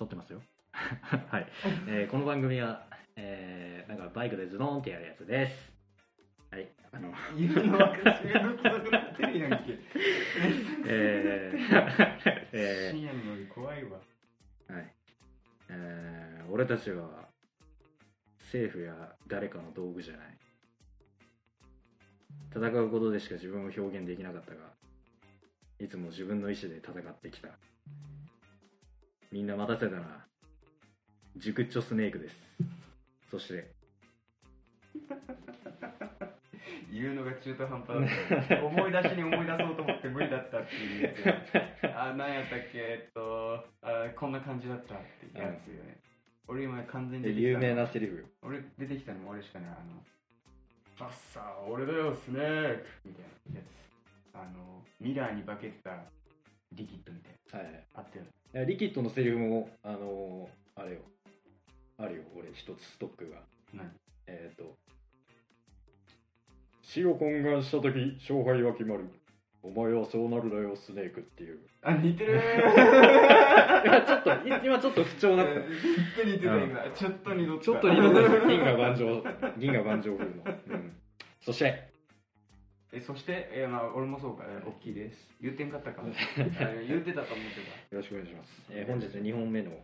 撮ってますよはい、この番組は、なんかバイクでズドンってやるやつです。はい、 言うのは収録なくなってるやんけ深夜のり怖いわ。 はい、俺たちは政府や誰かの道具じゃない。戦うことでしか自分を表現できなかったが、いつも自分の意志で戦ってきた。みんな待たせたな。熟っちょスネークです。そして言うのが中途半端だった。思い出しに思い出そうと思って無理だったっていうやつや。何やったっけ、こんな感じだったってやつよね。俺今完全に出てきた有名なセリフ。 俺出てきたのも俺しかない。さっさ俺だよスネークみたいなやつ。ミラーに化けてたリキッドみたいな、はい、あったよね。 リキッドのセリフもあれよ、あるよ。俺一つストックが。 何？ 死を懇願したとき勝敗は決まる。お前はそうなるだよスネークっていう。 似てる今ちょっと不調だった。 似てた今。ちょっと似とった。 ちょっと似とった。銀河万丈風の。そしてそして、まあ俺もそうか、大きいです。言ってんかったか。言ってたと思ってた。よろしくお願いします。本日2本目の、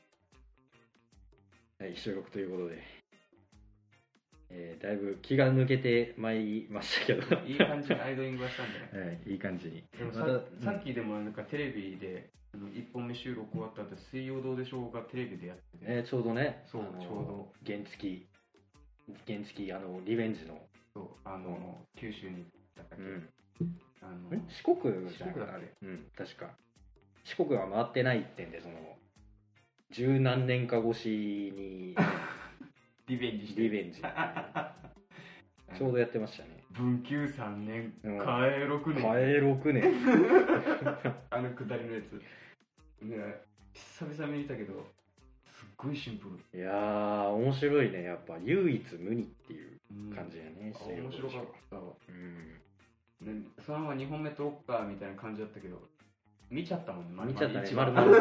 収録ということで、だいぶ気が抜けてまいりましたけどいい感じにアイドリングはしたんじゃない？ はい、いい感じに。 でもさっきでもなんかテレビで1本目収録終わった後、水曜どうでしょうがテレビでやってて、 ちょうどね、 そうちょうど原付リベンジの、 そう九州に行ったっけ、 四国じゃなくて、あれ、確か四国は回ってないってんで、その十何年か越しにリベンジちょうどやってましたね。 文久3年、嘉永6年。 下りのやつ。ね、久々に見たけど、すっごいシンプル。 いやー、面白いね。やっぱ唯一無二っていう感じやね。 面白かったわ。ね、そのまま2本目撮ろっかみたいな感じだったけど、見ちゃったもんね。 見ちゃったね。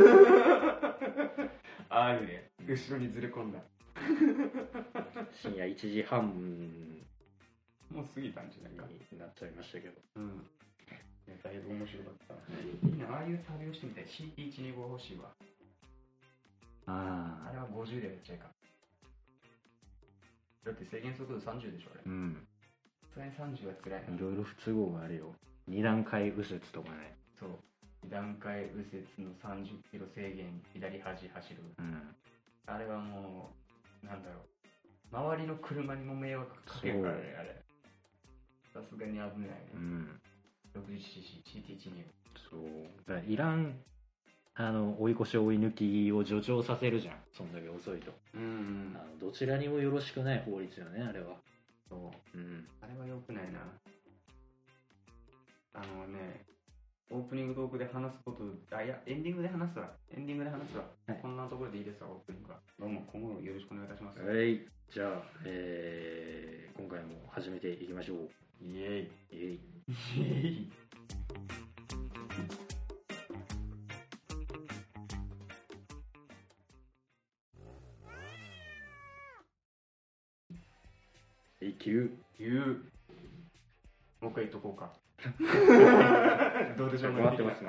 あるね。後ろにずれ込んだ。 深夜1時半もう過ぎたんじゃないかになっちゃいましたけど、 だいぶ面白かった。いいね、ああいう旅をしてみたい。 CT125 欲しいわ。あれは50でやっちゃいか。だって制限速度30でしょあれ。さすがに30は辛いな。 いろいろ不都合があるよ。2段階右折とかね。 そう、2段階右折の30キロ制限左端走る、あれはもうなんだろう、周りの車にも迷惑かけるからね、あれ。さすがに危ないね。60cc、CT125。 そう。だからいらん、追い越し追い抜きを助長させるじゃん。そんだけ遅いと。どちらにもよろしくない法律よね、あれは。 そう。あれは良くないな。オープニングトークで話すこと、エンディングで話すわ。はい、こんなところでいいですわ、オープニングは。どうも、今後よろしくお願いいたします。 はい、じゃあ、今回も始めていきましょう。 イエイ。 イエイ。 もう一回言っとこうか。どうでしょうね。 待ってますね。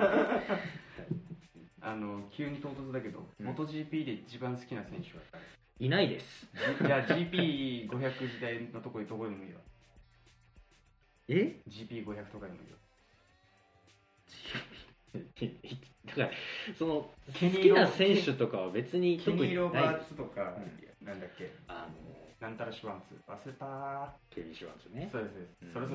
急に唐突だけど、MotoGP で一番好きな選手はいないです。 じゃあ GP500 時代のとこでもいいよ。GP500 とかでもいいよ。 だからその好きな選手とかは別にケニー・ロバーツとか、なんだっけ、なんたらシュワンツ忘れた。 ケニー・シュワンツね。 そうです。それ。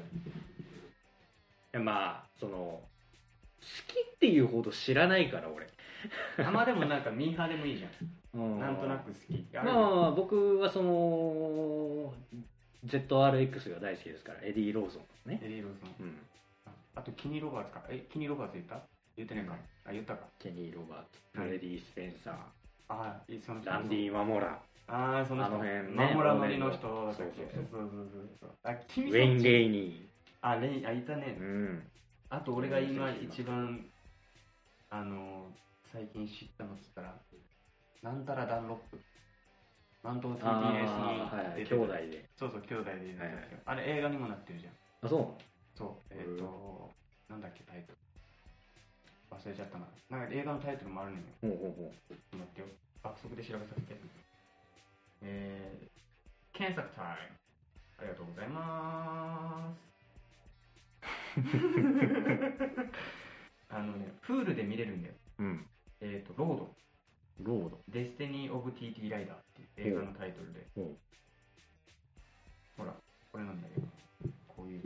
まあその好きっていうほど知らないから俺。 まあでもなんかミーハーでもいいじゃん。なんとなく好き。 まあ僕はその ZRX が大好きですから。エディ・ローソンね。あとケニー・ロバーツか。ケニー・ロバーツ言ってないか。言ったか。 ケニー・ロバーツ、フレディ・スペンサー、 ランディ・マモラ、 その辺ね、 マモラ乗りの人。そう。 ウェイン・レイニー。いたね。あと俺が今一番最近知ったのっつったらなんたらダンロップ。マント TTS に出てる。 兄弟で。 そうそう、兄弟で出てる。あれ映画にもなってるじゃん。 あ、そう。 そう。なんだっけ、タイトル。忘れちゃったな。なんか映画のタイトルもあるのよ。ちょっと待ってよ。爆速で調べさせて。検索タイム。ありがとうございます。プールで見れるんだよ。ロード。デスティニー・オブ・TT ライダーっていう映画のタイトルで。ほら、これなんだけど。こういう、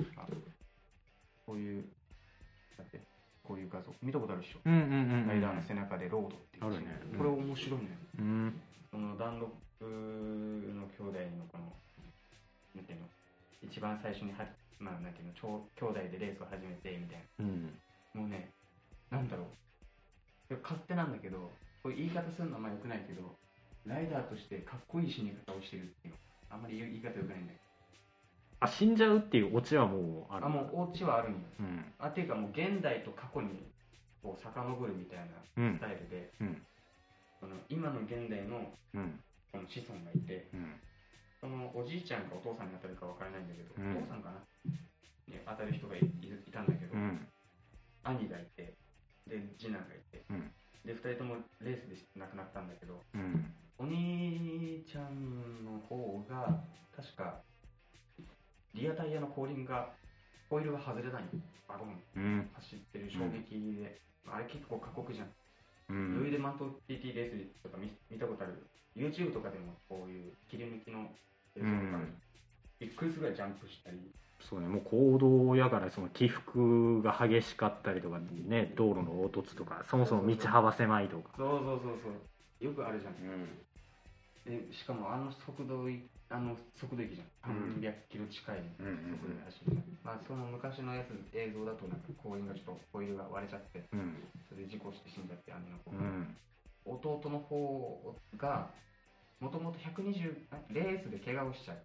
だって、こういう画像。見たことあるでしょ。ライダーの背中でロードっていう。あるね。これ面白いね。そのダンロップの兄弟のこの、なんていうの、一番最初にまあ、なんていうの、兄弟でレースを始めてみたいな。もうね、なんだろう。勝手なんだけど、こういう言い方するのはあんま良くないけど、ライダーとしてかっこいい死に方をしてるっていうの。あんまり言い方良くないんだけど。 あ、死んじゃうっていうオチはもうある。 もうオチはあるんよ。っていうかもう現代と過去にこう遡るみたいなスタイルで、今の現代のこの子孫がいて、そのおじいちゃんかお父さんに当たるか分からないんだけど、お父さんかなに当たる人がいたんだけど、兄がいて、で次男がいて、で2人ともレースで亡くなったんだけど、お兄ちゃんの方が確かリアタイヤの後輪がホイールが外れないバゴン、走ってる衝撃で、あれ結構過酷じゃん。余裕でマント TT レースとか見たことある。 YouTube とかでもこういう切り抜きの映像とかびっくりするぐらいジャンプしたり。 そうね、もう行動やからその起伏が激しかったりとかね、道路の凹凸とか、そもそも道幅狭いとか。 そうよくあるじゃん。でしかも速度域じゃん。300キロ近い速度で走るじゃん。まあその昔の映像だとなんか後輪がちょっとホイールが割れちゃって、それで事故して死んじゃって、兄の子、弟の方がもともと120レースで怪我をしちゃって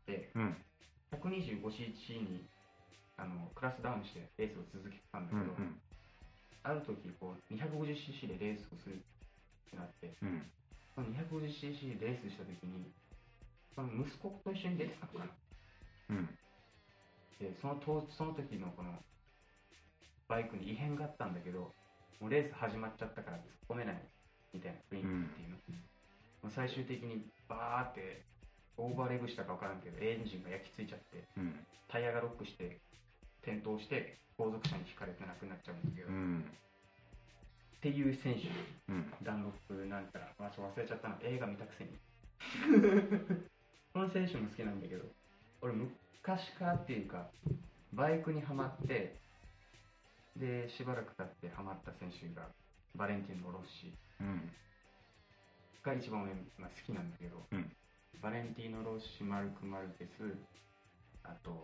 、125cc にクラスダウンしてレースを続けてたんだけど、ある時こう 250cc でレースをするってなって、その 250cc でレースした時にその息子と一緒に出てたのかな、でその時のこのバイクに異変があったんだけど、もうレース始まっちゃったから突っ込めないみたいな雰囲気っていうの、もう最終的にバーってオーバーレグしたか分からんけどエンジンが焼き付いちゃって、タイヤがロックして転倒して後続車にひかれて亡くなっちゃうんだけど、っていう選手、ダンロップなんたら、忘れちゃったの、映画見たくせにこの選手も好きなんだけど、俺昔からっていうかバイクにはまって、でしばらく経ってハマった選手がバレンティーノ・ロッシが一番俺、好きなんだけど、バレンティーノ・ロッシ、マルク・マルケス、あと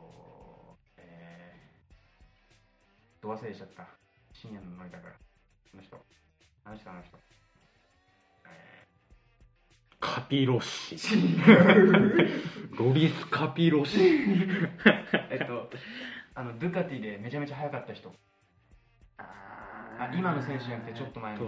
ど忘れしちゃった、深夜のノリだから、あの人カピロッシロリス・カピロッシドゥカティでめちゃめちゃ速かった人、今の選手じゃなくてちょっと前の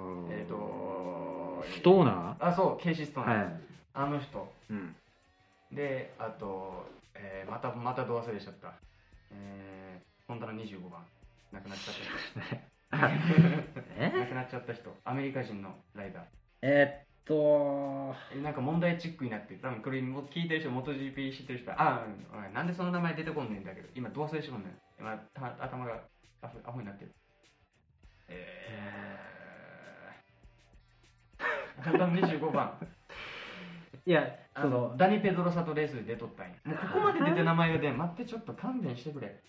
人、 ストーナー、そう、ケイシー・ストーナー、あの人、で、あと、またど忘れしちゃった、ホンダの25番亡くなっちゃった人亡くなっちゃった人、アメリカ人のライダー、なんか問題チックになって、多分これ聞いてる人、MotoGP 知ってる人は、なんでその名前出てこんねんだけど、今ど忘れしまんねん、頭がアホになってる。ホンダの25番。いや、ダニ・ペドロサとレースで出とったんや。もうここまで出て名前が出ん。待って、ちょっと勘弁してくれ。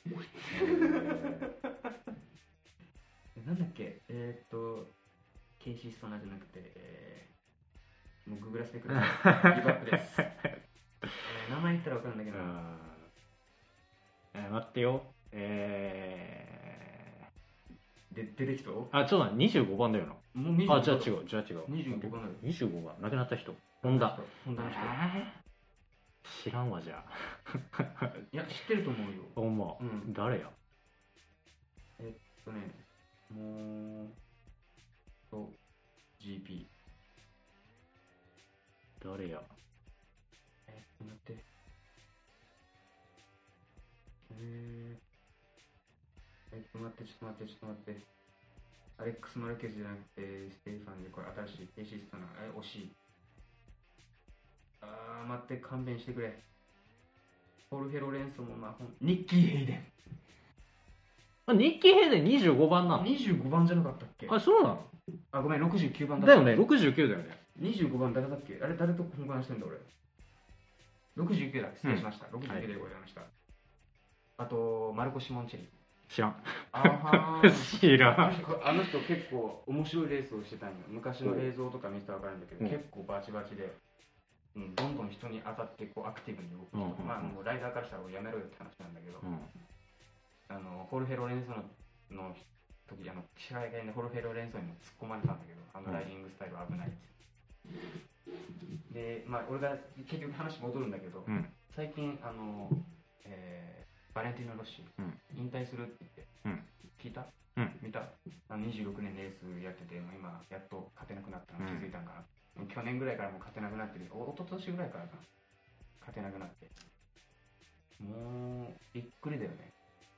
なんだっけ、ケイシー・ストーナーじゃなくて、もうググらせてください。ギブアップです。名前言ったら分かるんだけど。 待ってよ。 出てきた？ ちょっと25番だよな。 もう25番。 じゃあ違う。 25番だよ。 25番。亡くなった人。ホンダの人。知らんわ、じゃあ。 いや、知ってると思うよ。 ほんま。誰や？ もう、GP。 待って。アレックス・マルケスじゃなくて、ステファンでこれ新しいペシストな。惜しい。待って、勘弁してくれ。ホルヘロレンソもニッキー・ヘイデン。 ニッキー・ヘイデン25番なの ?25 番じゃなかったっけ？ そうなの？ ごめん、69番だよね、69だよね。 25番誰だっけ？あれ、誰と交換してんだ俺。69だ、失礼しました。69でございました。あと、マルコ・シモンチェリ。 知らん。 知らん。あの人結構面白いレースをしてたんよ。昔の映像とか見せたら分かるんだけど、結構バチバチで、どんどん人に当たってこうアクティブに動く人。もうライダーからしたらやめろよって話なんだけど、ホルヘロレンソの時、試合がね、ホルヘロレンソにも突っ込まれたんだけど、ライディングスタイル危ないって。で、俺が結局話戻るんだけど、最近バレンティーノ・ロッシー、引退するって言って、聞いた？見た？26年レースやってて、今やっと勝てなくなったの気づいたんかな。去年ぐらいからもう勝てなくなってる。一昨年ぐらいからかな。勝てなくなって。もう、びっくりだよね。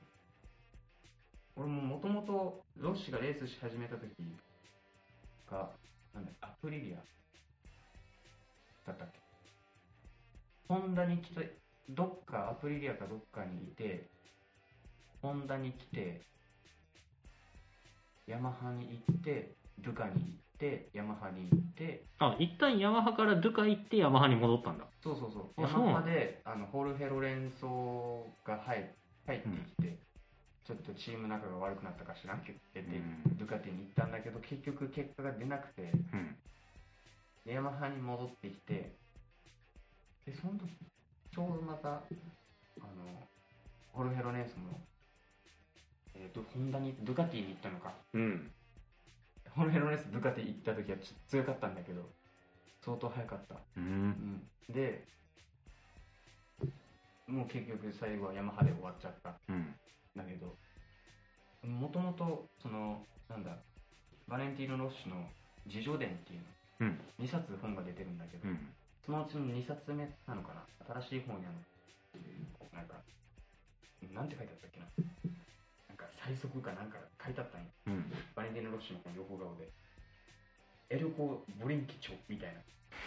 俺もともとロッシーがレースし始めた時が、アプリリアだったっけ？ホンダに来て、アプリリアかどっかにいて、ホンダに来て、ヤマハに行って、ドゥカに行って、ヤマハに行って、 一旦ヤマハからドゥカ行ってヤマハに戻ったんだ。 そう。ヤマハでホルヘロレンソが入ってきて、ちょっとチーム仲が悪くなったか知らんけど、ドゥカティに行ったんだけど、結局結果が出なくて、ヤマハに戻ってきて、で、その時、ちょうどまた、ホルヘロレンソも、ホンダに、ドゥカティに行ったのか。ホルヘロレンソドゥカティ行った時は強かったんだけど、相当速かった。で、もう結局最後はヤマハで終わっちゃった。だけど、もともと、バレンティーノ・ロッシュの自叙伝っていうの、2冊本が出てるんだけど、そのうちの2冊目なのかな、新しい本になんて書いてあったっけな、最速かなんか書いてあったんよ。バレンティーノ・ロッシュの横顔で。エルコ・ブリンキチョみたいな。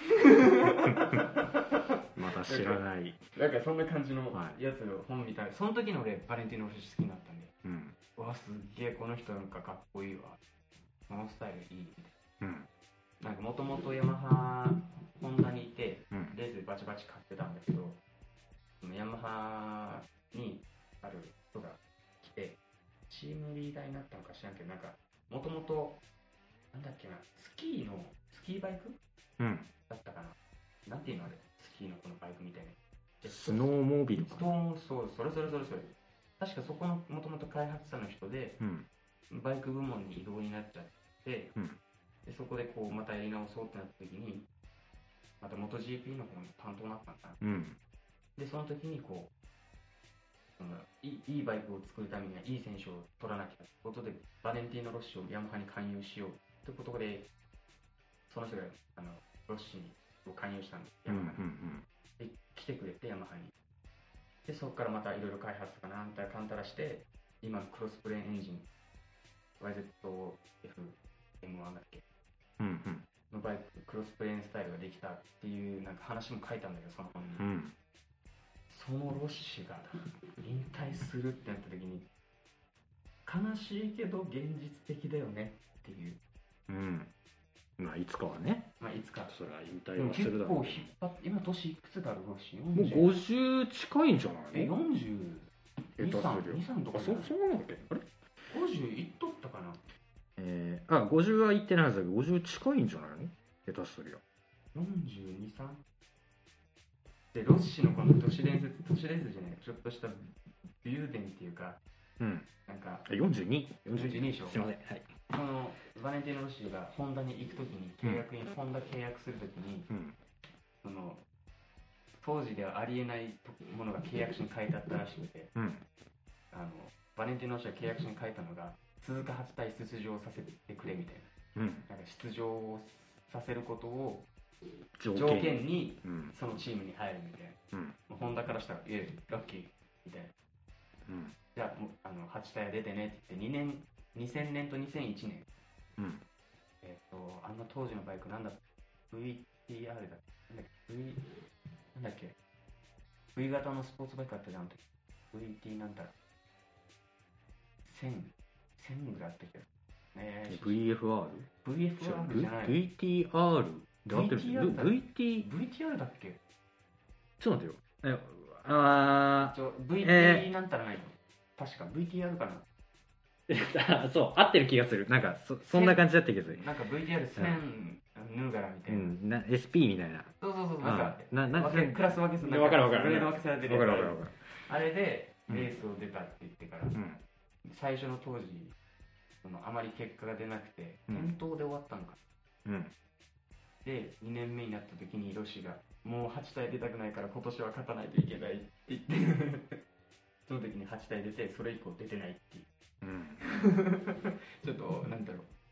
まだ知らない。 そんな感じのやつの本みたい。その時の俺、バレンティーノ・ロッシュ好きになったんで、うわ、すっげえこの人かっこいいわ。このスタイルいいみたいな。もともとヤマハ、ホンダにいて、レースでバチバチ勝ってたんだけど、ヤマハにある人が来て、チームリーダーになったのか知らんけど、もともと、スキーバイクだったかな。なんていうのあれ、スキーのこのバイクみたいな。 スノーモービルかな。 そう、それ。確かそこのもともと開発者の人で、バイク部門に異動になっちゃって、でそこでこうまたやり直そうってなった時に、また MotoGP の方の担当になったのかな。で、その時にこう、いいバイクを作るためにはいい選手を取らなきゃということで、バレンティーノ・ロッシュをヤマハに勧誘しようということで、その人がロッシーを勧誘したんです、ヤマハに。で、来てくれて、ヤマハに。で、そこからまたいろいろ開発とかなんたらかんたらして、今のクロスプレーンエンジン、YZF-M1 だっけ、のバイク、クロスプレーンスタイルができたっていう話も書いたんだけど、その本に。そのロッシュが引退するってなった時に、悲しいけど現実的だよねっていう。 いつかはね。 いつか。 それは引退はするだろう。 結構引っ張って、今年いくつだろう、ロッシュ。 もう50近いんじゃないの ？42、3とか。 そうなんだっけ？あれ ?50 いっとったかな。 50はいってないはずだけど、50近いんじゃないの？下手するよ。 42、3？で、ロッシュのこの都市伝説じゃない、ちょっとしたビューデンっていうか、 42 でしょ。 すいません。はい。 このバレンティーノ・ロッシュがホンダに行くときにホンダ契約するときに、その当時ではありえないものが契約書に書いてあったらしくて、バレンティーノ・ロッシュが契約書に書いたのが、鈴鹿8体出場させてくれみたいな。出場をさせることを条件にそのチームに入るみたいな。ホンダからしたら、ラッキーみたいな。じゃあ、8体出てねって言って2年 2000年と2001年。 うん。 あの当時のバイクなんだ VTR だっけなんだっけ V 型のスポーツバイクあったじゃん。VT なんだろ1000ぐらいあったけど。 VFR？ VFR じゃない。 VTR で合ってるんですよ。 VTR だっけ？ ちょっと待ってよ。 VT なんたらないの？確か VTR かな。 そう、合ってる気がする。なんかそんな感じだった気がする。 なんか VTR1000ヌーガラみたいな。 SP みたいな。 そう。なんかクラス分けする。 わかる。 グレード分けされてる。 わかる。 あれでレースを出たって言ってから、最初の当時あまり結果が出なくて転倒で終わったのか。で2年目になった時にロシがもう8体出たくないから今年は勝たないといけないって言ってその時に8体出てそれ以降出てないっていう。ちょっとなんて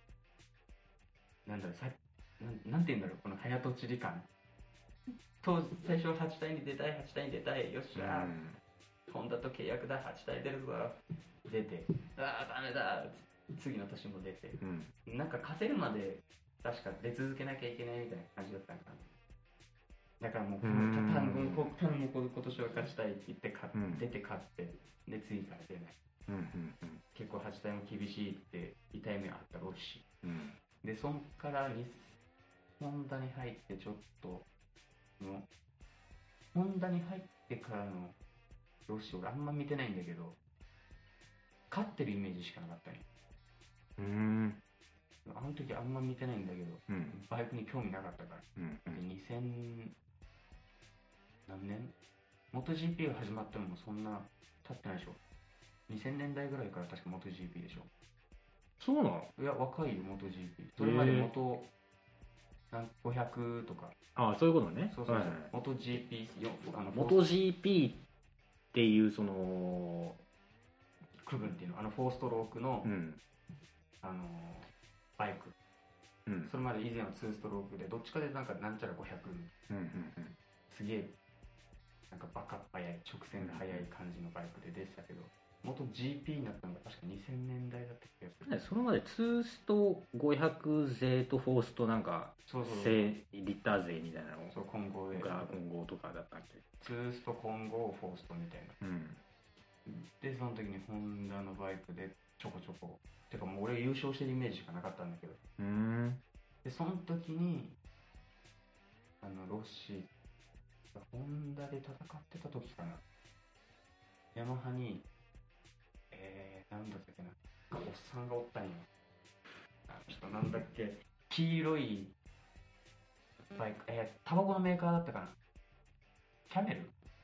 言うんだろう、この早とちり感。最初8体に出たい、よっしゃー、ホンダと契約だ、8体出るぞ、出て、ダメだ、次の年も出て、なんか勝てるまで確か出続けなきゃいけないみたいな感じだったのかな。だからもう、単語も今年は勝ちたいって言って出て勝って、で次から出ない。結構8体も厳しいって痛い目あったろうし、でそんからホンダに入ってちょっとホンダに入ってからのロシ俺あんま見てないんだけど勝ってるイメージしかなかったね。あの時あんま見てないんだけど、バイクに興味なかったから、で2000何年MotoGP が始まったのもそんな経ってないでしょ。2000年代ぐらいから確か MotoGP でしょ。 そうなの？ いや、若いよ MotoGP。それまで500とか。 そういうことね。 そう。MotoGP、 MotoGP っていうその区分っていうの、4ストロークの、バイク。それまで以前は2ストロークで、どっちかでなんちゃら500。すげえ、なんかバカ速い、直線が速い感じのバイクで出てたけど、MotoGP になったのが確か2000年代だった気がする。 それまで2スト500勢と4ストなんかリッター勢みたいなの混合とかだったっけ。 2スト混合4ストみたいな、でその時にホンダのバイクでちょこちょこてかもう俺優勝してるイメージしかなかったんだけど、でその時にロッシーがホンダで戦ってた時かな、ヤマハになんだったっけな、おっさんがおったんよ。ちょっとなんだっけ、黄色いバイク、タバコのメーカーだったかな、キャメル？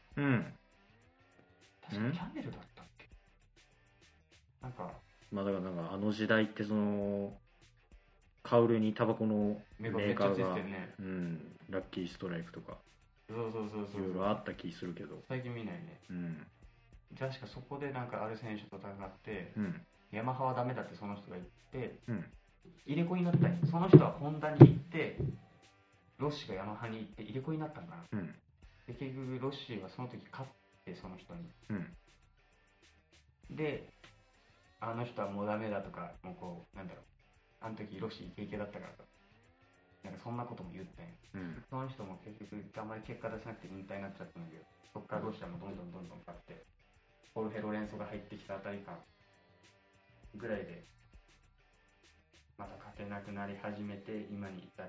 確かキャメルだったっけ。なんかだからなんかあの時代ってそのカウルにタバコのメーカーが、ラッキーストライクとかそういろいろあった気するけど最近見ないね。確かそこでなんかある選手と戦って、ヤマハはダメだってその人が言って、入れ子になったんよ。その人はホンダに行ってロッシがヤマハに行って入れ子になったんかな、で結局ロッシーはその時勝ってその人に、であの人はもうダメだとか、もうこうなんだろう、あの時ロッシーイケイケだったからとか、なんかそんなことも言ったんよ。その人も結局あんまり結果出せなくて引退になっちゃったんだけど、そっからロシアもどんどん勝って、ホルヘ・ロレンソが入ってきたあたりかぐらいでまた勝てなくなり始めて今に至って、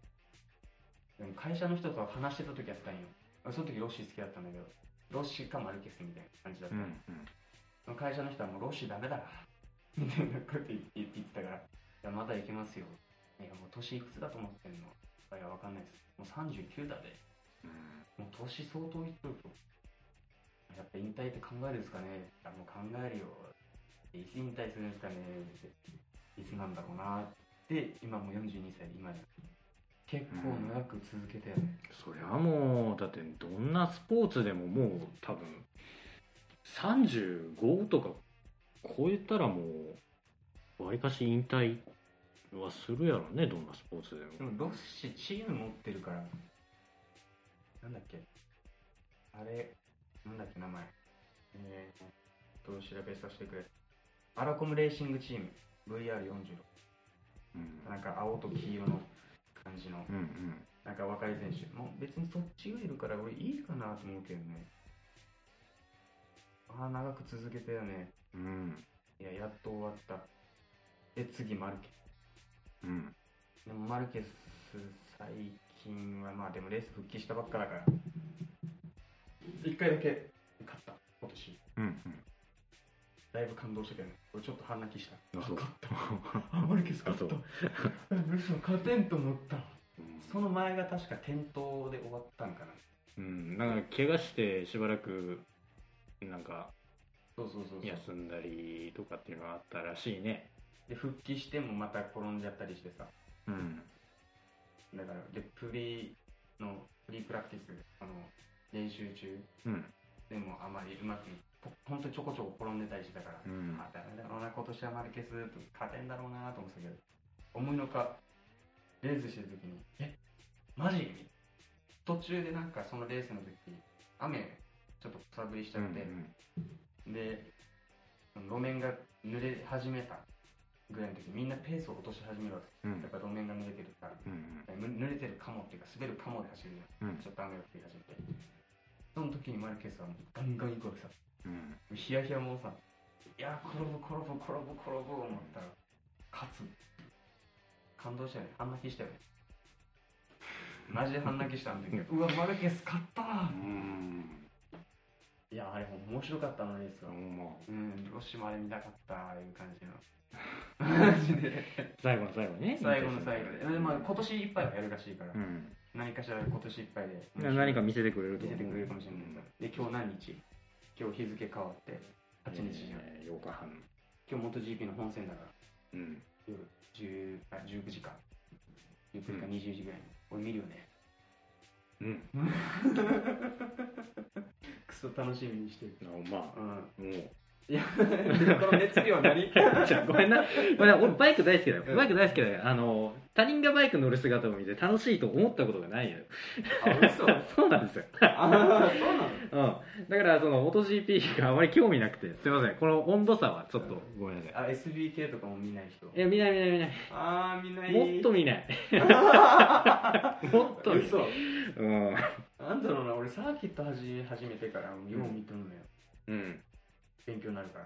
でも会社の人と話してた時あったんよ。その時ロッシー好きだったんだけど、ロッシーかマルケスみたいな感じだった、その会社の人はもうロッシーダメだなみたいなこと言ってたから、いやまだいけますよ、いやもう年いくつだと思ってんの、いやわかんないです、もう39だで、もう年相当いっとると、やっぱ引退って考えるんですかね、もう考えるよ、いつ引退するんですかねって、いつなんだろうなって、今もう42歳で今で結構長く続けて、 そりゃもうだってどんなスポーツでももう多分35とか超えたらもうわりかし引退はするやろね、どんなスポーツでも。 でもロッシーチーム持ってるから、なんだっけあれ、なんだっけ名前、調べさせてくれ。アラコムレーシングチーム VR46、なんか青と黄色の感じの、なんか若い選手、もう別にそっちがいるから俺いいかなと思うけどね。ああ、長く続けたよね。いや、やっと終わった。で、次、マルケス。でもマルケス、最近はまあでもレース復帰したばっかだから、1回だけ勝った、今年。だいぶ感動したけどね。俺ちょっと半泣きした。勝った。マルケス勝った。嘘、勝てんと思った。その前が確か転倒で終わったんかな。 なんか怪我してしばらくなんか休んだりとかっていうのがあったらしいね。 で復帰してもまた転んじゃったりしてさ。だからでプリプラクティス練習中、でもあまりうまく本当にちょこちょこ転んでたりしてたから、ダメだろうな、今年はマルケス勝てんだろうなと思ってたけど、思いのかレースしてる時にマジ途中でなんかそのレースの時雨ちょっと草降りしちゃって、で路面が濡れ始めたぐらいの時みんなペースを落とし始めるわけ、やっぱ路面が濡れてるから、濡れてるかもっていうか滑るかもで走るの、ちょっと雨が降り始めて、その時にマルケスはもうガンガン行くわけさ、ヒヤヒヤもうさ、いや転ぶ思ったら勝つ、感動したよね、半泣きしたよね。マジで半泣きしたんだけど、うわマルケス勝ったー。いやあれ面白かったのレースは。どうしてもあれ見たかったああいう感じの。マジで。 最後の最後ね。 最後の最後で。まあ今年いっぱいはやるらしいから。何かしら今年いっぱいで。 何か見せてくれると。 見せてくれるかもしれない。で今日何日？今日日付変わって8日じゃん。 8日半。 今日 MotoGP の本戦だから。夜19時か。19時か20時ぐらいに。俺見るよね。クソ楽しみにしてる。 もう。 いや、この熱量は何？ ごめんな。俺バイク大好きだよ。他人がバイク乗る姿を見て楽しいと思ったことがないよ。そうなんですよ。そうなの？だからその MotoGP があまり興味なくて、すいません。この温度差はちょっとごめんなさい。 SBK とかも見ない人？ いや、見ない。 見ない。 もっと見ない。もっと見ない。 嘘。なんだろうな、俺サーキット始めてからよう見てるのよ。勉強になるから。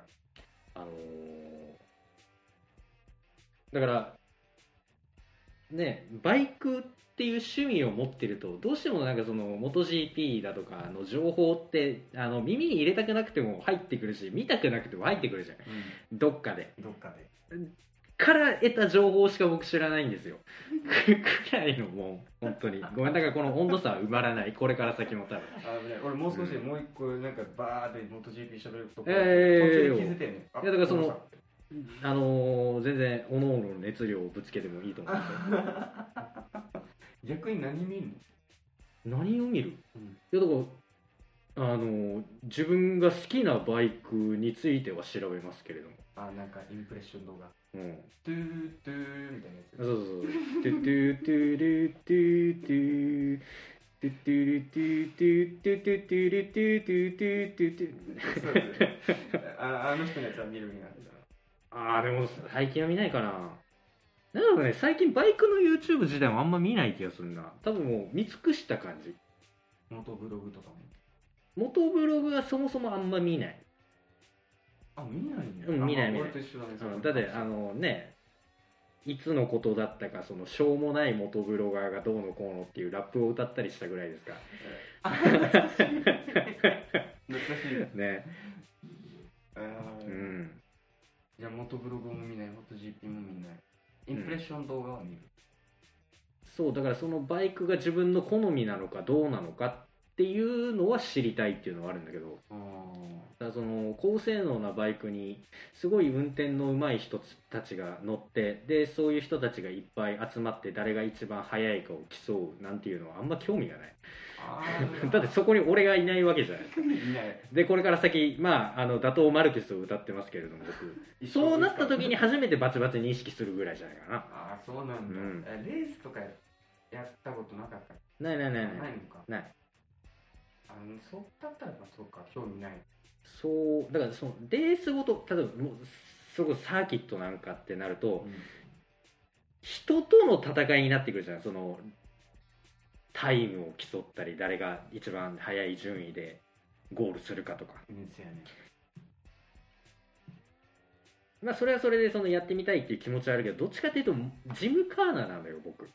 だからね、バイクっていう趣味を持ってるとどうしてもなんかその MotoGP だとかの情報って耳に入れたくなくても入ってくるし、見たくなくても入ってくるじゃん、どっかでから得た情報しか僕知らないんですよ。くらいのもう本当にごめん、だからこの温度差は埋まらない、これから先も多分。 俺もう少しもう一個なんかバーって MotoGP しゃべるとこ途中で気づいてね。 いやだからその全然各々の熱量をぶつけてもいいと思うんですよ。 逆に何見るの？何を見る？いやだから自分が好きなバイクについては調べますけれども。 なんかインプレッション動画。トゥートゥーみたいなやつ。 そう。トゥトゥトゥルトゥトゥトゥトゥルトゥトゥトゥトゥトゥルトゥトゥトゥトゥトゥ。 あの人のやつは見るんだ。 でも最近は見ないかな。なんかね、最近バイクの YouTube 自体もあんま見ない気がするな。多分もう見尽くした感じ。 元ブログとかも。 元ブログはそもそもあんま見ない。 見ないね。 見ない。 俺と一緒だね。 だってね、いつのことだったか、そのしょうもない元ブロガーがどうのこうのっていうラップを歌ったりしたぐらいですから。 懐かしいね。 じゃあ元ブログも見ない、元 GP も見ない。インプレッション動画は見る。 そうだからそのバイクが自分の好みなのかどうなのかっていうのは知りたいっていうのはあるんだけど、だからその高性能なバイクにすごい運転の上手い人たちが乗って、でそういう人たちがいっぱい集まって誰が一番速いかを競うなんていうのはあんま興味がない。だってそこに俺がいないわけじゃないですか。でこれから先打倒マルケスを歌ってますけれども、僕そうなった時に初めてバチバチに意識するぐらいじゃないかな。 そうなんだ。レースとかやったことなかった？ ないのか。ない。 そうだったらそうか、興味ない。 そうだからそのレースごと、例えばもうそこサーキットなんかってなると、人との戦いになってくるじゃん。そのタイムを競ったり、誰が一番速い順位でゴールするかとか、まあそれはそれでそのやってみたいっていう気持ちはあるけど、どっちかっていうとジムカーナなんだよ僕。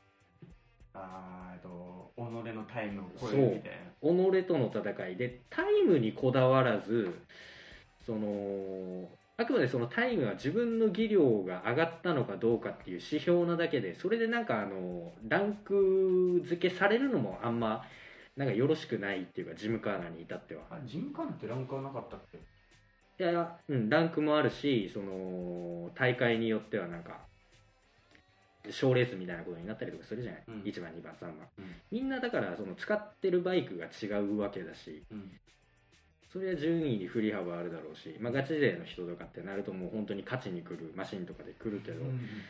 己のタイムを超えるみたいな。己との戦いでタイムにこだわらず、そのあくまでそのタイムは自分の技量が上がったのかどうかっていう指標なだけで、それでなんかランク付けされるのもあんまなんかよろしくないっていうか、ジムカーナに至っては。 ジムカーナってランクはなかったっけ？ いや、ランクもあるし、その大会によってはなんか賞レースみたいなことになったりとかするじゃない、1番2番3番、みんなだからその使ってるバイクが違うわけだし、それは順位に振り幅あるだろうし、まあ、ガチ勢の人とかってなるともう本当に勝ちに来るマシンとかで来るけど、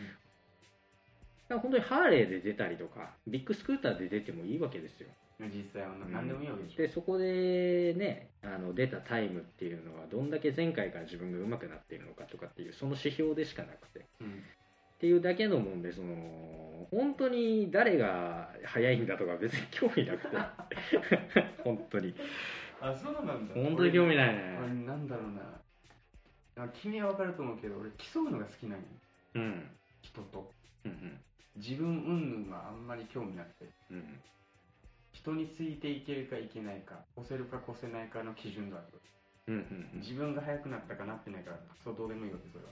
本当にハーレーで出たりとかビッグスクーターで出てもいいわけですよ。 実際は何でもいいわけでしょ。 でそこでね、出たタイムっていうのはどんだけ前回から自分が上手くなっているのかとかっていう、その指標でしかなくて、っていうだけのもんで、その本当に誰が速いんだとか別に興味なくて本当にそうなんだ。 本当に興味ないね。 なんだろうな、君は分かると思うけど、俺競うのが好きなんよ、人と、自分云々はあんまり興味なくて、人についていけるかいけないか、越せるか越せないかの基準がある。自分が速くなったかなってないか、そうどうでもいいわけ、それは。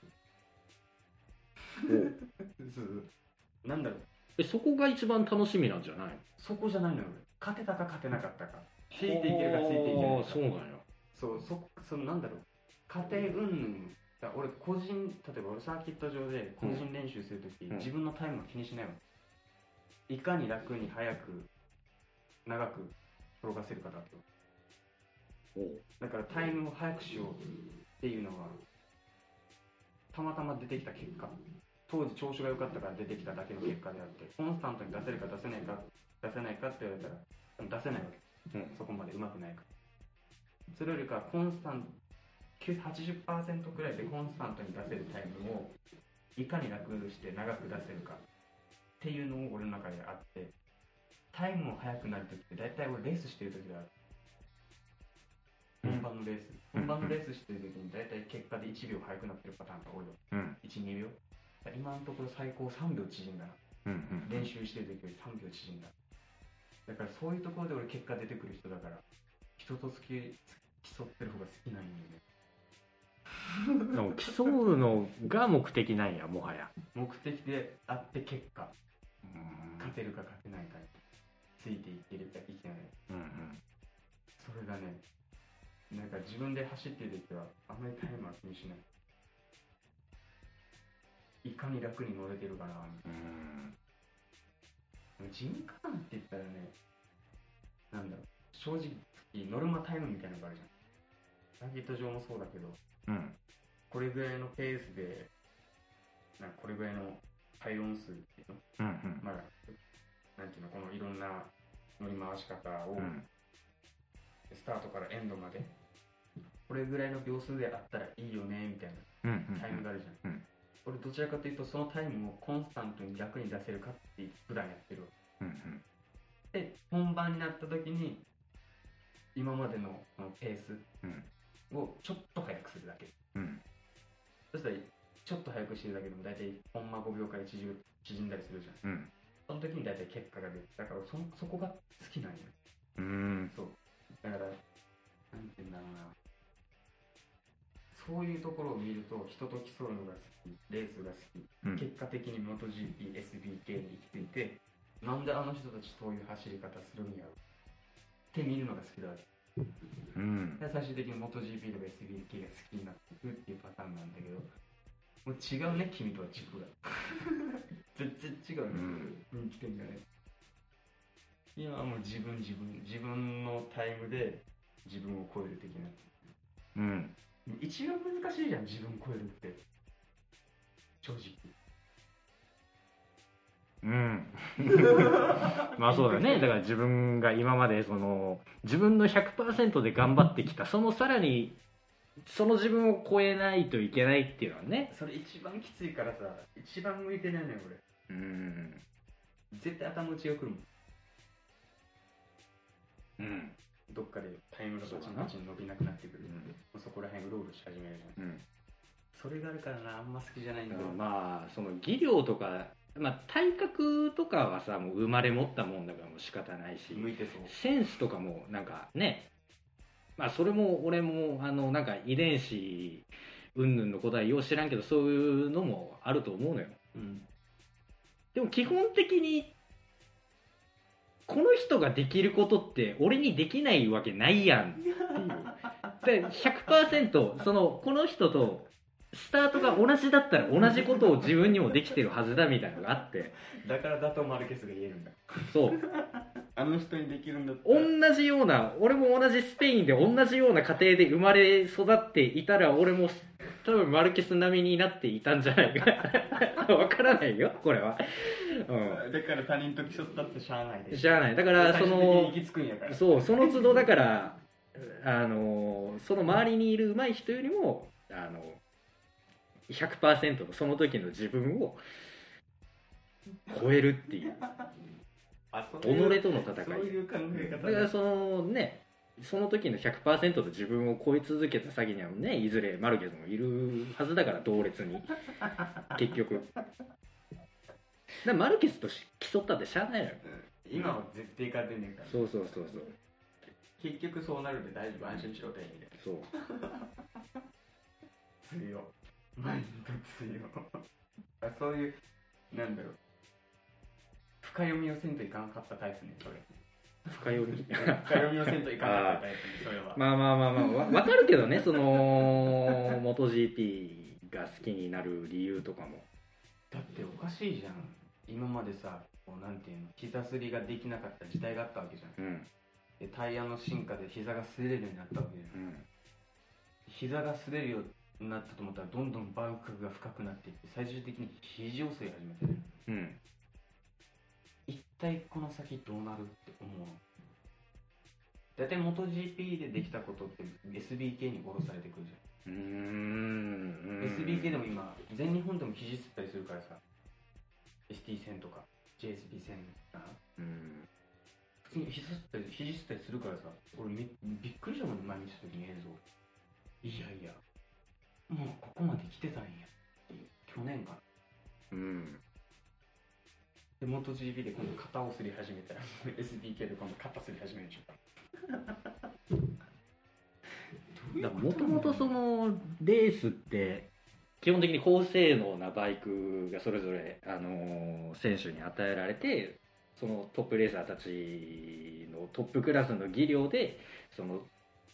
なんだろう、 そこが一番楽しみなんじゃないの？ そこじゃないのよ。勝てたか勝てなかったか、ついていけるかついていけないか。 そうなんよ。 そうなんだろう、家庭云々、俺個人、例えば俺サーキット上で個人練習するとき、自分のタイムは気にしないわけ。いかに楽に速く長く転がせるかだと。だからタイムを速くしようっていうのはたまたま出てきた結果、当時調子が良かったから出てきただけの結果であって、コンスタントに出せるか出せないかって言われたら出せないわけ、そこまで上手くないから。それよりかコンスタント 80% くらいでコンスタントに出せるタイムをいかに楽して長く出せるかっていうのを俺の中であって、タイムも速くなるときって大体俺レースしてるときがある。本番のレースしてるときに大体結果で1秒速くなってるパターンが多いよ、1、2秒。今のところ最高3秒縮んだな、練習してるときより3秒縮んだ。だからそういうところで俺結果出てくる人だから、人と競ってる方が好きなんよね。 でも競うのが目的なんや、もはや。 目的であって結果、勝てるか勝てないか、ついていけるかいけない、それがね、なんか自分で走ってる時はあんまりタイムは気にしない。いかに楽に乗れてるかな。ジムカーナって言ったらね、なんだろう、正直ノルマタイムみたいなのがあるじゃん。サーキット上もそうだけど、これぐらいのペースでこれぐらいの体温数っていうの、まあなんていうの、このいろんな乗り回し方を、スタートからエンドまでこれぐらいの秒数であったらいいよねみたいなタイムがあるじゃん。俺どちらかというとそのタイムをコンスタントに楽に出せるかって普段やってるわけ、で本番になった時に今までのペースをちょっと速くするだけ、そしたらちょっと速くしてるだけでも大体コンマ5秒から1秒縮んだりするじゃん、その時に大体結果が出て、だからそこが好きなんよ。そうだから、なんていうんだろうな、そういうところを見ると人と競うのが好き、レースが好き、結果的に MotoGP、SBK に行き着いて、なんであの人たちそういう走り方するんやろって見るのが好きだわけ。で最終的に MotoGP とか SBK が好きになっていくっていうパターンなんだけど、もう違うね、君とは軸が全然違うね、人気点がね。今はもう自分のタイムで自分を超える的な、一番難しいじゃん、自分超えるって正直。 まあそうだね。だから自分が今までその自分の 100% で頑張ってきた、そのさらにその自分を超えないといけないっていうのはね。 それ一番きついからさ、一番向いてないのよ俺。絶対頭打ちが来るもん。どっかでタイムがバチンバチン伸びなくなってくる。そこら辺うろうろし始めるじゃん。それがあるからな、あんま好きじゃないんだよ。 まあその技量とか、まあ、体格とかはさ、もう生まれ持ったもんだからもう仕方ないし、 向いてそう。 センスとかもなんかね、まあそれも俺もなんか遺伝子云々のことはよう知らんけど、そういうのもあると思うのよ。でも基本的にこの人ができることって俺にできないわけないやんっていう。で 100% この人とスタートが同じだったら同じことを自分にもできてるはずだみたいなのがあって、 だから打倒マルケスが言えるんだ。 そうあの人にできるんだったら同じような、俺も同じスペインで同じような家庭で生まれ育っていたら俺も多分マルケス並みになっていたんじゃないかわからないよこれは、 だから他人と競ったってしゃあないでしゃあない。だからそのその都度だからその周りにいる上手い人よりも100% のその時の自分を超えるっていう己との戦い。 そういう考え方だからその時の 100% の自分を超え続けた先にはね、いずれマルケスもいるはずだから、同列に結局だからマルケスと競ったってしゃあないのよ。 今は絶対勝てんねんから。 そう結局そうなるんで大丈夫、安心しろって意味で。 そう強マインド強そういう、なんだろう、深読みをせんといかんかったタイプね、それ。 深読みをせんといかんかったタイプね、それは。 まあわかるけどね、その元 GP が好きになる理由とかも。 だっておかしいじゃん。今までさ、こうなんていうの、膝すりができなかった時代があったわけじゃん。でタイヤの進化で膝が擦れるようになったわけじゃん。膝が擦れるようになったと思ったらどんどんバンクが深くなっていって、最終的に肘を吸い始めてる。一体この先どうなるって思うの？だいたい MotoGP でできたことって SBK に下ろされてくるじゃん。SBK でも今全日本でも肘吸ったりするからさ、 ST 戦とか JSB 戦かな、普通に肘吸ったりするからさ、俺びっくりしたもんね、前見た時に映像。いやいやもうここまで来てたんやっていう。去年かな。で MotoGP で今度肩をすり始めたらSBK で今度肩すり始めるでしょ。 もともとそのレースって基本的に高性能なバイクがそれぞれ、選手に与えられて、そのトップレーサーたちのトップクラスの技量でその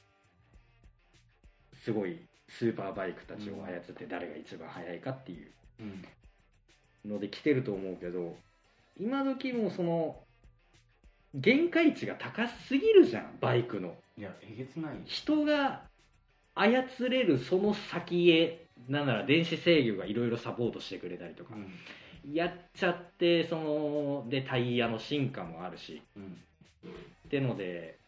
すごいスーパーバイクたちを操って誰が一番速いかっていうので来てると思うけど、今時もその限界値が高すぎるじゃん、バイクの。 いやえげつない。 人が操れるその先へ、なんなら電子制御がいろいろサポートしてくれたりとか、やっちゃって、そのでタイヤの進化もあるし、ってので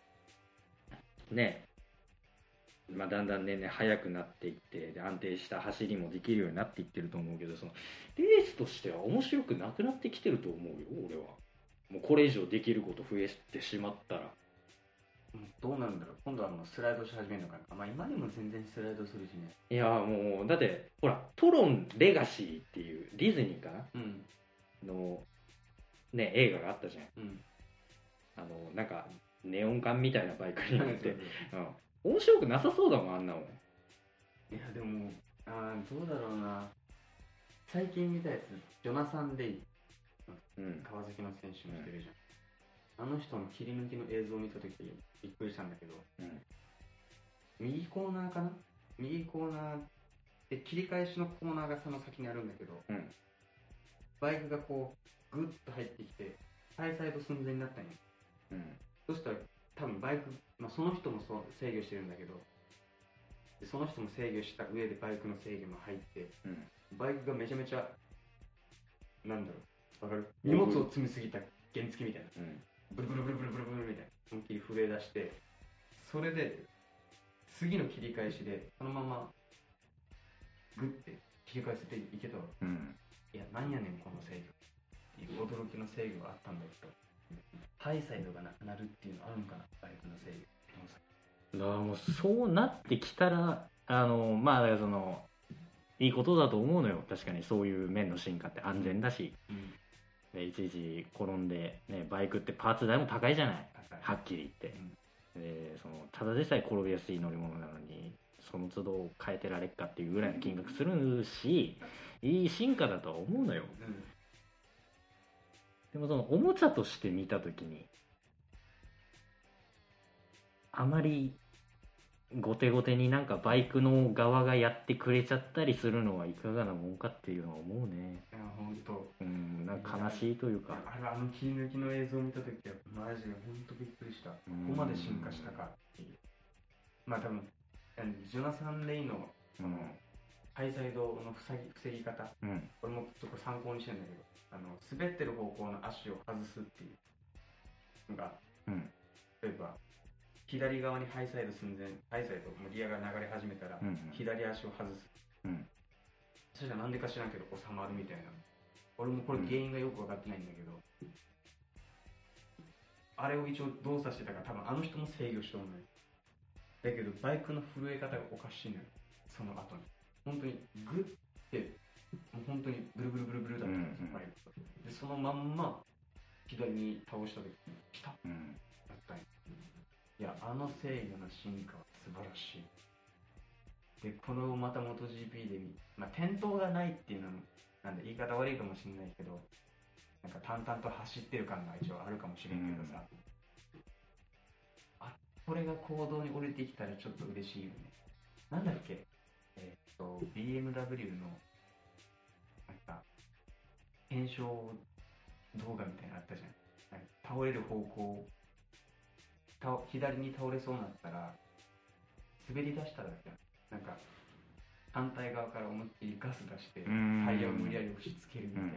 ね、まあ、だんだん年々速くなっていって、で安定した走りもできるようになっていってると思うけど、そのレースとしては面白くなくなってきてると思うよ、俺は。もうこれ以上できること増えてしまったら。 どうなるんだろう、今度はスライドし始めるのかな。まあ今でも全然スライドするしね。 いやもうだってほら、トロンレガシーっていうディズニーかな、のね映画があったじゃん。なんかネオン管みたいなバイクに乗って面白くなさそうだもん、あんなもん。 いやでもどうだろうな。最近見たやつ、ジョナサン・レイ、川崎の選手もしてるじゃん。あの人の切り抜きの映像を見たときびっくりしたんだけど、右コーナーかな、右コーナーで切り返しのコーナーがその先にあるんだけど、バイクがこうグッと入ってきてハイサイド寸前になったんよ。そしたら多分バイク、その人も制御してるんだけど、でその人も制御した上でバイクの制御も入って、バイクがめちゃめちゃなんだろう、わかる？荷物を積みすぎた原付みたいな、ブルブルブルブルブルブルみたいな、本気に震え出して、それで次の切り返しでそのままグッて切り返せていけたわ、いやなんやねんこの制御っていう驚きの制御があったんだけど、ハイサイドがなくなるっていうのあるんかな、バイクの制御。 だからもうそうなってきたらまあだからそのいいことだと思うのよ。確かにそういう面の進化って安全だし、でいちいち転んで、ね、バイクってパーツ代も高いじゃない、はっきり言って、でそのただでさえ転びやすい乗り物なのにその都度変えてられっかっていうぐらいの金額するし、いい進化だとは思うのよ、でもそのおもちゃとして見たときにあまり後手後手になんかバイクの側がやってくれちゃったりするのはいかがなもんかっていうのは思うね。 いや本当、 なんか悲しいというか、 あれ切り抜きの映像を見たときはマジで本当びっくりした。ここまで進化したかっていう。まあ多分ジョナサン・レイのそのハイサイドの防ぎ方、これもちょっと参考にしてるんだけど、滑ってる方向の足を外すっていうのが、例えば左側にハイサイド寸前、ハイサイドもリアが流れ始めたら、左足を外す、そしたらなんでか知らんけど収まるみたいな。俺もこれ原因がよく分かってないんだけど、あれを一応動作してたから多分あの人も制御しとんのよ。だけどバイクの震え方がおかしいのよ。その後に本当にグッてもう本当にブルブルブルブルだったんですよ、バイクで。そのまんま左に倒した時にピタッだったんよ。いや、あの制御の進化は素晴らしい。で、このまた MotoGP で転倒がないっていうのもなんで言い方悪いかもしれないけど、なんか淡々と走ってる感が一応あるかもしれんけどさ、これが行動に降りてきたらちょっと嬉しいよね。なんだっけ、BMW のなんか検証動画みたいなのあったじゃん。倒れる方向、左に倒れそうになったら滑り出したらじゃん。なんか反対側から思いっきりガス出してタイヤを無理やり押し付けるみたいな。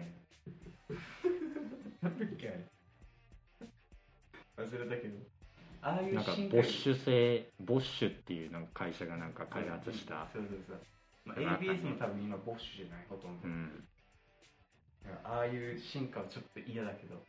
なんだっけあれ忘れたけど、ああいうなんかボッシュっていうなんか会社がなんか開発した、 ABS も多分今ボッシュじゃない、ほとんど、ああいう進化はちょっと嫌だけど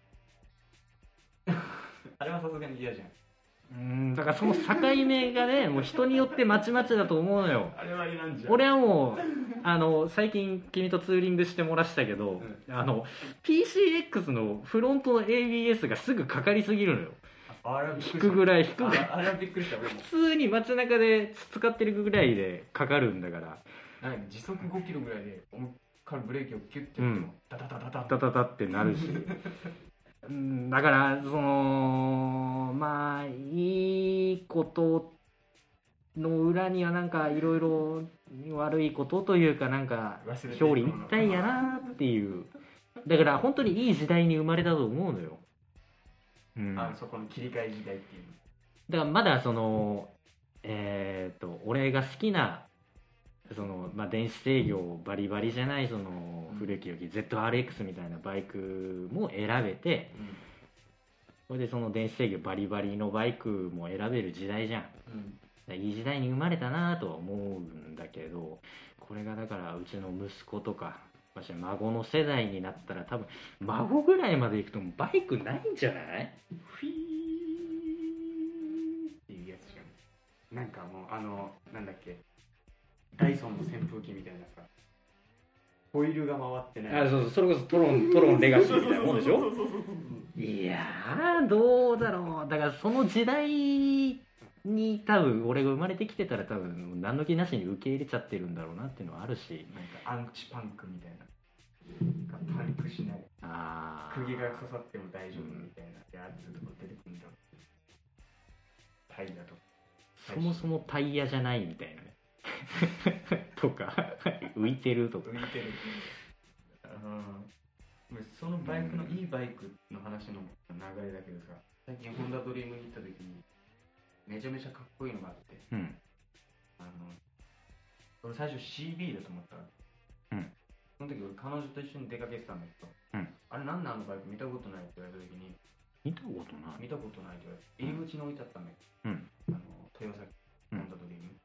あれはさすがに嫌じゃん。 だからその境目がね、もう人によってまちまちだと思うのよ。 あれはなんじゃん。 俺はもう最近君とツーリングしてもらしたけど、PCX のフロントの ABS がすぐかかりすぎるのよ。引くぐらいあれはびっくりした。 普通に街中で使ってるぐらいでかかるんだから、 時速5キロぐらいで思いっかりブレーキをキュッてやってもダダダダダダダダってなるしだからそのまあいいことの裏にはなんかいろいろ悪いことというか、なんか表裏一体やなっていう。だから本当にいい時代に生まれたと思うのよ。 そこの切り替え時代っていう。 だからまだその俺が好きなその、電子制御バリバリじゃないその古き良き ZRX みたいなバイクも選べて、それでその電子制御バリバリのバイクも選べる時代じゃん、いい時代に生まれたなとは思うんだけど、これがだからうちの息子とか孫の世代になったら多分孫ぐらいまで行くとバイクないんじゃない？ フィーっていうやつじゃん。なんかもうなんだっけ、ダイソンの扇風機みたいなさ、ホイールが回ってない。 そうそれこそトロンレガシーみたいなもんでしょ。いやーどうだろう。だからその時代に多分俺が生まれてきてたら多分何の気なしに受け入れちゃってるんだろうなっていうのはあるし、 なんかアンチパンクみたいな、パンクしない、釘が刺さっても大丈夫みたいなやつとか出てくるんだろう。タイヤとかそもそもタイヤじゃないみたいなねとか浮いてるとかそのバイクのいいバイクの話の流れだけどさ、最近ホンダドリームに行った時にめちゃめちゃかっこいいのがあって、俺最初 CB だと思ったら、その時俺彼女と一緒に出かけてたんだけど、あれなんであのバイク見たことないって言われた時に、見たことないって言われて入り口に置いてあったんだよ、豊崎ホンダドリーム、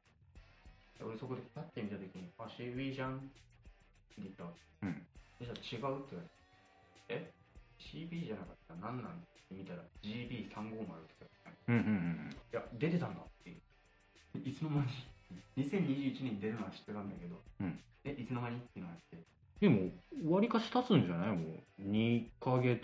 俺そこでパッて見たときに、あ、CB じゃんって言ったわ。じゃあ違うって言われて、CB じゃなかったら何なんって見たら GB350 って言った。いや、出てたんだっていう。いつの間に2021年に出るのは知ってたんだけど、いつの間にっていうのがあって。 でも、割りかし経つんじゃない？もう、2ヶ月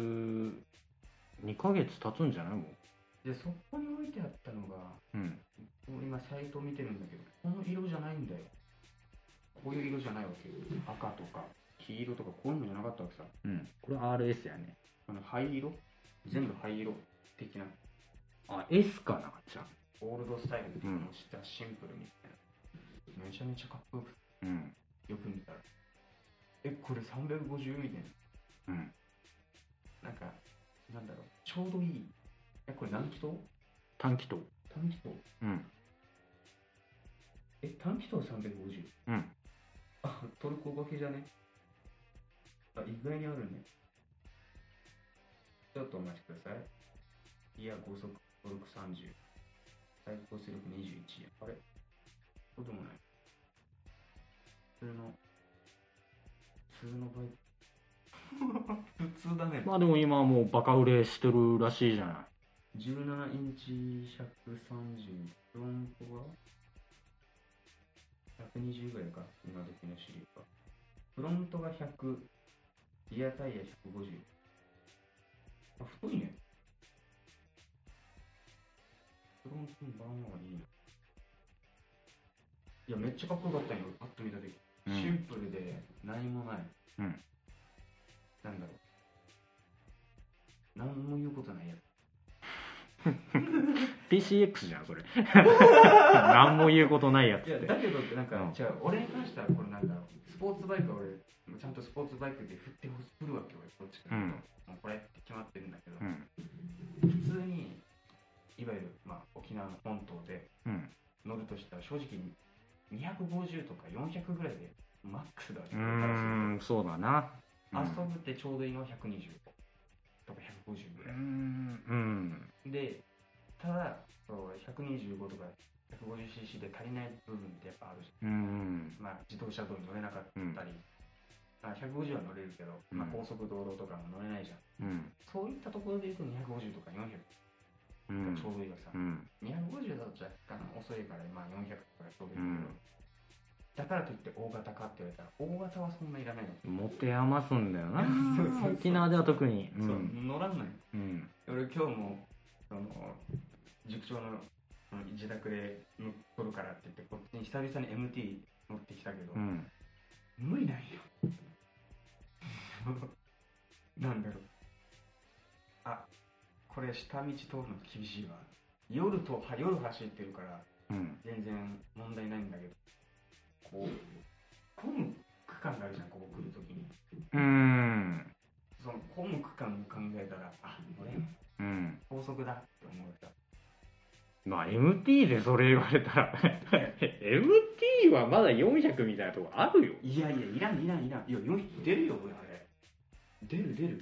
経つんじゃない？もう。 で、そこに置いてあったのが、今サイトを見てるんだけど、この色じゃないんだよ。こういう色じゃないわけよ。赤とか黄色とかこういうのじゃなかったわけさ。 これ RS やね。 灰色？全部灰色的な。 あ、S かな、じゃあ。 オールドスタイルでしたシンプルみたいな。めちゃめちゃかっこよくて。よく見たら。これ350みたいな。なんか、なんだろう、ちょうどいい。これ何気筒？ 単気筒。 単気筒？単気筒350？あ、トルコお化けじゃね？あ、意外にあるね。ちょっとお待ちください。いや、5速、トルク30。最高出力21。あれ？そうでもない。普通のバイク。普通だね。 まあでも今はもうバカ売れしてるらしいじゃない。 17インチ130、フロントは120ぐらいか、今時のシリーズは。フロントが100、リアタイヤ150。あ、太いね。フロントのバーマはいいな。いや、めっちゃかっこよかったんよ、パッと見たとき。シンプルで何もない。なんだろう。何も言うことないやつ。 PCX じゃんそれ。何も言うことないやつって。 いやだけどなんか、じゃあ俺に関してはこれなんだろう、スポーツバイクは俺ちゃんとスポーツバイクで振るわけよ、こっちから、もうこれって決まってるんだけど、普通にいわゆる、沖縄の本島で乗るとしたら正直に250とか400ぐらいでマックスだわけよ。 そうだな。 遊ぶってちょうどいいのは120とか150ぐらいで、ただ125とか 150cc で足りない部分ってやっぱあるじゃん。自動車道に乗れなかったり、150は乗れるけど、高速道路とかも乗れないじゃん。そういったところでいうと250とか400がちょうどいいわけさ。250だと若干遅いから400とかちょうどいいけど、だからといって大型かって言われたら大型はそんないらないの。 持て余すんだよな。沖縄では特に。 乗らんのよ。俺今日も塾長の自宅で撮るからって言ってこっちに久々に MT 乗ってきたけど、無理ないよ。なんだろう。あ、これ下道通るの厳しいわ。夜走ってるから全然問題ないんだけど、こう混む区間があるじゃん、ここ来るときに。その混む区間を考えたら、あ、俺高速だって思うさ。 MT でそれ言われたらMT はまだ400みたいなとこあるよ。 いやいらん。いや、400出るよ、俺あれ。出る。 違う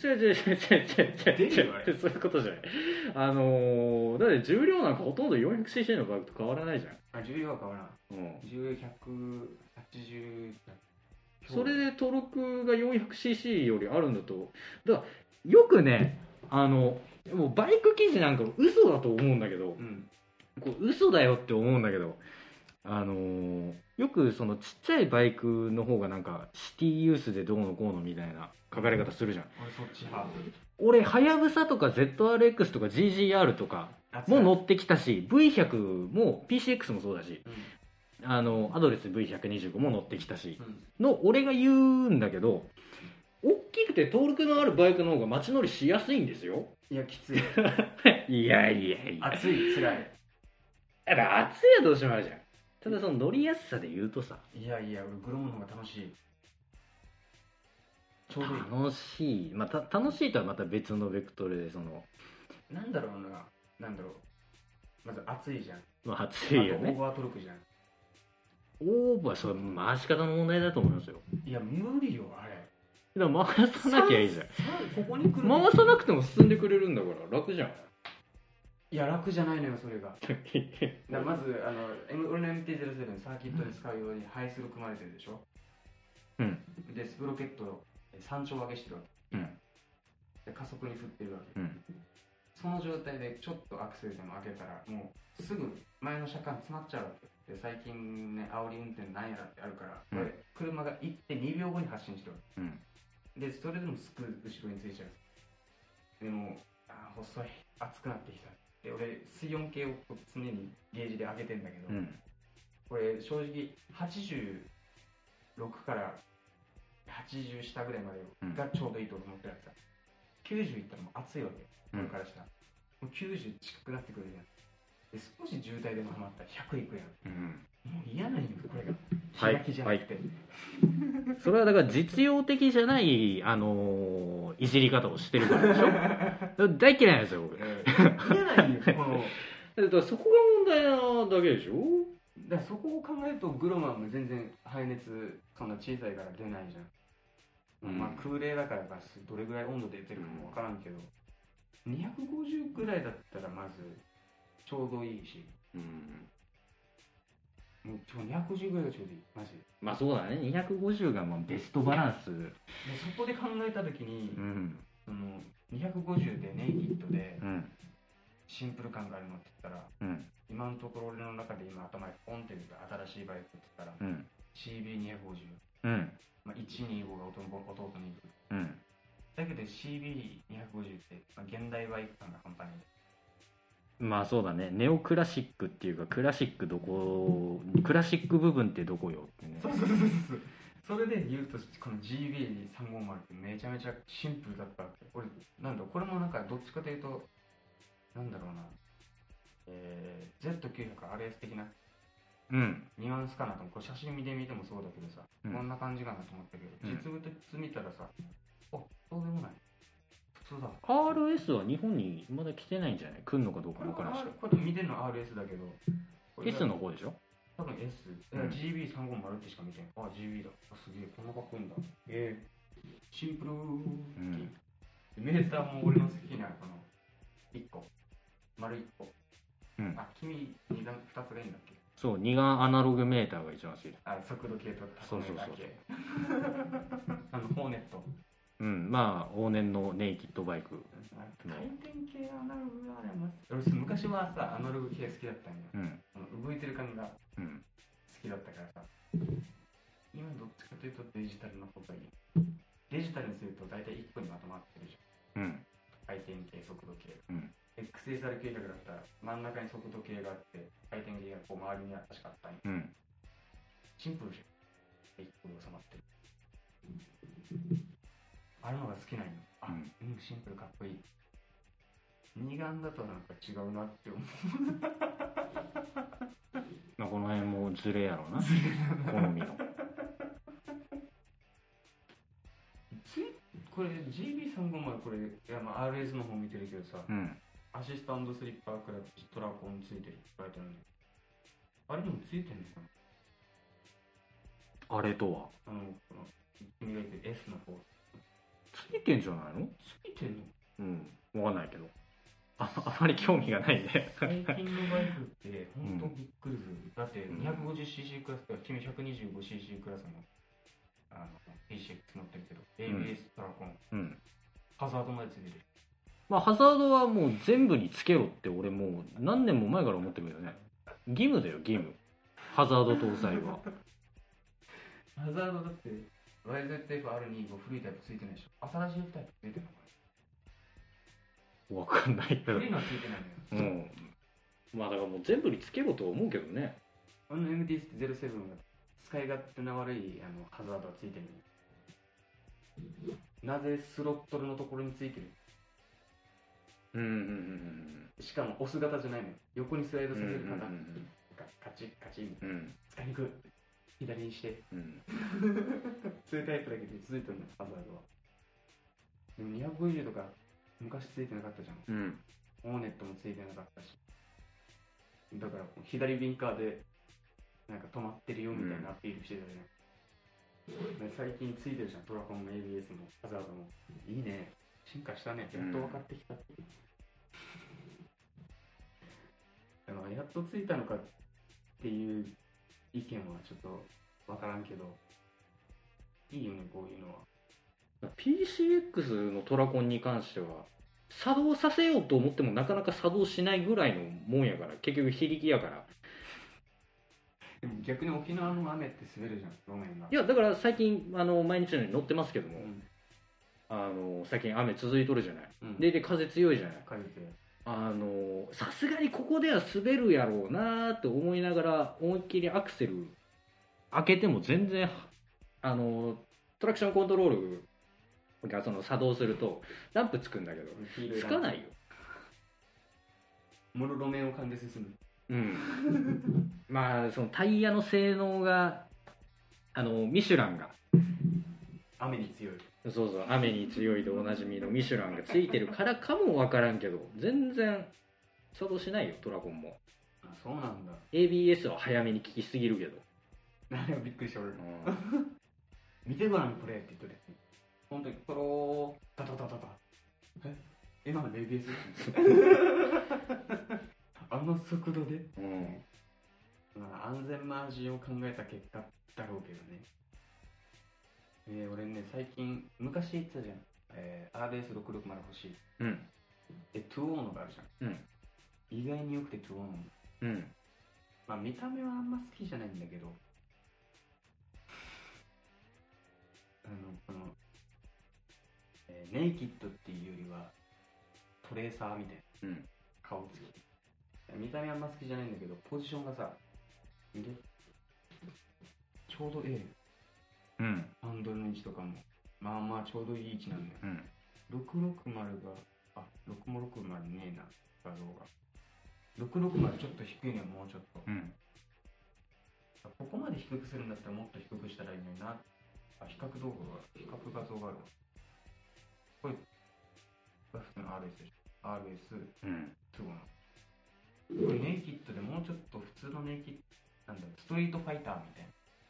そういうことじゃない。だって重量なんかほとんど 400cc のバイクと変わらないじゃん。 重量は変わらん。重量180。 それでトルクが 400cc よりあるんだと、だからよくね、もうバイク記事なんか嘘だと思うんだけど、こう嘘だよって思うんだけど、よくそのちっちゃいバイクの方がなんかシティユースでどうのこうのみたいな書かれ方するじゃん。 俺そっち派。 俺はやぶさとか ZRX とか GGR とかも乗ってきたし、V100 も PCX もそうだし、アドレス V125 も乗ってきたし、俺が言うんだけど、大きくてトルクのあるバイクの方が街乗りしやすいんですよ。 いや、きつい。 いや暑い、つらい。 やっぱ暑いはどうしてもあるじゃん。ただその乗りやすさで言うとさ、 いや、俺グロムの方が楽しい。ちょうどいい。 楽しい。楽しいとはまた別のベクトルで、 なんだろうな。まず暑いじゃん。 暑いよね。 オーバートルクじゃん。 オーバー、それ回し方の問題だと思いますよ。 いや、無理よ、あれ。 だから回さなきゃいいじゃん。 ここに来る。 回さなくても進んでくれるんだから楽じゃん。 いや楽じゃないのよそれが。だまず俺の MT-07 サーキットで使うように排出力組まれてるでしょ。でスプロケット3丁分けしてるわけ、で加速に振ってるわけ、その状態でちょっとアクセルでも開けたらもうすぐ前の車間詰まっちゃうわけで、最近ね煽り運転なんやらってあるから、これ車が行って2秒後に発進してるわけ、でそれでもすぐ後ろについちゃう。でも細い熱くなってきたで、俺水温計を常にゲージで上げてんだけど、これ正直86から80下ぐらいまでがちょうどいいと思ってるやつだ。90いったらもう暑いわけ、これからしたらもう90近くなってくるじゃん。で少し渋滞でもハマったら100いくやん、もう嫌なんよこれが。開きじゃなくて、 それはだから実用的じゃないいじり方をしてるからでしょ。大嫌いなんですよ僕。 嫌なんよだからそこが問題なだけでしょ。 だからそこを考えるとグロマンも全然排熱そんな小さいから出ないじゃん、まあ空冷だからかどれぐらい温度出てるかも分からんけど、250ぐらいだったらまずちょうどいいし、もう250ぐらいがちょうどいいマジで。 まあそうだね、250がまあベストバランスで、 そこで考えた時に、その250でネイキッドでシンプル感があるのって言ったら、今のところ俺の中で今頭にポンって出た新しいバイクって言ったら、CB250、まあ、125が弟にいる、だけど CB250 って、まあ、現代バイク感が半端ない。 まあそうだね、ネオクラシックっていうかクラシッククラシック部分ってどこよってね。 それで言うとこの GB350 ってめちゃめちゃシンプルだったわけ。これもなんかどっちかというとなんだろうな、Z900RS 的なニュアンスかなと思う。これ写真で見てもそうだけどさ、こんな感じかなと思ったけど、実物見たらさ、そうでもない、普通だ。 RS は日本にまだ来てないんじゃない？来るのかどうか分からないし。 これ見てるの RS だけど S の方でしょ多分 S、GB350 ってしか見てん。GB だ。すげえ、こんなかっこいいんだ。シンプルメーターも俺の好きなこの1個丸1個、君2つがいいんだっけ。 そう、2眼アナログメーターが一番好きだ。 速度計とそうそうそうホーネット、 まあ往年のネイキッドバイク。 回転系アナログがあります。俺昔はさアナログ系好きだったんよ、動いてる感が好きだったからさ、今どっちかというとデジタルの方がいい。デジタルにすると大体1個にまとまってるじゃん、回転系速度系、XSR900 だったら真ん中に速度計があって回転系がこう周りに確かあったんよ、シンプルじゃん、1個で収まってる。あるのが好きなんよ。シンプルかっこいい。二眼だとなんか違うなって思う。 まあこの辺もズレやろうな好みの。 これ GB350 これRS の方見てるけどさ、アシスタントスリッパークラッチトラコンついてるって書いてあるの。あれでもついてんのかな。 あれとはこの君が言ってる S の方ついてんじゃないの。 ついてんの。 分かんないけど、あまり興味がないんで。 最近のバイクって本当びっくりする、だって 250cc クラスとか君 125cc クラスのPCX 乗ってるけど、ABS トラコン、ハザードまでついてる。 まあハザードはもう全部につけろって俺もう何年も前から思ってるけどね。義務だよ義務、ハザード搭載は。 ハザードだって YZF-R25 古いタイプついてないでしょ。新しいタイプついてるのかな。わかんないけど。 古いのはついてないのよ。 まあだからもう全部につけろとは思うけどね。 MT-07 が使い勝手の悪いハザードがついてるの。なぜスロットルのところについてる。しかも押す型じゃないのよ。横にスライドさせる型。カチッカチッみたいな。使いにくい。左にして。そういうタイプだけで続いてるの、ハザードは。でも250とか昔ついてなかったじゃん。ホーネットもついてなかったし。だから左ビンカーでなんか止まってるよみたいなアピールしてたよね。最近ついてるじゃん、トラコンも ABS もハザードも。いいね、進化したね、やっと分かってきたって。 やっとついたのかっていう意見はちょっとわからんけど、いいよね、こういうのは。 PCX のトラコンに関しては作動させようと思ってもなかなか作動しないぐらいのもんやから、結局非力やから。 でも逆に沖縄の雨って滑るじゃん、路面が。 いやだから最近毎日のように乗ってますけども、最近雨続いとるじゃない、で風強いじゃない。 風強い。 さすがにここでは滑るやろうなって思いながら思いっきりアクセル開けても全然トラクションコントロールがその作動するとランプつくんだけどつかないよ。 もろ路面を噛んで進む。まあそのタイヤの性能がミシュランが雨に強い。 そう雨に強いでおなじみのミシュランがついてるからかもわからんけど全然作動しないよトラコンも。 あ、そうなんだ。 ABS は早めに効きすぎるけど。 何がびっくりした俺。見てごらんこれって言っとる。本当にトロータタタタタ、今の ABS あの速度で、安全マージンを考えた結果だろうけどね。俺ね、最近昔言ってたじゃん、RS660 欲しい。2オーのがあるじゃん。意外によくて2オーの、まあ見た目はあんま好きじゃないんだけど、このネイキッドっていうよりはトレーサーみたいな、顔つき。見た目あんま好きじゃないんだけど、ポジションがさ、見てちょうどええ、ハンドルの位置とかもまあまあちょうどいい位置なんだよ。660が660ねえな、画像が。660ちょっと低いね、もうちょっと、ここまで低くするんだったらもっと低くしたらいいのにな。比較画像があるわ。これ普通の RS でしょ。RS2 の、これネイキッドでもうちょっと普通のネイキッドなんだろう、ストリートファイターみたい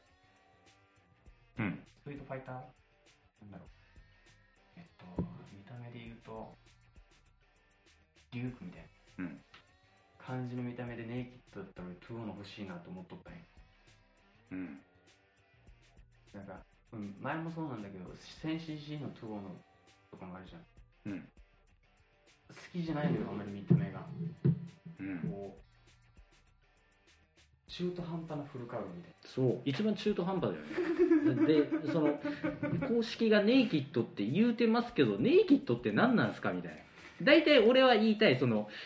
な、ストリートファイターなんだろう、見た目で言うとデュークみたいな、感じの見た目でネイキッドだったら2の欲しいなと思っとったんや。なんか前もそうなんだけど 1000cc の2のとかもあるじゃん。好きじゃないのよ、あんまり見た目が。こう中途半端なフルカウルみたいな。 そう一番中途半端だよね。でその公式がネイキッドって言うてますけど、ネイキッドって何なんすかみたいな。大体俺は言いたい、その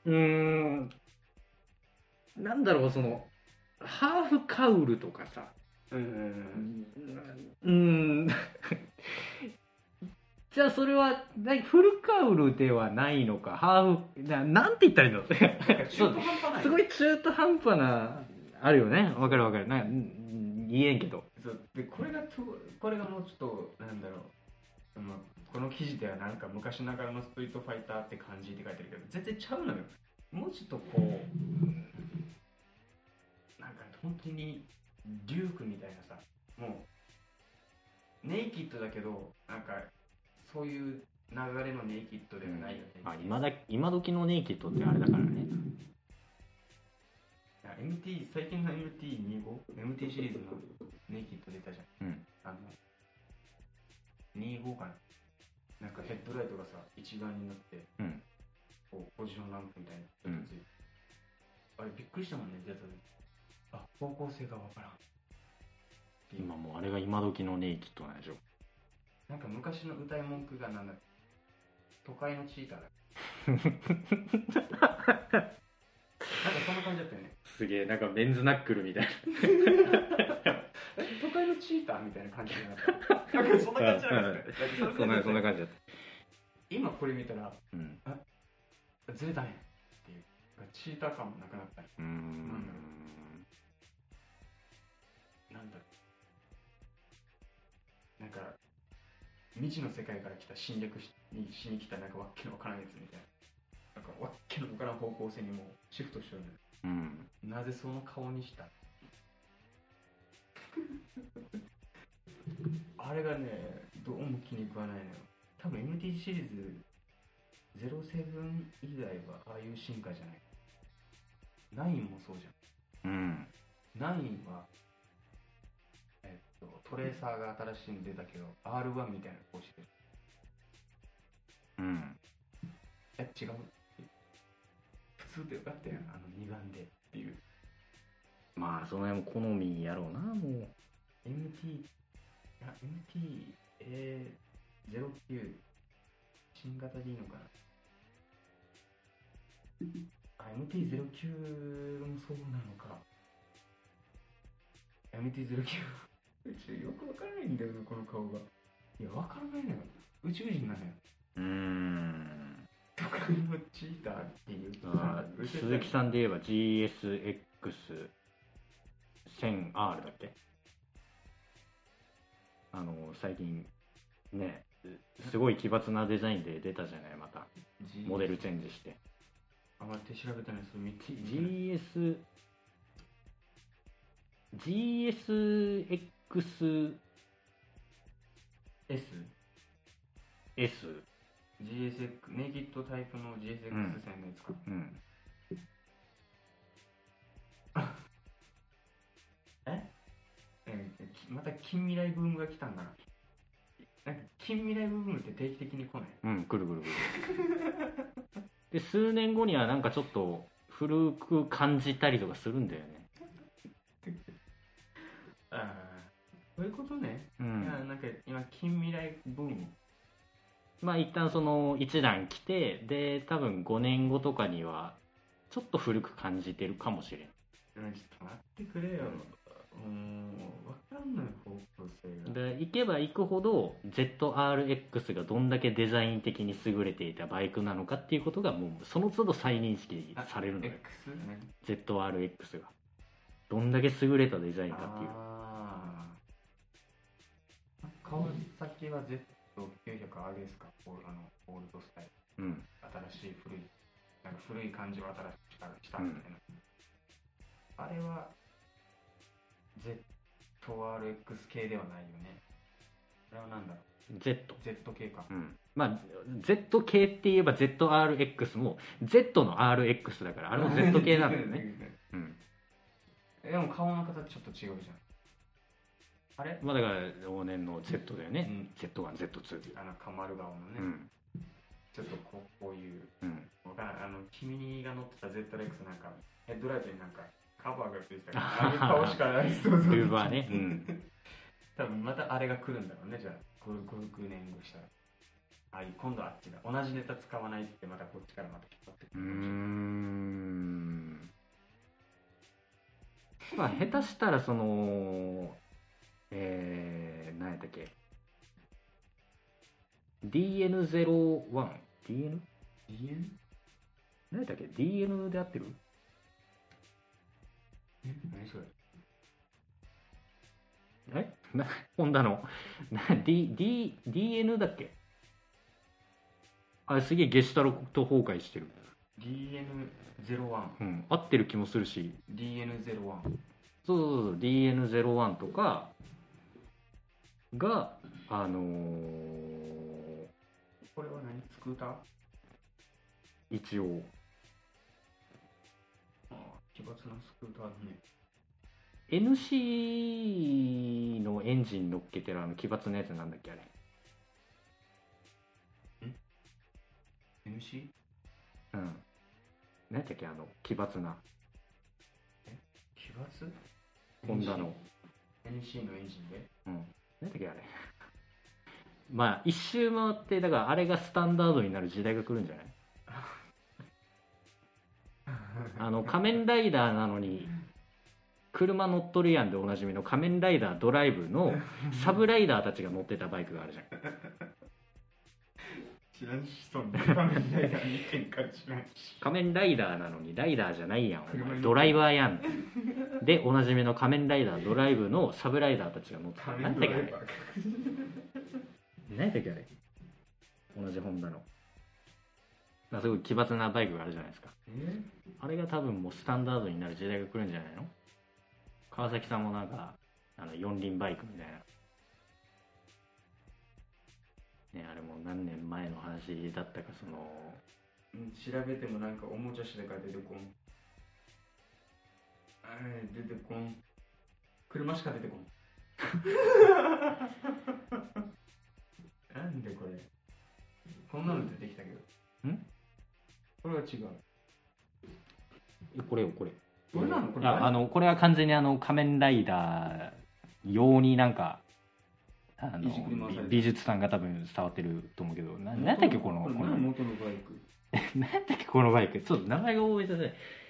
なんだろう、そのハーフカウルとかさ、じゃあそれはフルカウルではないのか、ハーフなんて言ったらいいのすごい中途半端なあるよね。わかる言えんけど。 そうでこれがもうちょっとなんだろう、この記事ではなんか昔ながらのストリートファイターって感じって書いてるけど全然ちゃうのよ。もうちょっとこうなんか本当にデュークみたいなさ、もうネイキッドだけどなんかそういう流れのネイキッドではないよね。 今時のネイキッドってあれだからね。 MT 最近の MT25、MT シリーズのネイキッド出たじゃん。25かな。なんかヘッドライトがさ一眼になって、こうポジションランプみたいなついて、あれびっくりしたもんね、出た時。方向性がわからん。 今もうあれが今時のネイキッドなんでしょ。 なんか昔の歌い文句がなんだ、都会のチーターだ。なんかそんな感じだったよね。 すげえ、なんかメンズナックルみたいな。 都会のチーターみたいな感じになった。なんかそんな感じじゃなかった。 そんな感じだった。 今これ見たら、ずれたねっていう。チーター感もなくなったり。なんだろう。なんか未知の世界から来た侵略しに来たなんかわっけのわからんやつみたいな。なんかわっけのわからん方向性にもうシフトしてるのよ。なぜその顔にしたあれがね、どうも気に食わないのよ。多分 MT シリーズ07以外はああいう進化じゃない。 9もそうじゃん。9は、トレーサーが新しいの出たけど、R1 みたいな顔してる。違う。普通でよかったやん、二眼でっていう。 まあ、その辺も好みやろうな、もう。 MT、09、新型でいいのかな。MT-09 もそうなのか。MT-09 よくわからないんだよな、この顔が。いや、わからないのよ。宇宙人なのよ。都会のチーターっていう。 鈴木さんで言えば GSX1000R だっけ？最近ね、すごい奇抜なデザインで出たじゃない、また。モデルチェンジして。 待って、調べたね、それ見て。GSX GSX、ネイキッドタイプの GSX 線のやつか。また近未来ブームが来たんだな。なんか近未来ブームって定期的に来ない？ 来る。で、数年後にはなんかちょっと古く感じたりとかするんだよね。 そういうことね。なんか今近未来ブーム。 まあ一旦その一段来て、で多分5年後とかにはちょっと古く感じてるかもしれん。 ちょっと待ってくれよ。分かんない方向性が。 で行けば行くほど ZRX がどんだけデザイン的に優れていたバイクなのかっていうことがもうその都度再認識されるのよ。ZRX がどんだけ優れたデザインかっていう。 川崎は Z900RS か、オールドスタイル。新しいなんか古い感じを新しくしたみたいな。あれは ZRX 系ではないよね。あれはなんだろう。Z 系か。 まあ Z 系って言えば ZRX も Z の RX だから、あれも Z 系なんだよね。 でも顔の形ちょっと違うじゃん。あれ？ まあだから往年の Z だよね。Z1、Z2 っていう。 カマル顔のね。ちょっとこういう。君が乗ってた ZRX なんかヘッドライトになんかカバーがついてたから、ああいう顔しかない。そう。 ルーバーね。 多分またあれが来るんだろうね。じゃあ5年後したら。今度はあっちだ。同じネタ使わないって言ってまたこっちからまた引っ張ってくる。 まあ下手したらその何やったっけ DN01 DN？ 何やったっけ DN で合ってる？ 何それ？ホンダのDN だっけ？あれすげえゲシュタルト崩壊してる。 DN01。 合ってる気もするし。 DN01。 そう DN01 とかがこれは何？スクーター？ 一応奇抜なスクーターだね。 NC のエンジン乗っけてる奇抜なやつなんだっけあれ。 NC？ 何やったっけ奇抜な。 奇抜？ ホンダの NC のエンジンで？ 何やったっけあれ。まあ一周回ってだからあれがスタンダードになる時代が来るんじゃない？仮面ライダーなのに車乗っとるやんでおなじみの仮面ライダードライブのサブライダーたちが乗ってたバイクがあるじゃん。 知らんし、そんな仮面ライダーに転換しないし。 仮面ライダーなのにライダーじゃないやん、ドライバーやんでおなじみの仮面ライダードライブのサブライダーたちが乗ってた。何だっけあれ。何だっけあれ。同じホンダのすごい奇抜なバイクがあるじゃないですか。あれが多分もうスタンダードになる時代が来るんじゃないの？川崎さんもなんか四輪バイクみたいなね、あれも何年前の話だったか。 調べてもなんかおもちゃしか出てこん。 出てこん。車しか出てこん。なんでこれ。こんなの出てきたけど。これは違う。 これよ、これ。 これなの？これこれは完全に仮面ライダー用になんか美術さんが多分伝わってると思うけど、なんだっけこの元のバイク。 なんだっけこのバイク。ちょっと名前が覚えてない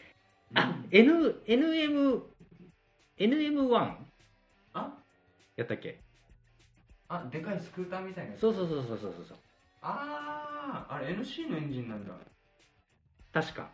。NM1 やったっけ？ でかいスクーターみたいなやつ。 そう。 あれ NC のエンジンなんだ。 確か。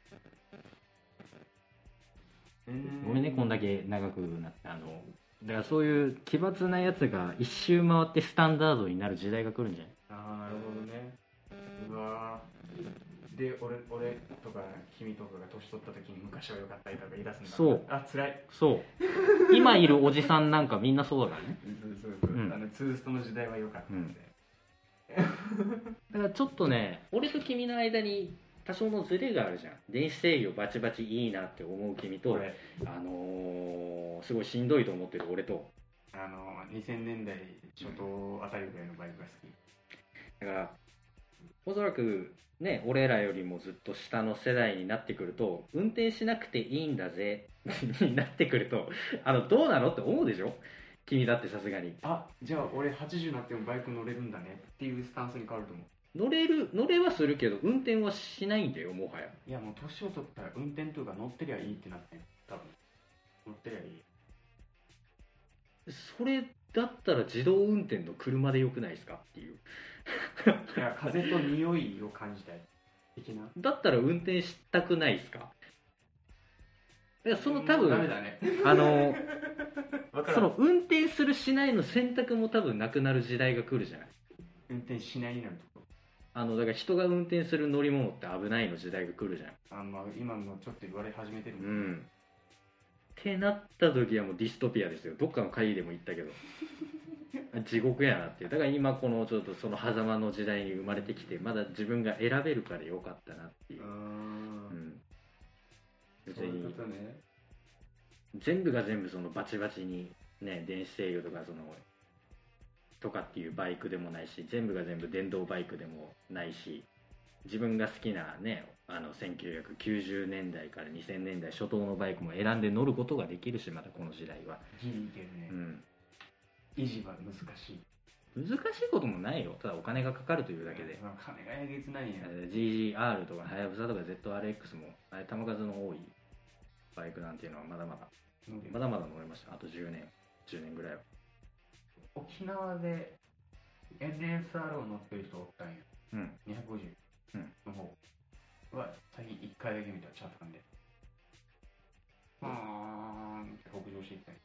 ごめんね、こんだけ長くなって。だからそういう奇抜なやつが一周回ってスタンダードになる時代が来るんじゃない？ なるほどね。うわで、俺とか君とかが年取った時に昔は良かったりとか言い出すんだ。 そう。 辛い。 そう。今いるおじさんなんかみんなそうだからね。 そう。ツーストの時代は良かったんで。 だからちょっとね、俺と君の間に多少のズレがあるじゃん。電子制御バチバチいいなって思う君と、すごいしんどいと思ってる俺と、 2000年代初頭あたりぐらいのバイクが好き。 だからおそらくね、俺らよりもずっと下の世代になってくると、運転しなくていいんだぜになってくると、どうなのって思うでしょ。君だってさすがに。 じゃあ俺80になってもバイク乗れるんだねっていうスタンスに変わると思う。 乗れはするけど運転はしないんだよ、もはや。 いや、もう年を取ったら運転というか乗ってりゃいいってなってん。多分乗ってりゃいい。 それだったら自動運転の車でよくないですかっていう。 いや、風と匂いを感じたい的な。 だったら運転したくないですか。だからその多分ダメだね。 その運転するしないの選択も多分なくなる時代が来るじゃない。 運転しないになるとこ。 だから人が運転する乗り物って危ないの時代が来るじゃん。 今もちょっと言われ始めてるもん。ってなった時はもうディストピアですよ。どっかの会議でも言ったけど地獄やなっていう。だから今このちょっとその狭間の時代に生まれてきて、まだ自分が選べるからよかったなっていう。別に全部が全部そのバチバチにね、電子制御とかとかっていうバイクでもないし、全部が全部電動バイクでもないし、自分が好きなね、1990年代から2000年代初頭のバイクも選んで乗ることができるし、またこの時代はギリいけるね。維持は難しい。 難しいこともないよ。ただお金がかかるというだけで。 金がえげつないんや。 GGR とかはやぶさとか ZRX も球数の多いバイクなんていうのはまだまだ乗れました。あと10年ぐらいは。 沖縄で NSR を乗ってる人おったんや。250の方は最近1回だけ見た。チャータンで北上していったんや。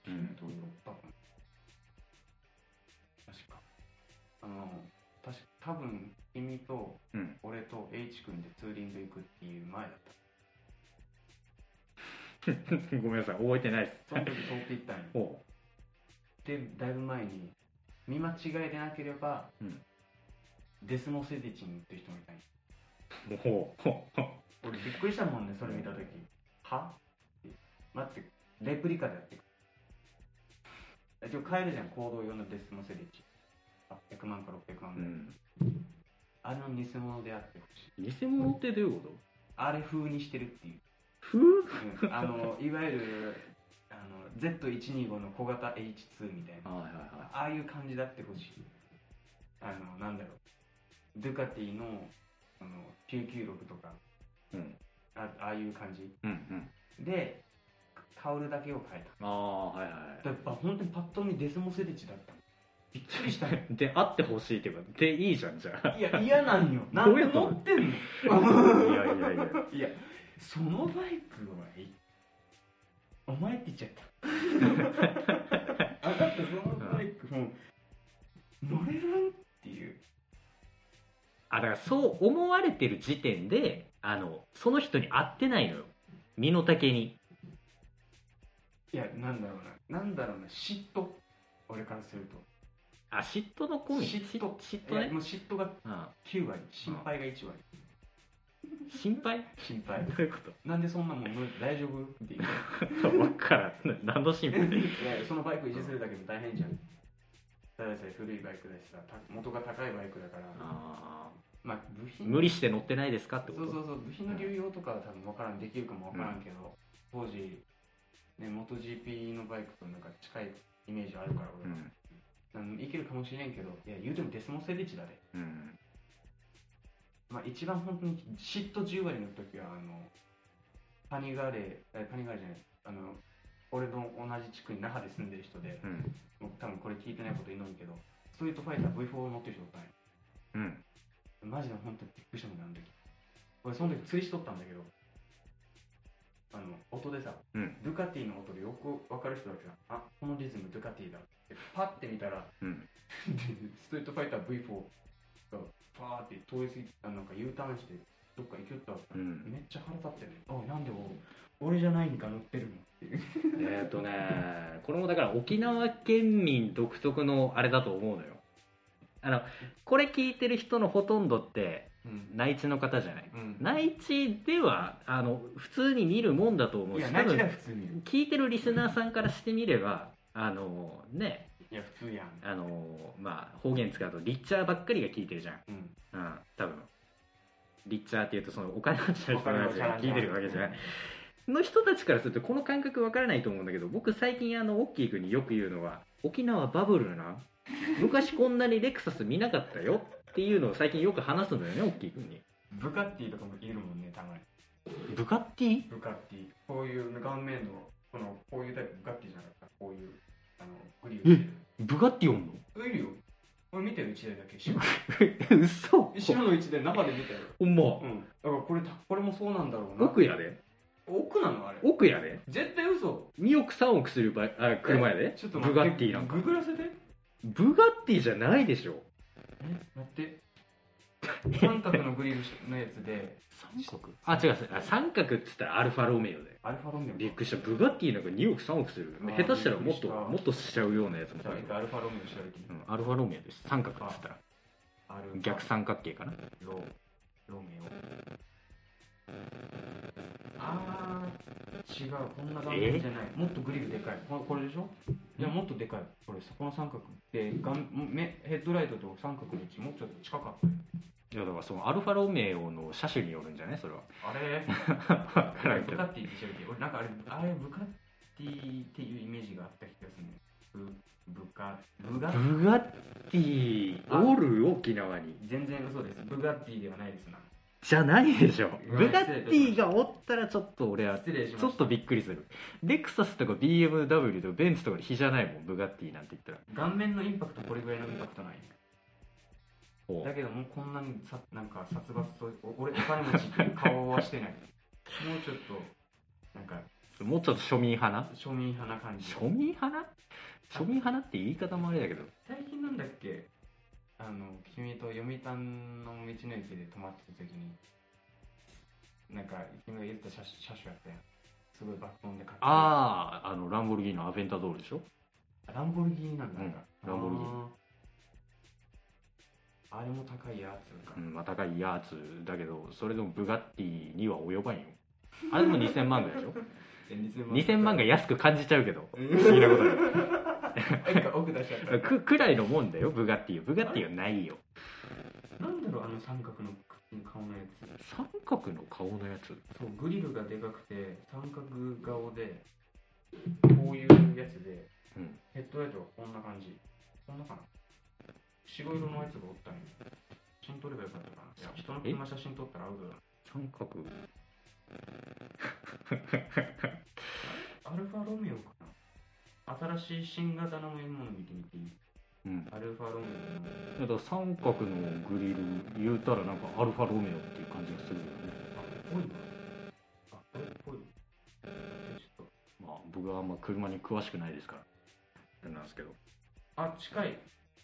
多分君と俺と H 君でツーリング行くっていう前だった。 ごめんなさい、覚えてないです。 その時通って行ったんよ。で、だいぶ前に見間違いでなければ、デスモセデチンっていう人もいたんよ。俺びっくりしたもんね、それ見た時。はって待って、レプリカでやってくる。一応買えるじゃん、行動用のデスモセデチン。800万か600万ぐらい。あの偽物であってほしい。偽物ってどういうこと？ あれ風にしてるっていう。 風？ いわゆるZ125 の小型 H2 みたいな、ああいう感じだってほしい。なんだろう、ドゥカティの996とか、ああいう感じ、でカウルだけを変えた。本当にパッと見デスモセデチだったの。びっくりしたよ。 で、あってほしいっていうか、でいいじゃん、じゃあ。 いや、嫌なんよ。なんで持ってんの？いや、そのバイクはいい。お前って言っちゃった。あなたそのバイクも乗れるっていう。 だからそう思われてる時点で、その人に合ってないのよ。身の丈に。 いや、なんだろうな、嫉妬。俺からすると。 嫉妬の込み。 嫉妬ね。もう嫉妬が9割、心配が1割。 心配心配。 どういうこと？ なんでそんなもん大丈夫っていう。 分からん。何の心配？ いやそのバイク維持するだけで大変じゃん。ただでさえ古いバイクだしさ、元が高いバイクだから。まあ部品無理して乗ってないですかってこと？ そう部品の流用とかは多分分からん、できるかも分からんけど、当時ね、元 GP のバイクとなんか近いイメージあるから俺は、いけるかもしれんけど、いや言うてもデスモセデチだで、まあ一番本当に嫉妬10割の時はパニガーレじゃない、俺の同じ地区に那覇で住んでる人で、もう多分これ聞いてないこと祈るけど、ストリートファイター V4 乗ってる人おったんや。マジで本当にびっくりしたもんね、あの時。俺その時釣りしとったんだけど、音でさ、ドゥカティの音でよく分かる人だけど、あ、このリズムドゥカティだってパッて見たら、ストリートファイター V4 がパーって通り過ぎ、なんか U ターンしてどっか行きよったら、めっちゃ腹立ってね、なんで俺じゃないんか乗ってるのっていうこれもだから沖縄県民独特のあれだと思うのよ。これ聞いてる人のほとんどって内地の方じゃない、内地では普通に見るもんだと思うし、 内地では普通に見る。 聞いてるリスナーさんからしてみればね、いや普通やん。 まあ方言使うとリッチャーばっかりが聞いてるじゃん、多分リッチャーっていうとそのお金持ちの人たちが聞いてるわけじゃない、の人たちからするとこの感覚わからないと思うんだけど、僕最近オッキー君によく言うのは、沖縄バブルな、昔こんなにレクサス見なかったよっていうのを最近よく話すんだよね、オッキー君に。 ブカッティとかもいるもんね、たまに。 ブカッティ？ ブカッティ、こういう顔面のこういうタイプ、ブカッティじゃなかった、こういうグリル。 ブカッティおんの？ いるよ。俺見てる1台だけ。 嘘？ 後ろの1台中で見たよ。 ほんま。 だからこれもそうなんだろうな。 奥やで。 奥なのあれ？ 奥やで。 絶対嘘。 2億3億する車やで。 ちょっとブガッティなんか。 ググらせて。 ブガッティじゃないでしょ。 待って。三角のグリルのやつで。 三角？違う、三角っつったらアルファロメオで。 アルファロメオ。 びっくりした。ブガッティなんか2億3億する。下手したらもっとしちゃうようなやつも。 じゃあアルファロメオ調べてみる。 アルファロメオです。三角っつったら。逆三角形かな。 ロメオ。違う、こんな画面じゃない。もっとグリルでかい。これでしょ？いや、もっとでかい。この三角でヘッドライトと三角の位置もうちょっと近かった。 いやだからそのアルファロメオの車種によるんじゃないそれは。 あれブカッティって調べて、俺なんかあれブカッティっていうイメージがあった気がするね。ブガッティおる沖縄に。 全然嘘です。ブガッティではないですな。 じゃないでしょ。ブガッティがおったらちょっと俺はちょっとびっくりする。レクサスとか BMW とかベンツとか比じゃないもん、ブガッティなんて言ったら。顔面のインパクトこれぐらいのインパクトない。だけどもうこんなになんか殺伐と俺お金持ちっていう顔はしてない。もうちょっとなんかもうちょっと庶民派な庶民派な感じ。 庶民派って言い方もあれだけど、 最近なんだっけ、君と読谷の道の駅で泊まってた時になんか君が言った車種やったやん。すごいバックオンで買って。 ランボルギーニのアベンタドールでしょ。 ランボルギーニなんだ。 ランボルギーニ。 あれも高いやつか。 まあ高いやつだけど、それでもブガッティには及ばんよ。あれも2000万ぐらいでしょ。2000万が安く感じちゃうけど、不思議なことに奥出しちゃった。 くらいのもんだよ、ブガッティはないよ。 なんだろう、三角の顔のやつ。 三角の顔のやつ。 そう、グリルがでかくて三角顔でこういうやつで、ヘッドライトがこんな感じ。こんなかな。白色のやつがおったんよ。写真撮ればよかったかな。いや、人の車写真撮ったらアウトだ。 三角アルファロメオかな。新しい新型の乗り物見てみていい？アルファロメオ。 だから三角のグリル言うたらなんかアルファロメオっていう感じがするよね。 ぽいな。ぽい。ちょっとまあ僕はあんま車に詳しくないですからあれなんですけど。 近い。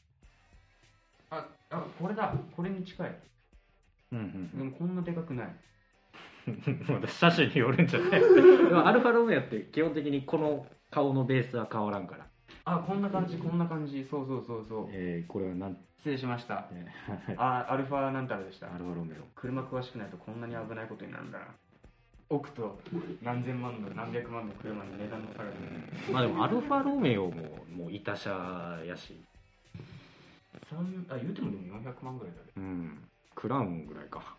これだ。これに近い。でもこんなでかくない。 車種によるんじゃない。でもアルファロメオって基本的にこの顔のベースは変わらんから。 あ、こんな感じ、こんな感じ。そうそうそうそう。 これは失礼しました。アルファなんたらでした。 アルファロメオ。 車詳しくないとこんなに危ないことになるんだな。億と何千万の何百万の車の値段の差が、 まあでもアルファロメオもう板車やし、 言うてもでも400万ぐらいだね。 うん。クラウンぐらいか。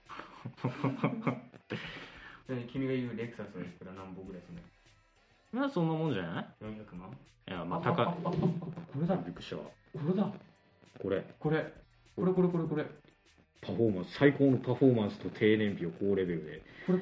君が言うレクサスはいくら何本ぐらいするの？まあそんなもんじゃない？ 400 万？ いや、まあ高い。 これだ。 びっくりしたわ。 これだ。 これ。パフォーマンス、最高のパフォーマンスと低燃費を高レベルで。 これ。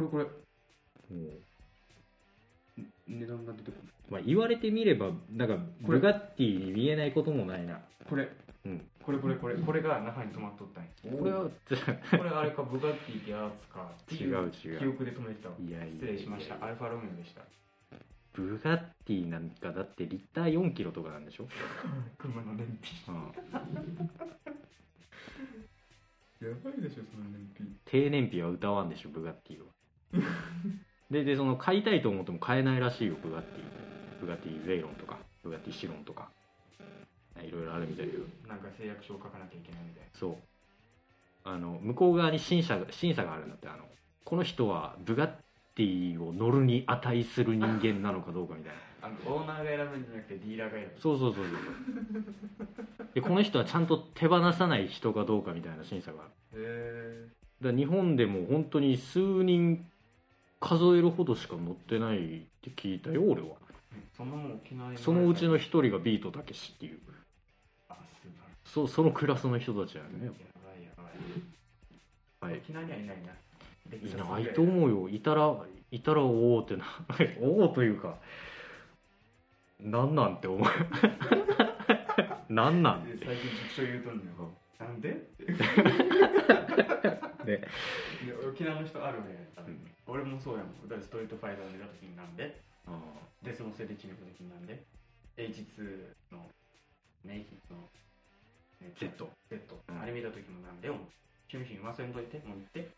値段が出てくる。 まあ言われてみれば、なんかブガッティに見えないこともないな。 これ。うん。これが那覇に止まっとったんや。これあれか、ブガッティってやつか。 違う。 記憶で止めてたわ。失礼しました。アルファロメオでした。 ブガッティなんかだってリッター4キロとかなんでしょ？ 車の燃費。やばいでしょ、その燃費。 低燃費は歌わんでしょ、ブガッティは。でその買いたいと思っても買えないらしいよ、ブガッティゼイロンとかブガッティシロンとかいろいろあるみたいだけど、 なんか誓約書を書かなきゃいけないみたいな。 そう向こう側に審査があるんだって。この人はブガッティを乗るに値する人間なのかどうかみたいな。 オーナーが選ぶんじゃなくてディーラーが選ぶ。 そうでこの人はちゃんと手放さない人かどうかみたいな審査がある。 へえ。 だから日本でも本当に数人数えるほどしか乗ってないって聞いたよ、俺は。 そんなもん沖縄に。 そのうちの一人がビートたけしっていう。 あ、すごい。 そのクラスの人たちやね。 やばい。はい。沖縄にはいないな。 いないと思うよ。いたらおおってな。おおというか、なんなんって思う。なんなん。 最近熟書言うとんのよ。なんで？ ね。 沖縄の人あるね。俺もそうやもん。だってストリートファイター出た時になんで？デスノセでチニコの時になんで？ H2 のネイキッドの Z、 あれ見た時もなんでよ。シュンシュン言わせんといて、もう言って。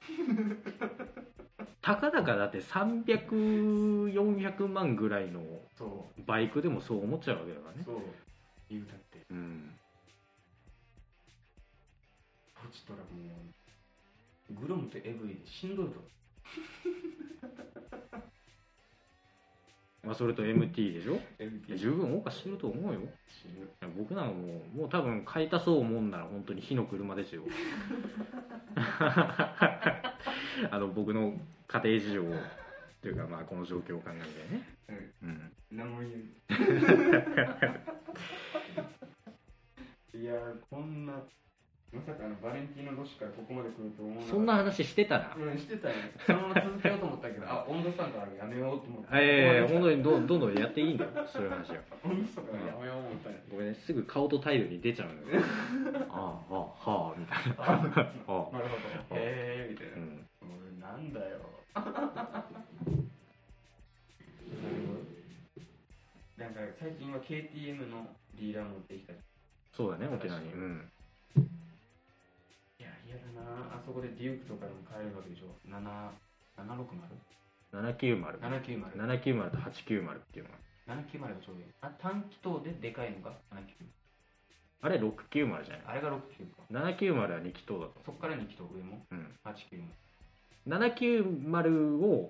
たかだかだって300、400万ぐらいのバイクでもそう思っちゃうわけだからね。 そう言うたって。ポチトラもうグロムとエブリでしんどいと。 まあそれと MT でしょ。十分謳歌してると思うよ。僕なんかもう多分買い足そう思うんなら本当に火の車ですよ。僕の家庭事情というか、まあこの状況を考えてね。 何も言う。いやこんなまさかバレンティーノ・ロシからここまで来ると思うなかった。 そんな話してたな。 してたよ。そのまま続けようと思ったけど、温度差からやめようと思って。 本当にどんどんやっていいんだよ、そういう話は。 温度差からやめよう思ったね。 ごめんね、すぐ顔と態度に出ちゃうのよ。はあみたいな。 なるほど。へえみたいな。なんだよ。なんか最近は KTM のディーラー持ってきた。 そうだね、沖縄に。 いや、嫌だな。あそこでデュークとかでも買えるわけでしょ。 760 790と890っていうのが。 790がちょうどいい。短気筒ででかいのが790。 あれ690じゃない？ あれが690か。 790は2気筒だと。 そっから2気筒上も890も。 790を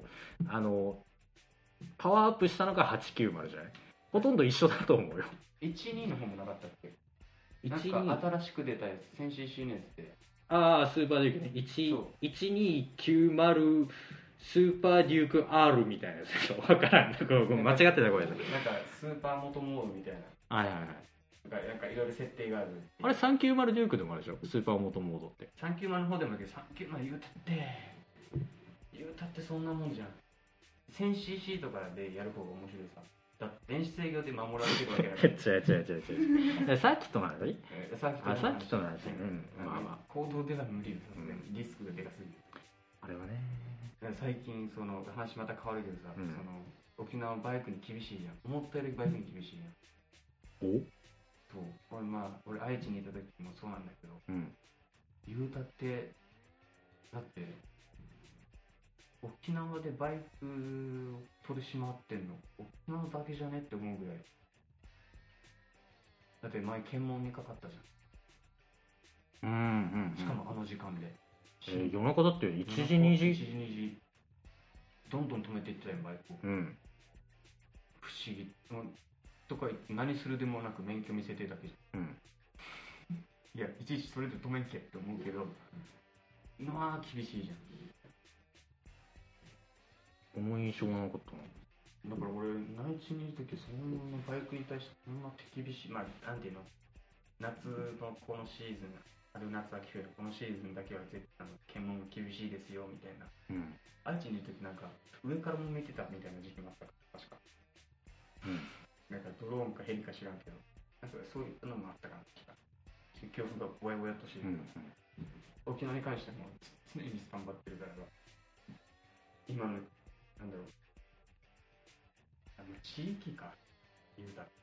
パワーアップしたのが890じゃない？ほとんど一緒だと思うよ。 12の方もなかったっけ？なんか新しく出たやつ、1000cc のやつで。 ああ、スーパーデュークね。1290スーパーデューク R みたいなやつでしょ。わからん。間違ってたこれ。 なんかスーパーモトモードみたいな。 はい。 なんかいろいろ設定がある。 あれ390デュークでもあるでしょ。スーパーモトモードって。 390の方でもあるけど、390言うたってそんなもんじゃん。1000cc とかでやる方が面白いさ。だって電子制御で守られてるわけだから。 違う。さっきとの話？ さっきとの話。 まあ。 行動では無理です。リスクがでかすぎる。 あれはね。 最近その話また変わるけどさ、その沖縄バイクに厳しいじゃん。思ったよりバイクに厳しいじゃん。そう。俺愛知にいた時もそうなんだけど、言うたってだって沖縄でバイクを取り締まってんの沖縄だけじゃねって思うぐらいだって前検問にかかったじゃん。うんうん、 しかもあの時間で。 夜中だって1時2時 1時2時どんどん止めていったよバイクを。不思議とか何するでもなく免許見せてだけじゃん。いやいちいちそれで止めんけって思うけど、まあ厳しいじゃん。 重い印象がなかったな。だから俺内地にいる時そんなバイクに対してそんな手厳しい、まあなんていうの、夏のこのシーズン、春夏秋冬このシーズンだけは絶対検問厳しいですよみたいな。愛知にいる時なんか上からも見てたみたいな時期もあったから確か。なんかドローンかヘリか知らんけど、なんかそういうのもあったかな。恐怖がぼやぼやとしてる、沖縄に関しても常にスタンバってるから今のなんだろう、地域か言うたら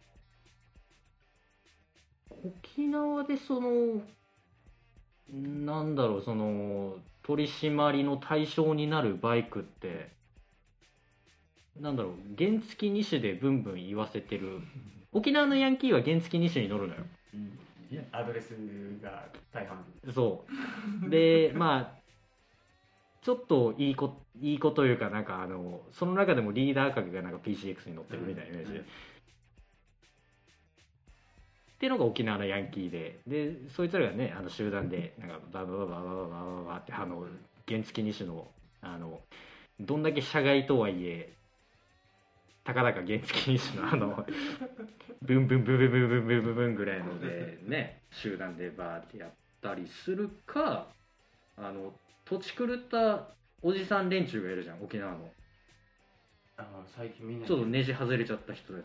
沖縄でそのなんだろう、その取り締まりの対象になるバイクってなんだろう、原付2種でブンブン言わせてる沖縄のヤンキーは原付2種に乗るのよ。 アドレスが大半。 そうでまあちょっといい子というか、なんかその中でもリーダー格がなんか PCX に乗ってるみたいなイメージで、っていうのが沖縄のヤンキーで、そいつらがね集団でなんかバババババババババって原付2種のどんだけ社外とはいえたかだか原付2種のブンブンブンブンブンブンブンブンブンぐらいのでね集団でバーってやったりするか、土地狂ったおじさん連中がいるじゃん沖縄の。 最近みんなちょっとネジ外れちゃった人たち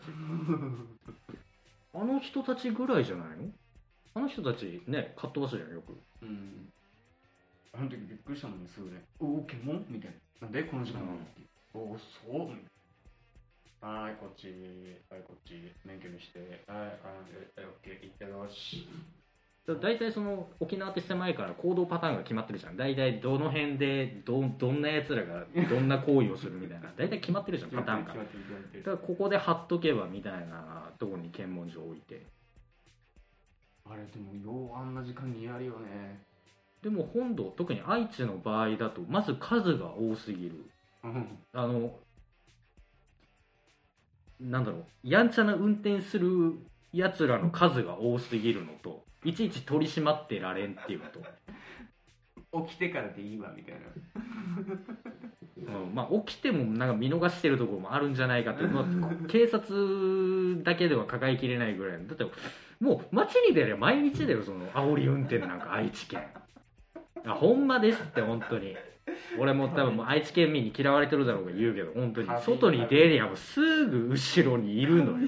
あの人たちぐらいじゃないの？あの人たちねかっ飛ばすじゃんよく。 あの時びっくりしたもんね、すぐね。おお、検問みたいな。なんでこの時間なの？おお、そうみたいな。はい、こっち、免許見して、はい、オッケー、行ってよし。 大体その沖縄って狭いから行動パターンが決まってるじゃん。大体どの辺でどんなやつらがどんな行為をするみたいな大体決まってるじゃん、パターンが。だからここで貼っとけばみたいなところに検問所を置いて。 あれでもようあんな時間にやるよね。 でも本土、特に愛知の場合だとまず数が多すぎる。なんだろう、やんちゃな運転するやつらの数が多すぎるのと、いちいち取り締まってられんっていうのと、起きてからでいいわみたいな。 まあ起きてもなんか見逃してるところもあるんじゃないかっていう、まあ、警察だけでは抱えきれないぐらいだって、もう街に出れば毎日だよ、その煽り運転なんか愛知県。ほんまですって本当に。俺も多分もう愛知県民に嫌われてるだろうが言うけど、本当に外に出りゃもうすぐ後ろにいるのよ。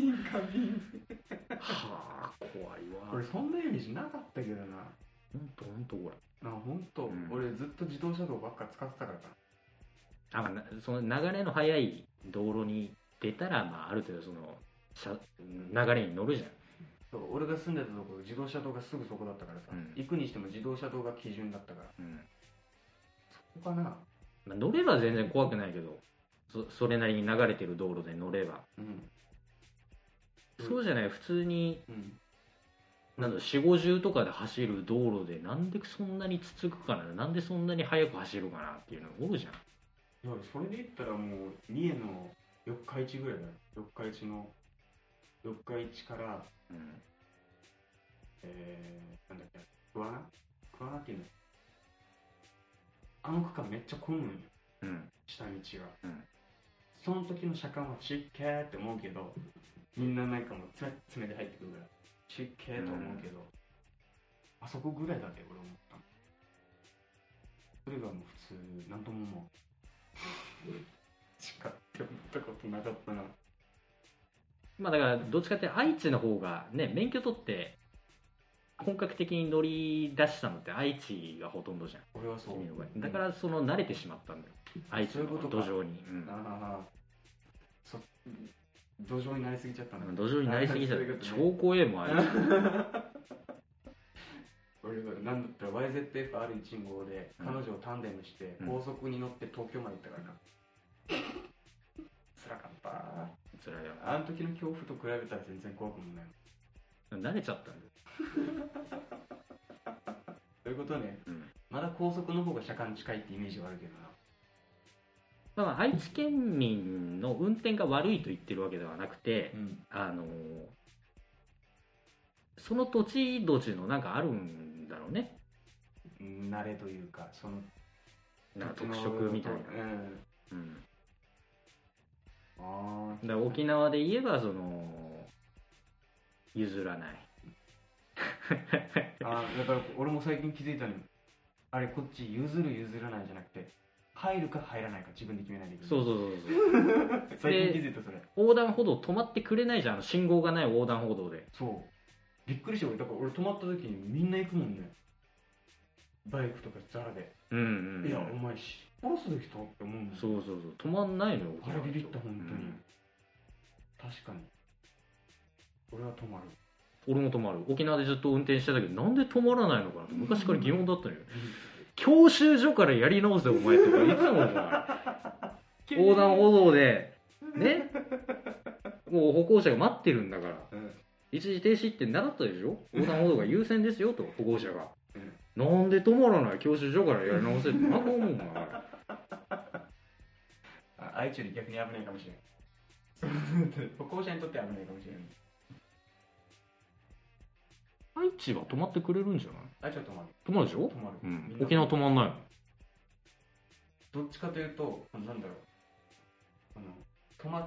はあ、怖いわ。 俺そんなイメージなかったけどな。 ほんとこれ。 ほんと、俺ずっと自動車道ばっか使ってたからかな。その流れの速い道路に出たら、まあある程度その流れに乗るじゃん。 俺が住んでたところ自動車道がすぐそこだったからさ、行くにしても自動車道が基準だったから、そこかな。まあ、乗れば全然怖くないけど、それなりに流れてる道路で乗れば、そうじゃない普通に、なんだろう、4、50とかで走る道路でなんでそんなにつつくかな、なんでそんなに速く走るかなっていうのおるじゃん。 いやそれで言ったらもう三重の四日市ぐらいだよ。四日市から、なんだっけ、桑名っていうの、あの区間めっちゃ混むんよ、下道が、その時の車間はちっけーって思うけど、みんななんかもう爪で入ってくるからちっけーと思うけど、あそこぐらいだって俺思った。それがもう普通なんとも思う近って思ったことなかったな。 まあだからどっちかって愛知の方がね、免許取って本格的に乗り出したのって愛知がほとんどじゃん。 俺はそう。 だからその慣れてしまったんだよ、愛知の土壌に。 土壌になりすぎちゃったんだ。 土壌になりすぎちゃった。超怖えもん愛知。 俺はなんだったら YZF-R155 で彼女をタンデムして高速に乗って東京まで行ったからな。辛かった。 辛いよ。 あの時の恐怖と比べたら全然怖くもない。 慣れちゃったんだよ。 そういうことね、まだ高速の方が車間近いってイメージはあるけどな。 まあ、愛知県民の運転が悪いと言ってるわけではなくて、その土地土地のなんかあるんだろうね。 慣れというか、そのなんか特色みたいな。だから沖縄で言えばその譲らない。 だから俺も最近気づいたのよ。あれこっち譲る譲らないじゃなくて、入るか入らないか自分で決めないといけない。 そう最近気づいたそれ。 横断歩道止まってくれないじゃん、信号がない横断歩道で。 そう。びっくりした俺。だから俺止まった時にみんな行くもんね。バイクとかザラで。いやお前下ろすで人って思うんだよ。 そう止まんないのよ。 あれビビった本当に。確かに。俺は止まる。 俺も止まる。沖縄でずっと運転してたけど、なんで止まらないのかなって昔から疑問だったのよ。教習所からやり直せお前とかいつもお前横断歩道でね、もう歩行者が待ってるんだから、一時停止って習ったでしょ。横断歩道が優先ですよと歩行者が、なんで止まらない、教習所からやり直せって何思うの愛知より逆に危ないかもしれない歩行者にとって危ないかもしれない。 愛知は止まってくれるんじゃない。 愛知は止まる。 止まるでしょ。 止まる。 沖縄止まんないの。 どっちかというと、なんだろう、止まって、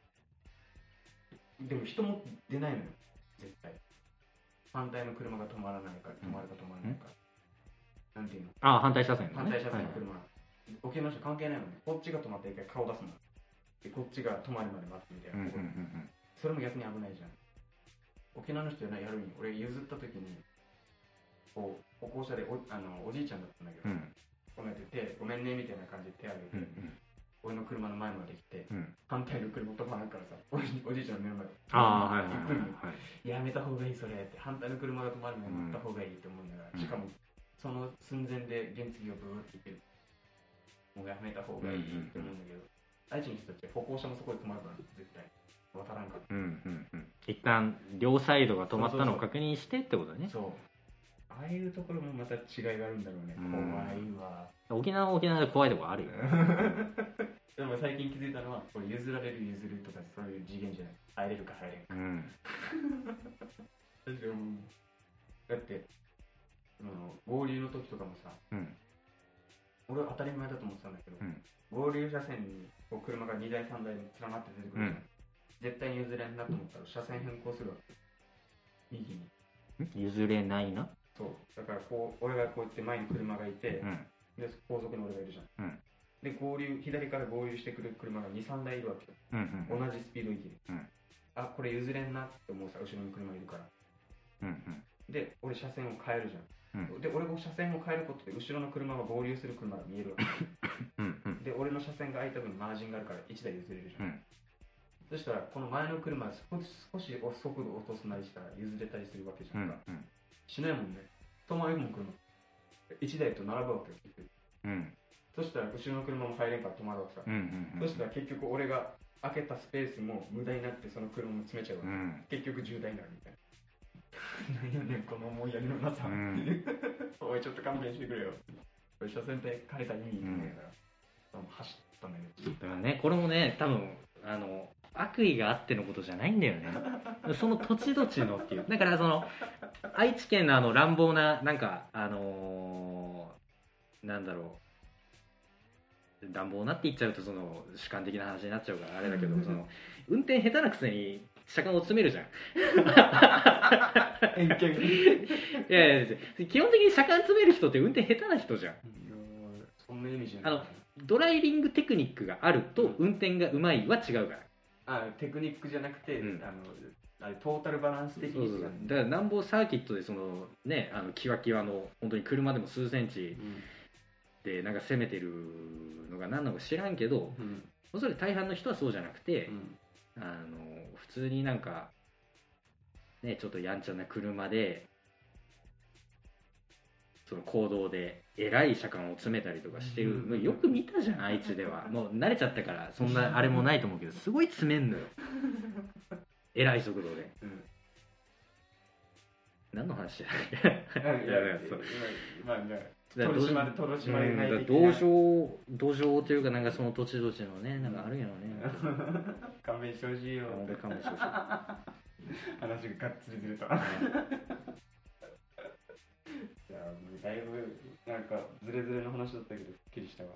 でも人も出ないのよ、絶対。反対の車が止まらないから、止まるか止まらないか。なんていうの？ 反対車線のね。 反対車線の車。沖縄の人関係ないのね。こっちが止まって一回顔出すの。で、こっちが止まるまで待ってみたいな。それも逆に危ないじゃん。沖縄の人やるに、俺譲った時にこう歩行者で おじいちゃんだったんだけど、こうやって手ごめんねみたいな感じで手挙げて、俺の車の前まで来て、反対の車止まらんからさ、おじいちゃんの目の前で行くの。やめた方がいいそれって、反対の車が止まるのやめた方がいいって思いながら、しかもその寸前で原付をブーって言ってる。もうやめた方がいいって思うんだけど、愛知の人たちは歩行者もそこで止まるから絶対渡らんから。 一旦両サイドが止まったのを確認してってことね。 そう。ああいうところもまた違いがあるんだろうね。怖いわ。 沖縄は沖縄で怖いとこあるよ。 でも最近気づいたのは、これ譲られる譲るとかそういう次元じゃない。入れるか入れんか。だって合流の時とかもさ、俺は当たり前だと思ってたんだけど、合流車線にこう車が2台3台連なって出てくるじゃん。絶対に譲れんなと思ったら車線変更するわけ。右に譲れないな。 そうだからこう俺がこうやって前に車がいて、で高速に俺がいるじゃん、で左から合流してくる車が 2,3 台いるわけよ、同じスピードいける、あこれ譲れんなって思うさ、後ろに車いるから、で俺車線を変えるじゃん、で俺が車線を変えることで後ろの車が合流する車が見えるわけで俺の車線が空いた分マージンがあるから1台譲れるじゃん、そしたらこの前の車が少し速度を落とすなりしたら譲れたりするわけじゃんか、しないもんね。止まるもん車1台と並ぶわけよ結局、そしたら後ろの車も入れんから止まるわけさ、そしたら結局俺が開けたスペースも無駄になってその車も詰めちゃうわけ、結局渋滞になるみたいな何やねんこの思いやりのなさっていうおいちょっと勘弁してくれよ、これ車線で変えた意味ないから、走ったんだけど、 だからねこれもね多分悪意があってのことじゃないんだよねその土地土地のっていう、だからその愛知県の乱暴ななんかなんだろう、乱暴なって言っちゃうとその主観的な話になっちゃうからあれだけどその運転下手なくせに車間を詰めるじゃん偏見いや基本的に車間詰める人って運転下手な人じゃん。 そんな意味じゃない。 ドライビングテクニックがあると運転がうまいは違うから。 テクニックじゃなくて、トータルバランス的にだからなんぼサーキットでそのねキワキワの本当に車でも数センチでなんか攻めてるのが何なのか知らんけど、おそらく大半の人はそうじゃなくて、普通になんかねちょっとやんちゃな車でその公道でえらい車間を詰めたりとかしてるのよく見たじゃん愛知では。もう慣れちゃったからそんなあれもないと思うけどすごい詰めんのよえらい速度で、 何の話だっけ。 まあ取締りない的な土壌というか、なんかその土地土地のね、なんかあるんやろね。 勘弁してほしいよ。 勘弁してほしい。 話ががっつりずれた。いや、だいぶなんかズレズレの話だったけど、すっきりしたわ。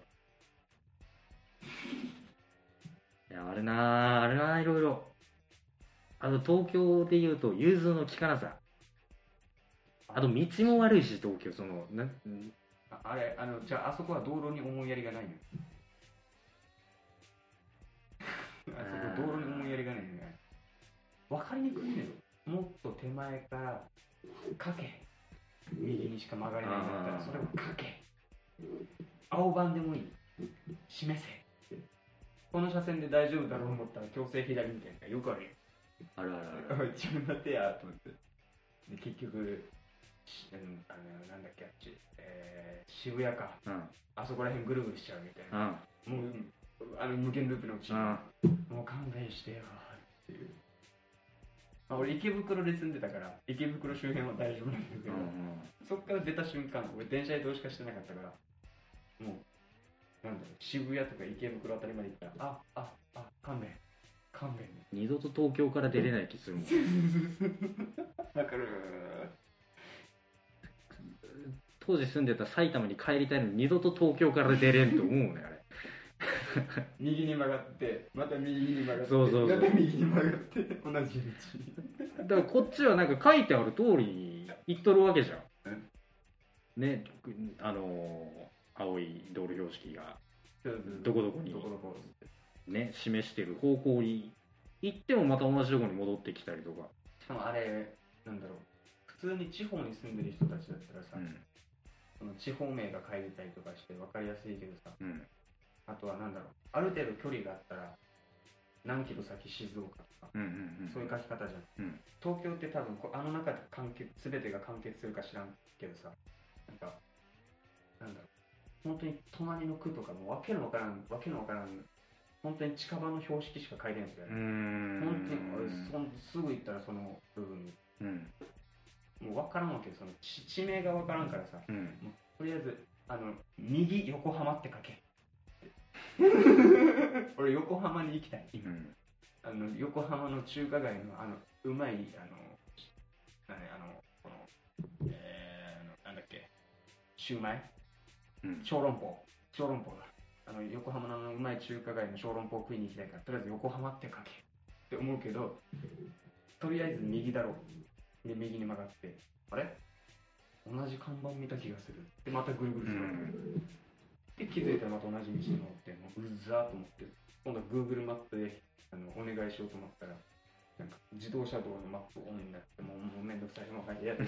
いや、あるな、いろいろ。あと東京でいうと融通の利かなさ。あと道も悪いし、東京そのじゃああそこは道路に思いやりがないの。あそこ道路に思いやりがないのね。分かりにくいのよ。もっと手前からかけ、右にしか曲がれないんだったらそれをかけ、青番でもいい、示せ。この車線で大丈夫だろうと思ったら強制左みたいなよくあるよ。 ある。 自分だってやと思って。で結局なんだっけ、渋谷か、あそこら辺ぐるぐるしちゃうみたいな、もう無限ループのうちに、もう勘弁してよっていう。俺池袋で住んでたから池袋周辺は大丈夫なんだけど、そっから出た瞬間俺電車移動しかしてなかったから、もうなんだろう、渋谷とか池袋あたりまで行ったら勘弁二度と東京から出れない気するもん。 わかる。 当時住んでた埼玉に帰りたいのに二度と東京から出れんと思うね、あれ。 右に曲がってまた右に曲がって、 そうまた右に曲がって同じ道。だからこっちはなんか書いてある通りに行っとるわけじゃん。ね、青い道路標識がどこどこにね示してる方向に行ってもまた同じところに戻ってきたりとか。 しかもあれなんだろう、普通に地方に住んでる人たちだったらさ、その地方名が書いてたりとかして分かりやすいけどさ、あとはなんだろう、ある程度距離があったら何キロ先静岡とか、そういう書き方じゃん。東京って多分あの中で全てが完結するか知らんけどさ、なんだろう、本当に隣の区とかもわけのわからん本当に近場の標識しか書いてないんですよね。本当にすぐ行ったらその部分に、もう分からんわけよ。その地名が分からんからさ、もうとりあえず右横浜って書け。俺横浜に行きたい。横浜の中華街のうまいなんだっけ、シューマイ、小籠包だ。横浜のうまい中華街の小籠包食いに行きたいから、とりあえず横浜って書けって思うけど、とりあえず右だろうで右に曲がって、あれ同じ看板見た気がするでまたぐるぐるするわけで、気づいたらまた同じ道に乗って、もううざーと思って、今度は Google マップでお願いしようと思ったら、なんか自動車道のマップオンになって、もうめんどくさいもん書いてやって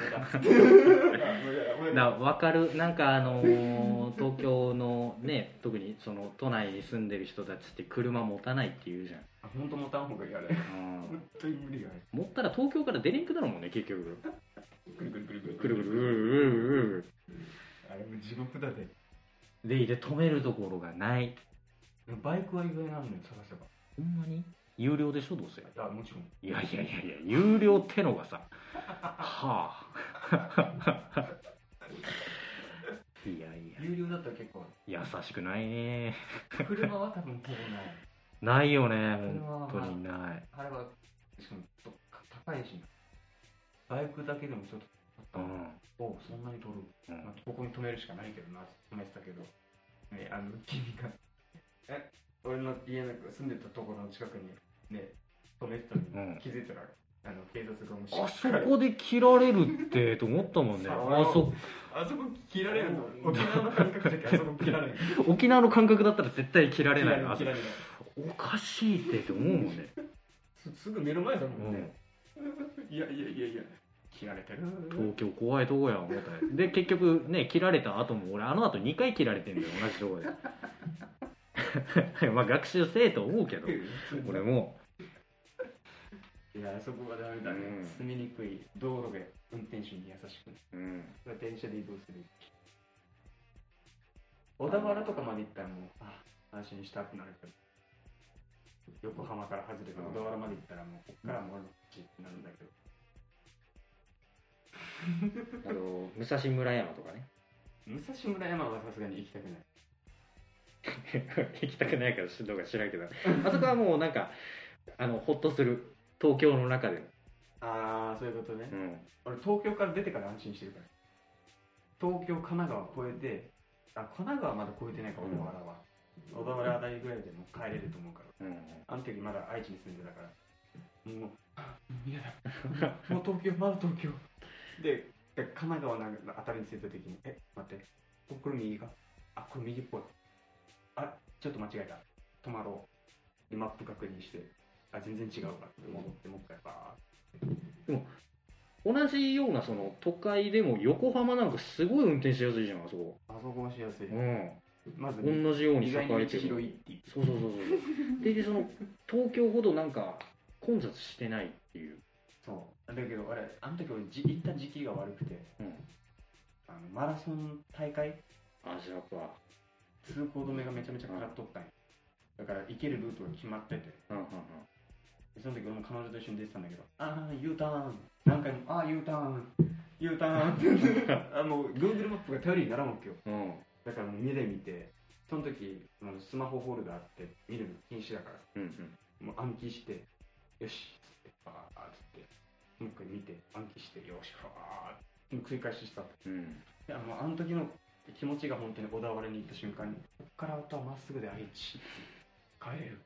た。 分かる。なんか東京のね、特にその都内に住んでる人たちって車持たないって言うじゃん。 本当持たん方がいいあれ。本当に無理がある。 持ったら東京から出れんくなるもんね、結局。 くるくるくるくるくるくる。 あれも地獄だで。 で止めるところがない。 バイクは意外なのよ、探せば。 ほんまに有料でしょ、どうせ。 もちろん。 いや有料ってのがさ、はあ。いや有料だったら結構優しくないね。 車は多分ほぼない。ないよね、本当にない。 あれはしかも高いし、バイクだけでもちょっとそんなに取る、ここに止めるしかないけどな、止めてたけど、君が俺の家の住んでたところの近くにね止めてたのに、気づいたら警察がもうあそこで切られるってと思ったもんね。 あそこ切られるの。沖縄の感覚だけどあそこ切られる。 沖縄の感覚だったら絶対切られない。おかしいって思うもんね。 すぐ目の前だもんね。いや切られてる。 東京怖いとこや思ったね。で結局ね、切られた後も俺後2回切られてんだよ、同じとこで。まあ学習せえと思うけど、俺も。 いや、そこはダメだね。住みにくい道路で運転手に優しく、電車で移動する。小田原とかまで行ったらもう安心したくなるけど、横浜から外れて小田原まで行ったらもうこっからもうってなるんだけど、 武蔵村山とかね。 武蔵村山はさすがに行きたくない行きたくないからどうか知らんけどあそこはもうなんかホッとする、東京の中でも。 ああそういうことね、 うん、 俺東京から出てから安心してるから。東京神奈川越えて、神奈川まだ越えてないから小田原は、小田原あたりぐらいでもう帰れると思うから、あの時まだ愛知に住んでたからもう嫌だもう東京まだ東京で神奈川のあたりに着いた時に待ってこれ右か、これ右っぽい、ちょっと間違えた、止まろうでマップ確認して、全然違うかって戻ってもう一回バーって。 でも同じようなその都会でも横浜なんかすごい運転しやすいじゃん、あそこ。 あそこはしやすい。 まず同じように栄えてる。 広いっていう。 そうでその東京ほどなんか混雑してないっていう。 そうだけどあの時俺行った時期が悪くて、マラソン大会じゃあ通行止めがめちゃめちゃかかっとったんや。だから行けるルートが決まってて、その時俺も彼女と一緒に出てたんだけど、U ターン何回もU ターンってもう Google マップが頼りにならんわけよ、だからもう目で見て、その時スマホホルダーって見るの禁止だから、もう暗記して、よしっつってバーッつってもう一回見て暗記して、よしファーって繰り返ししたって、あの時の気持ちが本当に小田原に行った瞬間に、こっからあとはまっすぐで愛知帰れる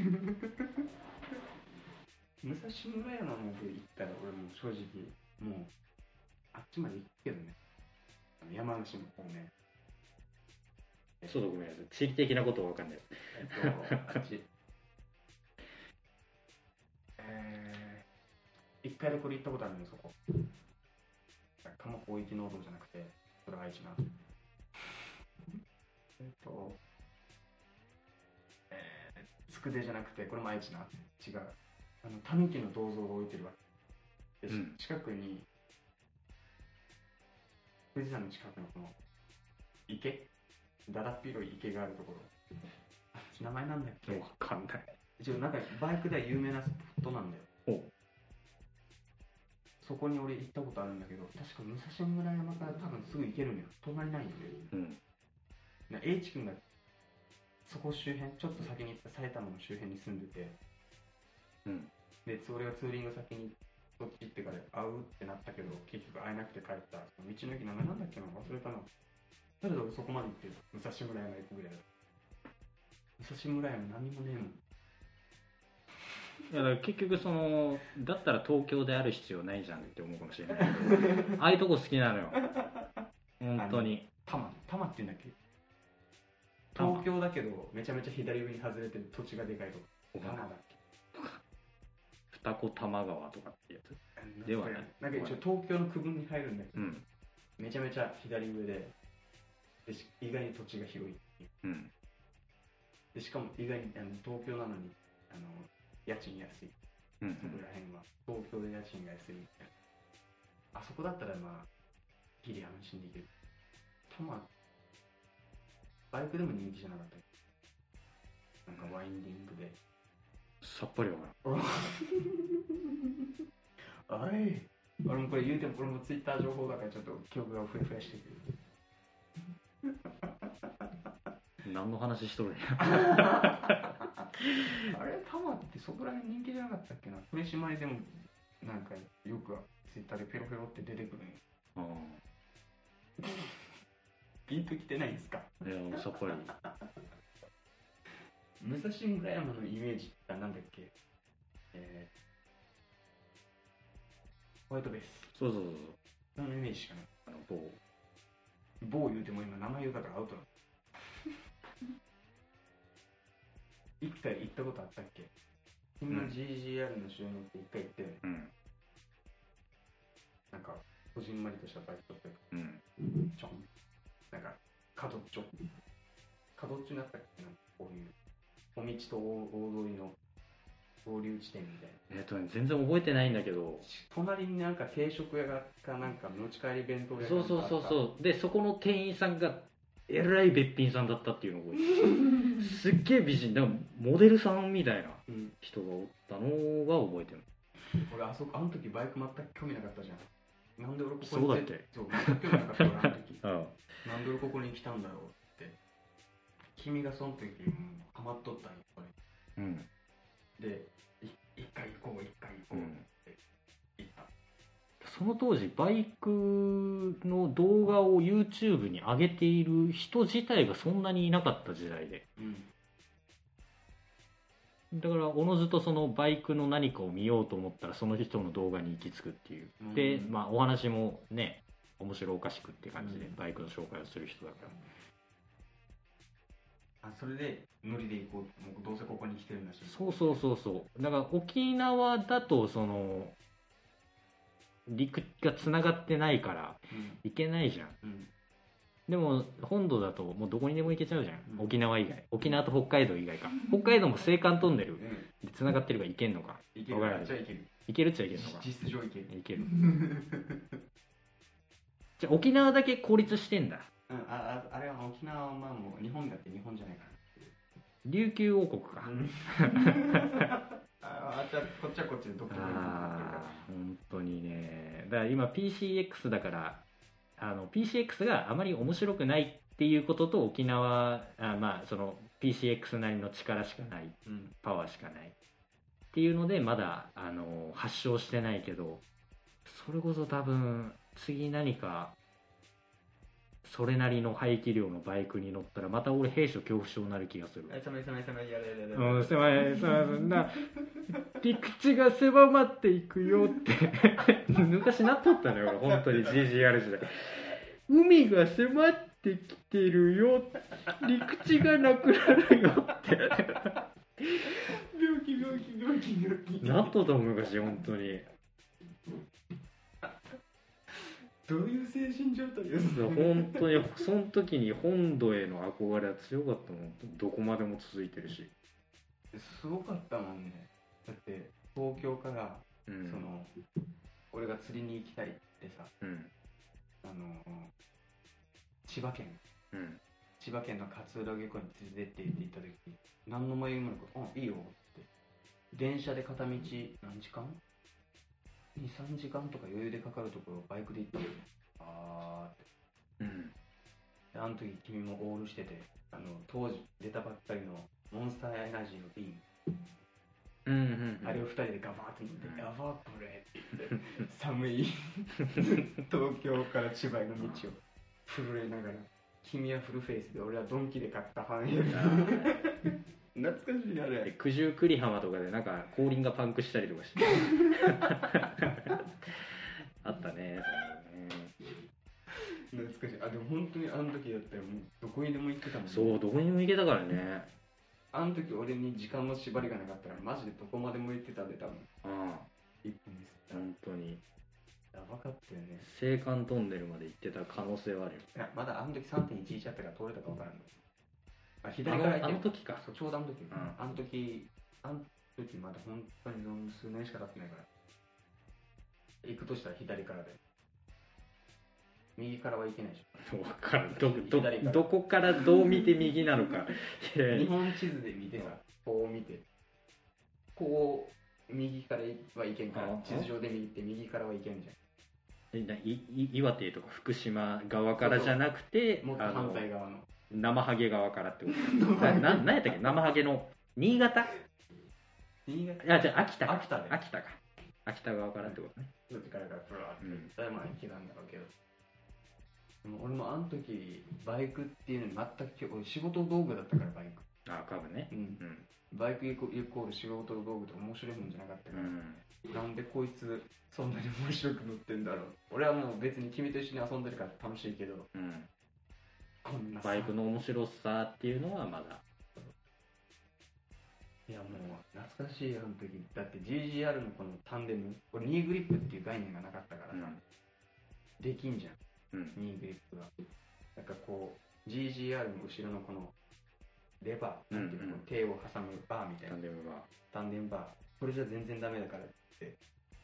武蔵村山まで行ったら俺も正直もうあっちまで行くけどね、山梨の方ね。 そうごめんなさい、地理的なことは分かんないです。 あっち一回でこれ行ったことあるのよ、そこ。蒲広域農道じゃなくて、それは愛知な。佃じゃなくて、これも愛知な。違う。タヌキの銅像が置いてるわけ。近くに、富士山の近くのこの池、だだっ広い池があるところ。名前なんだっけ？ わかんない。 一応なんかバイクでは有名なスポットなんだよ。そこに俺行ったことあるんだけど、確か武蔵村山から多分すぐ行けるのよ。隣ないんだよ。H 君がそこ周辺、ちょっと先に行った埼玉の周辺に住んでて、で俺がツーリング先にそっち行ってから会うってなったけど、結局会えなくて帰った。その道の駅名前なんだっけな、忘れたな。だけどそこまで行ってる。武蔵村山行くぐらいだ。武蔵村山何もねえもん。 いやだから結局だったら東京である必要ないじゃんって思うかもしれないけどああいうとこ好きなのよ本当に。 多摩って言うんだっけ。東京だけどめちゃめちゃ左上に外れてる土地がでかいとこ。多摩だっけ。 二子玉川とかってやつではない。 なんか一応東京の区分に入るんだけど、めちゃめちゃ左上で意外に土地が広いっていう、でしかも意外に東京なのに家賃安い、そこら辺は東京で家賃が安いみたいな。あそこだったらまあギリ安心できる。バイクでも人気じゃなかったっけ。なんかワインディングでさっぱりわからん俺もこれ言うてもこれもツイッター情報だからちょっと記憶がふやふやしてくる何の話しとるんや多摩ってそこら辺人気じゃなかったっけな。鳥島でもなんかよくツイッターでペロペロって出てくるんよ。ピンときてないですか。 いやさっぱり武蔵村山のイメージってなんだっけ。ホワイトベース。 そうそのイメージしかない。某言うても今名前言うだからアウトなの一回行ったことあったっけ。今 GGR の収納って一回行ってる、なんかこじんまりとしたバイクとってちょんなんか角っちょになったっけな。こういう小道と大通りの合流地点みたいな。 全然覚えてないんだけど、 隣になんか定食屋かなんか持ち帰り弁当屋がそうでそこの店員さんがえらいべっぴんさんだったっていうのを覚えてるすっげえ美人、なんかモデルさんみたいな人がおったのが覚えてる。 俺あの時バイク全く興味なかったじゃん。 なんで俺ここにそうだっけ。 そう、全く興味なかった俺あの時なんで俺ここに来たんだろうって。君がその時ハマっとったんよこれ。で一回行こうって言った。 その当時バイクの動画を YouTube に上げている人自体がそんなにいなかった時代で、だからおのずとそのバイクの何かを見ようと思ったらその人の動画に行き着くっていう、で、まあ、お話もね面白おかしくって感じでバイクの紹介をする人だから、 それでノリで行こう、もうどうせここに来てるんだし。 そうだから沖縄だとその陸がつながってないから行けないじゃん、でも本土だともうどこにでも行けちゃうじゃん、沖縄以外、沖縄と北海道以外か、北海道も青函トンネルでつながってるから行けんのか、 行けるっちゃいける、 行けるっちゃいけるのか、 実質上行けるじゃあ沖縄だけ孤立してんだ。 あれは沖縄はまあもう日本だって日本じゃないから琉球王国かこっちはこっちでどこでも行ってるから本当にね。だから今 PCX だからPCX があまり面白くないっていうことと沖縄まあその PCX なりの力しかない、パワーしかないっていうのでまだ発症してないけど、それこそ多分次何かそれなりの排気量のバイクに乗ったらまた俺兵所恐怖症になる気がする。狭いな陸地が狭まっていくよって昔なっとったのよ本当に GGR 時代。海が迫ってきてるよ、陸地がなくなるよって病気なっとった昔本当に。 どういう精神状態ですか。 本当にその時に本土への憧れは強かったもん。どこまでも続いてるしすごかったもんね。だって東京から、その俺が釣りに行きたいってさ、千葉県の勝浦漁港に連れてってって言った時に何の迷いもなくいいよって電車で片道何時間2,3 時間とか余裕でかかるところをバイクで行ったのよ。であの時君もオールしてて当時出たばっかりのモンスターエナジーの瓶、あれを2人でガバーって乗って、やばこれって言って寒い東京から千葉への道を震えながら、君はフルフェイスで俺はドンキで買ったファンヘル懐かしいあれ。 九十九里浜とかでなんか後輪がパンクしたりとかしてあったね。 懐かしい。でも本当にあの時だったらもうどこにでも行ってたもんね。 そう、どこにも行けたからね。 あの時俺に時間の縛りがなかったらマジでどこまでも行ってたで多分。一本です。 本当にやばかったよね。 青函トンネルまで行ってた可能性はあるよ。 いやまだあの時 3.11 あったから通れたか分からんの。左から行ってあの時か。 そう、ちょうどあの時。あの時まだ本当に数年しか経ってないから。行くとしたら左からで。右からは行けないでしょ。 分からん。どこからどう見て右なのか。 日本地図で見てさ、こう見て。こう、右からは行けんから、地図上で見て右からは行けんじゃん。 岩手とか福島側からじゃなくて、 もっと反対側の生ハゲ側からってこと何やったっけ、生ハゲの新潟じゃあ秋田か秋田側からってことね。 どっちからブワーってそれはまあ行けたんだろうけど、でも俺もあの時バイクっていうのに全く俺仕事道具だったからバイクカブね、 バイクイコール仕事道具と面白いもんじゃなかったから、なんでこいつそんなに面白く乗ってんだろう。俺はもう別に君と一緒に遊んでるから楽しいけど、こんなバイクの面白さっていうのはまだ。 いやもう懐かしいあの時。だって GGR のこのタンデム、これニーグリップっていう概念がなかったからさ、できんじゃん、ニーグリップが。なんかこう GGR の後ろのこのレバー、なんていうの、手を挟むバーみたいなタンデムバー、これじゃ全然ダメだからって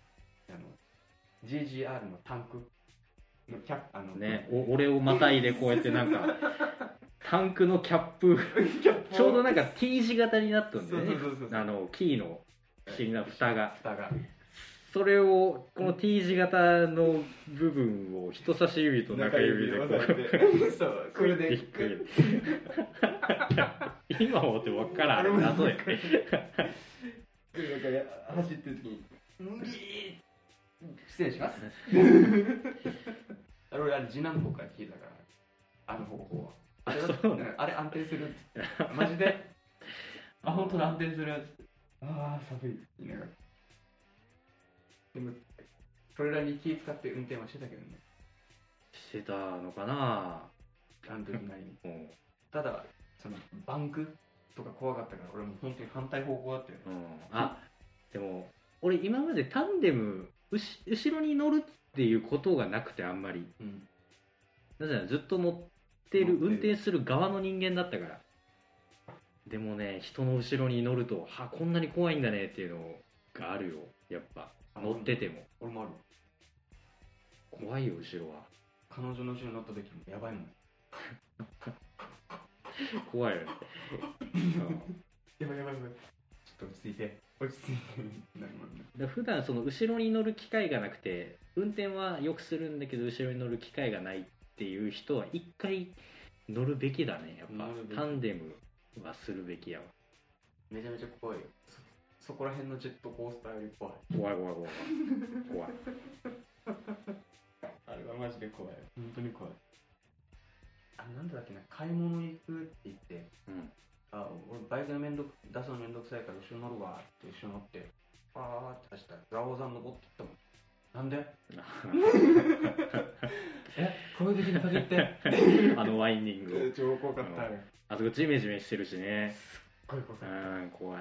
GGR のタンクのキャップね、俺をまたいでこうやってなんかタンクのキャップちょうどなんか T 字型になったんでね、キーの不思議な蓋がそれをこの T 字型の部分を人差し指と中指でこうそうこれでひっくり今もって分からん謎やね走ってる時に無理失礼します俺あれ次男坊から聞いたからあの方法はあれ安定するっつってマジで本当だ安定するっつって寒い言いながらでもそれらに気使って運転はしてたけどねしてたのかなあの時なりにただそのバンクとか怖かったから俺も本当に反対方向だったよね、 でも俺今までタンデム後ろに乗るっていうことがなくてあんまり、なぜならずっと乗ってる運転する側の人間だったから。でもね人の後ろに乗るとこんなに怖いんだねっていうのがあるよやっぱ乗ってても。 俺もある怖いよ後ろは。 彼女の後ろに乗った時もやばいもん怖いよねやばいちょっと落ち着いて普段その後ろに乗る機会がなくて運転はよくするんだけど後ろに乗る機会がないっていう人は一回乗るべきだねやっぱタンデムはするべきやわ。 めちゃめちゃ怖いよそこら辺のジェットコースターより怖いあれはマジで怖い本当に怖いなんだっけな買い物行くって言って、俺バイクの出すのめんどくさいから後ろ乗るわって後ろ乗ってパーって走ったら蔵王山登っていったもんなんでこういう時に先ってあのワインディングを超怖かったあそこジメジメしてるしねすっごい怖かった怖い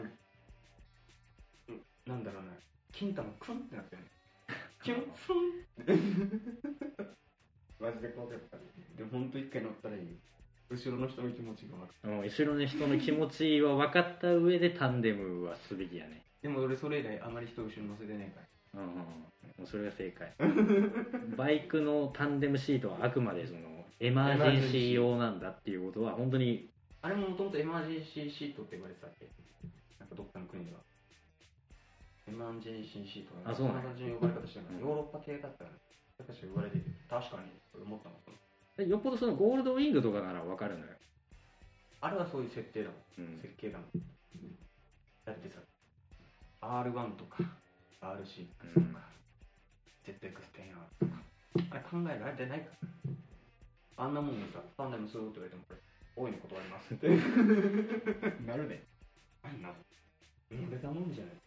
なんだろうな金玉クンってなってるキュンフンマジで怖かったでもほんと一回乗ったらいい後ろの人の気持ちが分かる後ろの人の気持ちは分かった上でタンデムはすべきやね。 でも俺それ以来あまり人後ろ乗せてないからもうそれが正解バイクのタンデムシートはあくまでそのエマージェンシー用なんだっていうことは本当にあれももともとエマージェンシーシートって言われてたっけなんかどっかの国ではエマージェンシーシートがそんな感じの呼ばれ方してるから、ヨーロッパ系だったら確かに言われてて確かに思ったのよっぽどそのゴールドウィングとかなら分かるのよあれはそういう設定だもん、設計だもんだってさ R1 とか R6 とか、ZX10R とかあれ考えられてないからあんなもんでさタンデムするって言われてもこれ大いに断りますってなるねあんな売れたもんじゃない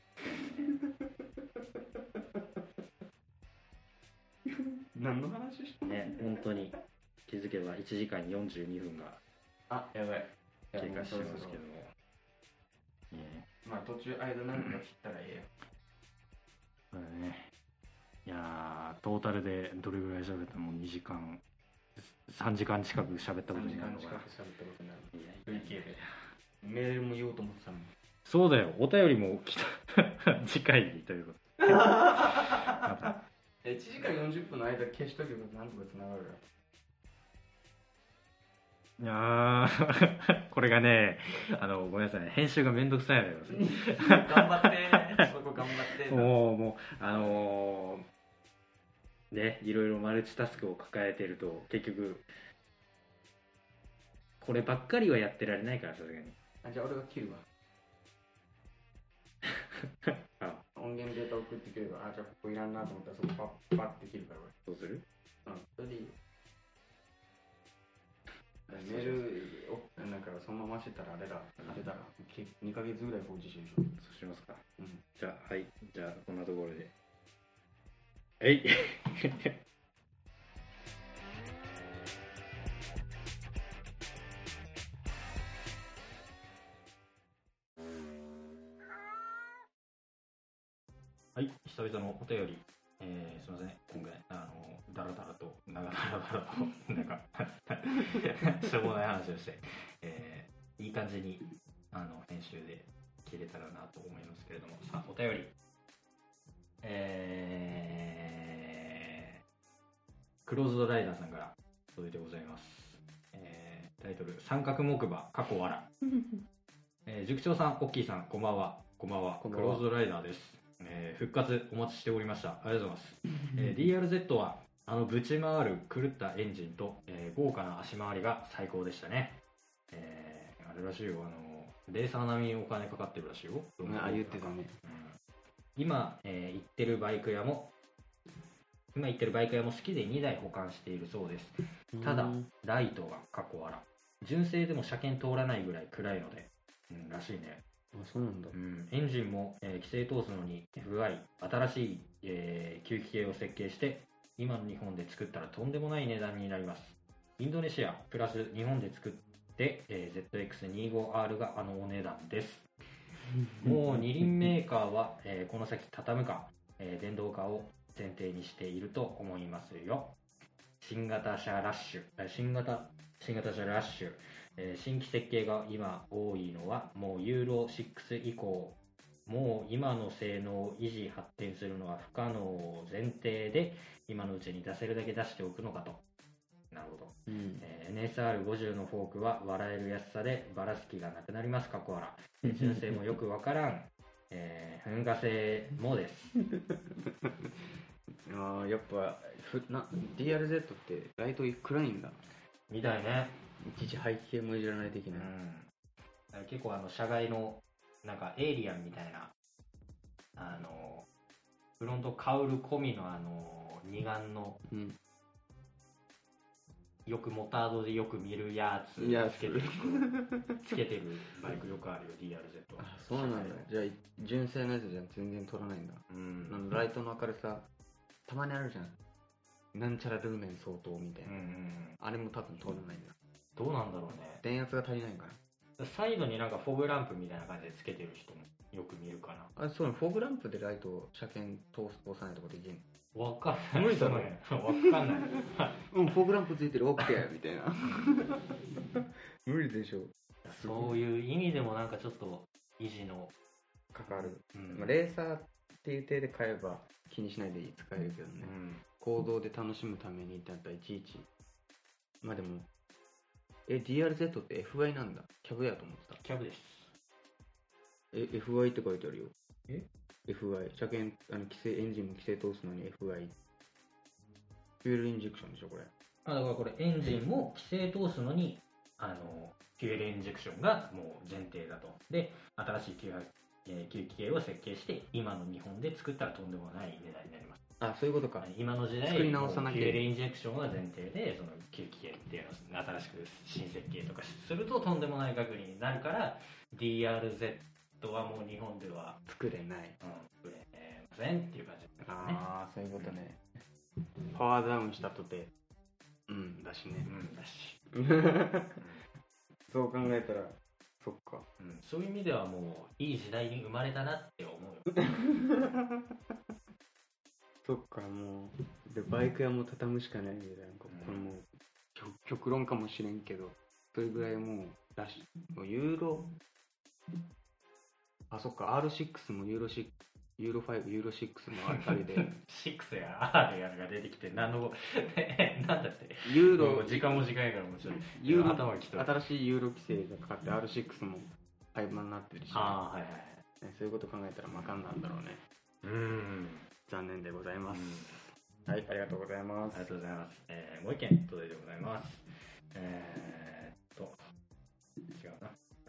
何の話してね本当に気づけば1時間42分がやばい経過してますけどもまあ途中間何か切ったらええよそうだねいやトータルでどれぐらい喋ったのも2時間3時間近く喋ったことになるのかな累計でメールも言おうと思ってたのにそうだよお便りも来た次回にということで 1時間40分の間消しとけばなんとかつながるよいやこれがねごめんなさい編集がめんどくさいのよ頑張ってそこ頑張ってもうねいろいろマルチタスクを抱えてると結局こればっかりはやってられないからさすがにじゃあ俺が切るわ音源データ送ってくればじゃあここいらんなと思ったらそこパッて切るから俺どうするそれでいいよメールをなんかそのまましてたらあれだ2ヶ月ぐらい放置してるでしょそうしますか、 じゃあこんなところではいはい、久々のお便り、すみません、今回だらだらとなんかしょうもない話をして、いい感じに編集で切れたらなと思いますけれども、さあお便り、クローズドライダーさんから届いてございます。タイトル三角木馬過去笑塾長さん、オッキーさん、こんばんは。クローズドライダーです。 復活お待ちしておりました。ありがとうございます。DRZ はぶち回る狂ったエンジンと、豪華な足回りが最高でしたね。あれらしいよ、レーサー並みにお金かかってるらしいよ。 言ってたね。 今、行ってるバイク屋も好きで2台保管しているそうです。ただライトが過去あら純正でも車検通らないぐらい暗いので、らしいね。 そうなんだ。 エンジンも、規制通すのに不具合、新しい、吸気系を設計して今の日本で作ったらとんでもない値段になります。インドネシアプラス日本で作って、ZX25R がお値段です。もう二輪メーカーは、この先畳むか、電動化を前提にしていると思いますよ。新型車ラッシュ、新規設計が今多いのはもうユーロ6以降、もう今の性能を維持発展するのは不可能を前提で今のうちに出せるだけ出しておくのかと。なるほど。NSR50 のフォークは笑える安さでバラす気がなくなります。過去あら純正もよくわからん、噴火性もです。 やっぱDRZ ってライト暗いんだみたいね。 一時背景もいじらないといけない。 結構車外のなんかエイリアンみたいなフロントカウル込みの二眼の、よくモタードでよく見るやつつけてるバイクよくあるよ DRZ は。 そうなんだ。じゃあ純正のやつじゃ全然撮らないんだ。ライトの明るさたまにあるじゃん、なんちゃらルーメン相当みたいな、あれも多分通らないんだ。 どうなんだろうね。 電圧が足りないかな。 サイドになんかフォグランプみたいな感じでつけてる人もよく見るかな。 そうね、フォグランプでライトを車検通さないとこできるの？わかんない。 無理だろ。 わかんない。 フォグランプついてる OK みたいな。無理でしょ。 そういう意味でもなんかちょっと維持の関わる。レーサーっていう体で買えば気にしないで使えるけどね。行動で楽しむためにだったらいちいち。まあでも。DRZ って FI なんだ。キャブやと思ってた。 キャブです。 FI って書いてあるよ。FI。車検、エンジンも規制通すのに FI。フューエルインジェクションでしょ、これ。 だからこれ、エンジンも規制通すのに、フューエルインジェクションがもう前提だと。で、新しい吸気系を設計して、今の日本で作ったらとんでもない値段になります。 そういうことか。 今の時代、 作り直さなきゃ。 フューエルインジェクションが前提で、その吸気系っていうのを新しく新設計とかするととんでもない額になるから、DRZ はもう日本では作れない。 作れませんっていう感じですね。 そういうことね。パワーダウンしたとて、だしね。 だし。 そう考えたら、そっか。 そういう意味ではもういい時代に生まれたなって思うよ。 そっか、もうでバイク屋も畳むしかないみたいな、これも極論かもしれんけど、それぐらいもうだし、ユーロそっか、R6 もユーロ5、ユーロ6もありで 6や R やが出てきてなんだってユーロ時間も時間やからもちろんユーロ頭きた新しいユーロ規制がかかって R6 も廃盤になってるし、そういうこと考えたらまかんなんだろうね。残念でございます。はい、ありがとうございます。 ありがとうございます。もう一件届いてございます。違うな。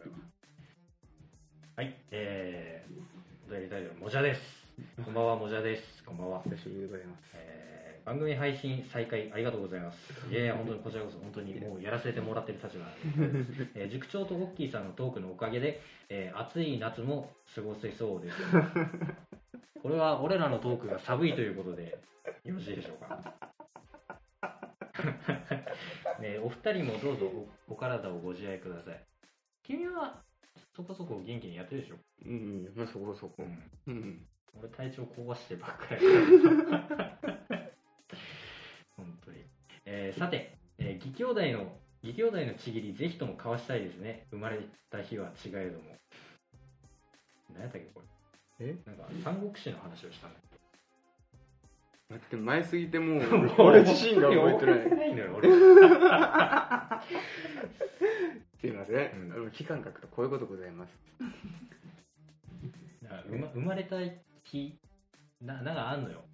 はい、お便りタイトルもじゃです。こんばんは、もじゃです。こんばんは。 久しぶりでございます。 番組配信再開ありがとうございます。いや本当にこちらこそ本当にもうやらせてもらってる立場です。塾長とゴッキーさんのトークのおかげで、暑い夏も過ごせそうです。これは俺らのトークが寒いということでよろしいでしょうか。お二人もどうぞ お体をご自愛ください。君はそこそこ元気にやってるでしょ。 まあそこそこ。 俺体調壊してばっかり本当に。さて、義兄弟のちぎりぜひとも交わしたいですね。生まれた日は違えども。何やったっけこれ。なんか三国志の話をしたんだっけ。 待って、前すぎてもう俺自身が覚えてないのよ俺。すいません、期間書くとこういうことございます。 生まれた日なんかあんのよ。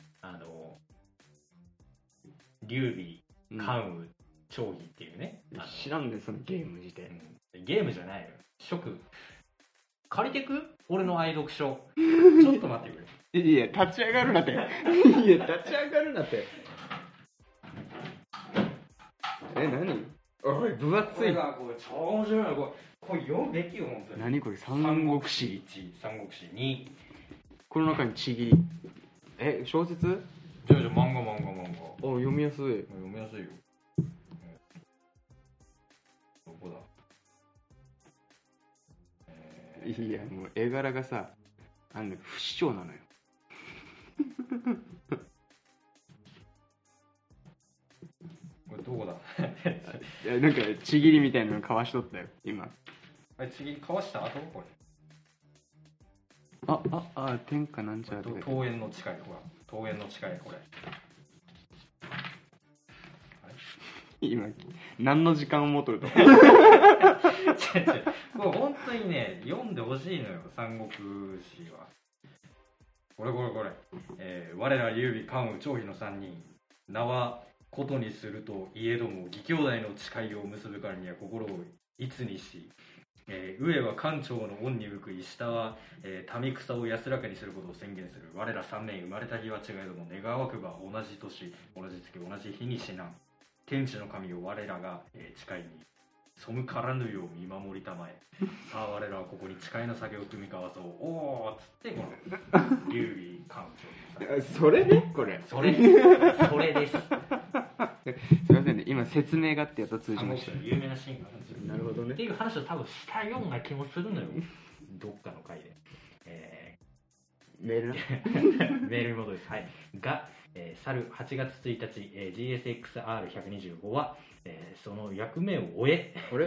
劉備関羽張飛っていうね。 知らんねそのゲーム自体。 ゲームじゃないよ。借りてく？俺の愛読書。ちょっと待ってくれ。 いや、立ち上がるなって。いや、立ち上がるなって。何？おい、分厚い。 これ超面白いの。これ読むべきよ、本当に。 何これ、三国志 1、三国志2。 この中にちぎり。小説？ 漫画。 読みやすい。 読みやすいよ。どこだ？ いや、もう絵柄がさ、不死鳥なのよ。 これどこだ？ いや、なんかちぎりみたいなのかわしとったよ今。 ちぎりかわした後これ。 天下なんちゃらとか。 桃園の誓い、ほら。桃園の誓い、これ。 今何の時間を持っとると。 これ本当にね、読んでほしいのよ、三国志は。これ。我ら劉備関羽張飛の3人、名はことにするといえども、義兄弟の誓いを結ぶからには心を一にし、上は官庁の恩に報い、下は、民草を安らかにすることを宣言する。我ら3名生まれた日は違いども、願わくば同じ年、同じ月、同じ日に死なん。天地の神を我らが、誓いに背からぬよう見守りたまえ。さあ我らはここに誓いの酒を組み交わそう。おーっつってこの劉備関羽。それね、これ。 それです。 すみませんね、今説明がってやっと通じました。 有名なシーンがあるんですよ。 なるほどね。 っていう話を多分したような気もするのよ。どっかの回で。 メールに戻ります。はい。が、去る8月1日、GSX-R125 は、その役目を終え、俺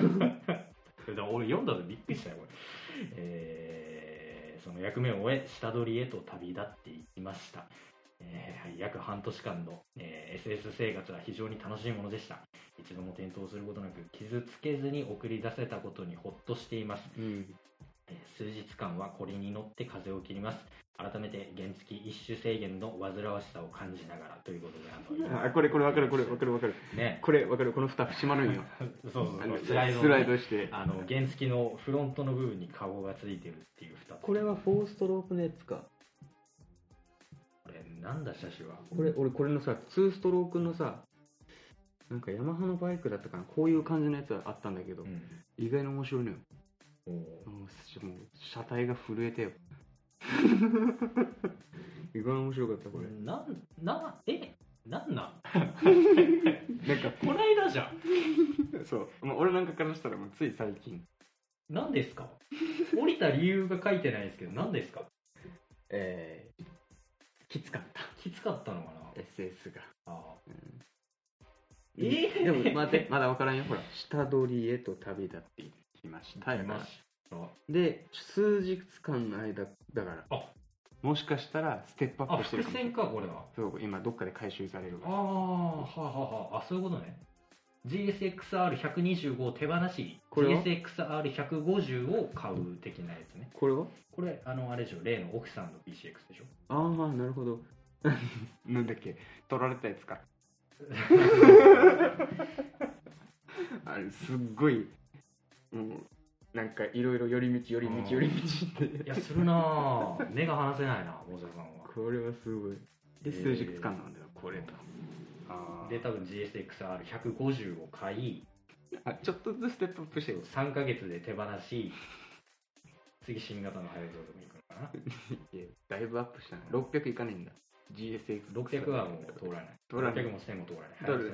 読んだのびっくりしたよ、これ。その役目を終え、下取りへと旅立っていきました。約半年間の、SS 生活は非常に楽しいものでした。一度も転倒することなく傷つけずに送り出せたことにほっとしています。数日間はこれに乗って風を切ります。改めて原付一種制限の煩わしさを感じながらということで、 これ分かるね、これ分かる、この蓋閉まるんよ。 そうスライドして原付のフロントの部分にカゴがついてるっていう蓋。 これは4ストロークのやつか。 これなんだ車種は。 俺これのさ2ストロークのさ、なんかヤマハのバイクだったかな、こういう感じのやつあったんだけど、意外に面白いのよ。もう車体が震えてよ。意外に面白かったこれ。 なんかこないだじゃん。 そう、俺なんかからしたらもうつい最近。 何ですか？降りた理由が書いてないですけど何ですか？ きつかったのかな SS が。 でも待って、まだ分からんよ。ほら、下取りへと旅立っていきました。で、数日間の間だから、もしかしたらステップアップしてるかもしれない。 伏線か、これは。 そう、今どっかで回収されるから。 そういうことね。GSX-R125 を手放し、GSX-R150 を買う的なやつね。 これは？ これ、あれでしょ、例の奥さんの PCX でしょ。 なるほど。なんだっけ、取られたやつか。あれ、すっごい、もう、なんかいろいろ寄り道って。 いや、するなぁ。目が離せないな、大沢さんは。 これはすごい。で、数日間なんだよ、これと。 で、多分 GSX-R150 を買い、 ちょっとずつステップアップしてる。 3ヶ月で手放し、次新型のハイブリッドに行くのかな。 いや、だいぶアップしたね。600いかねえんだ。 GSX600 はもう通らない。600も1000も通らない。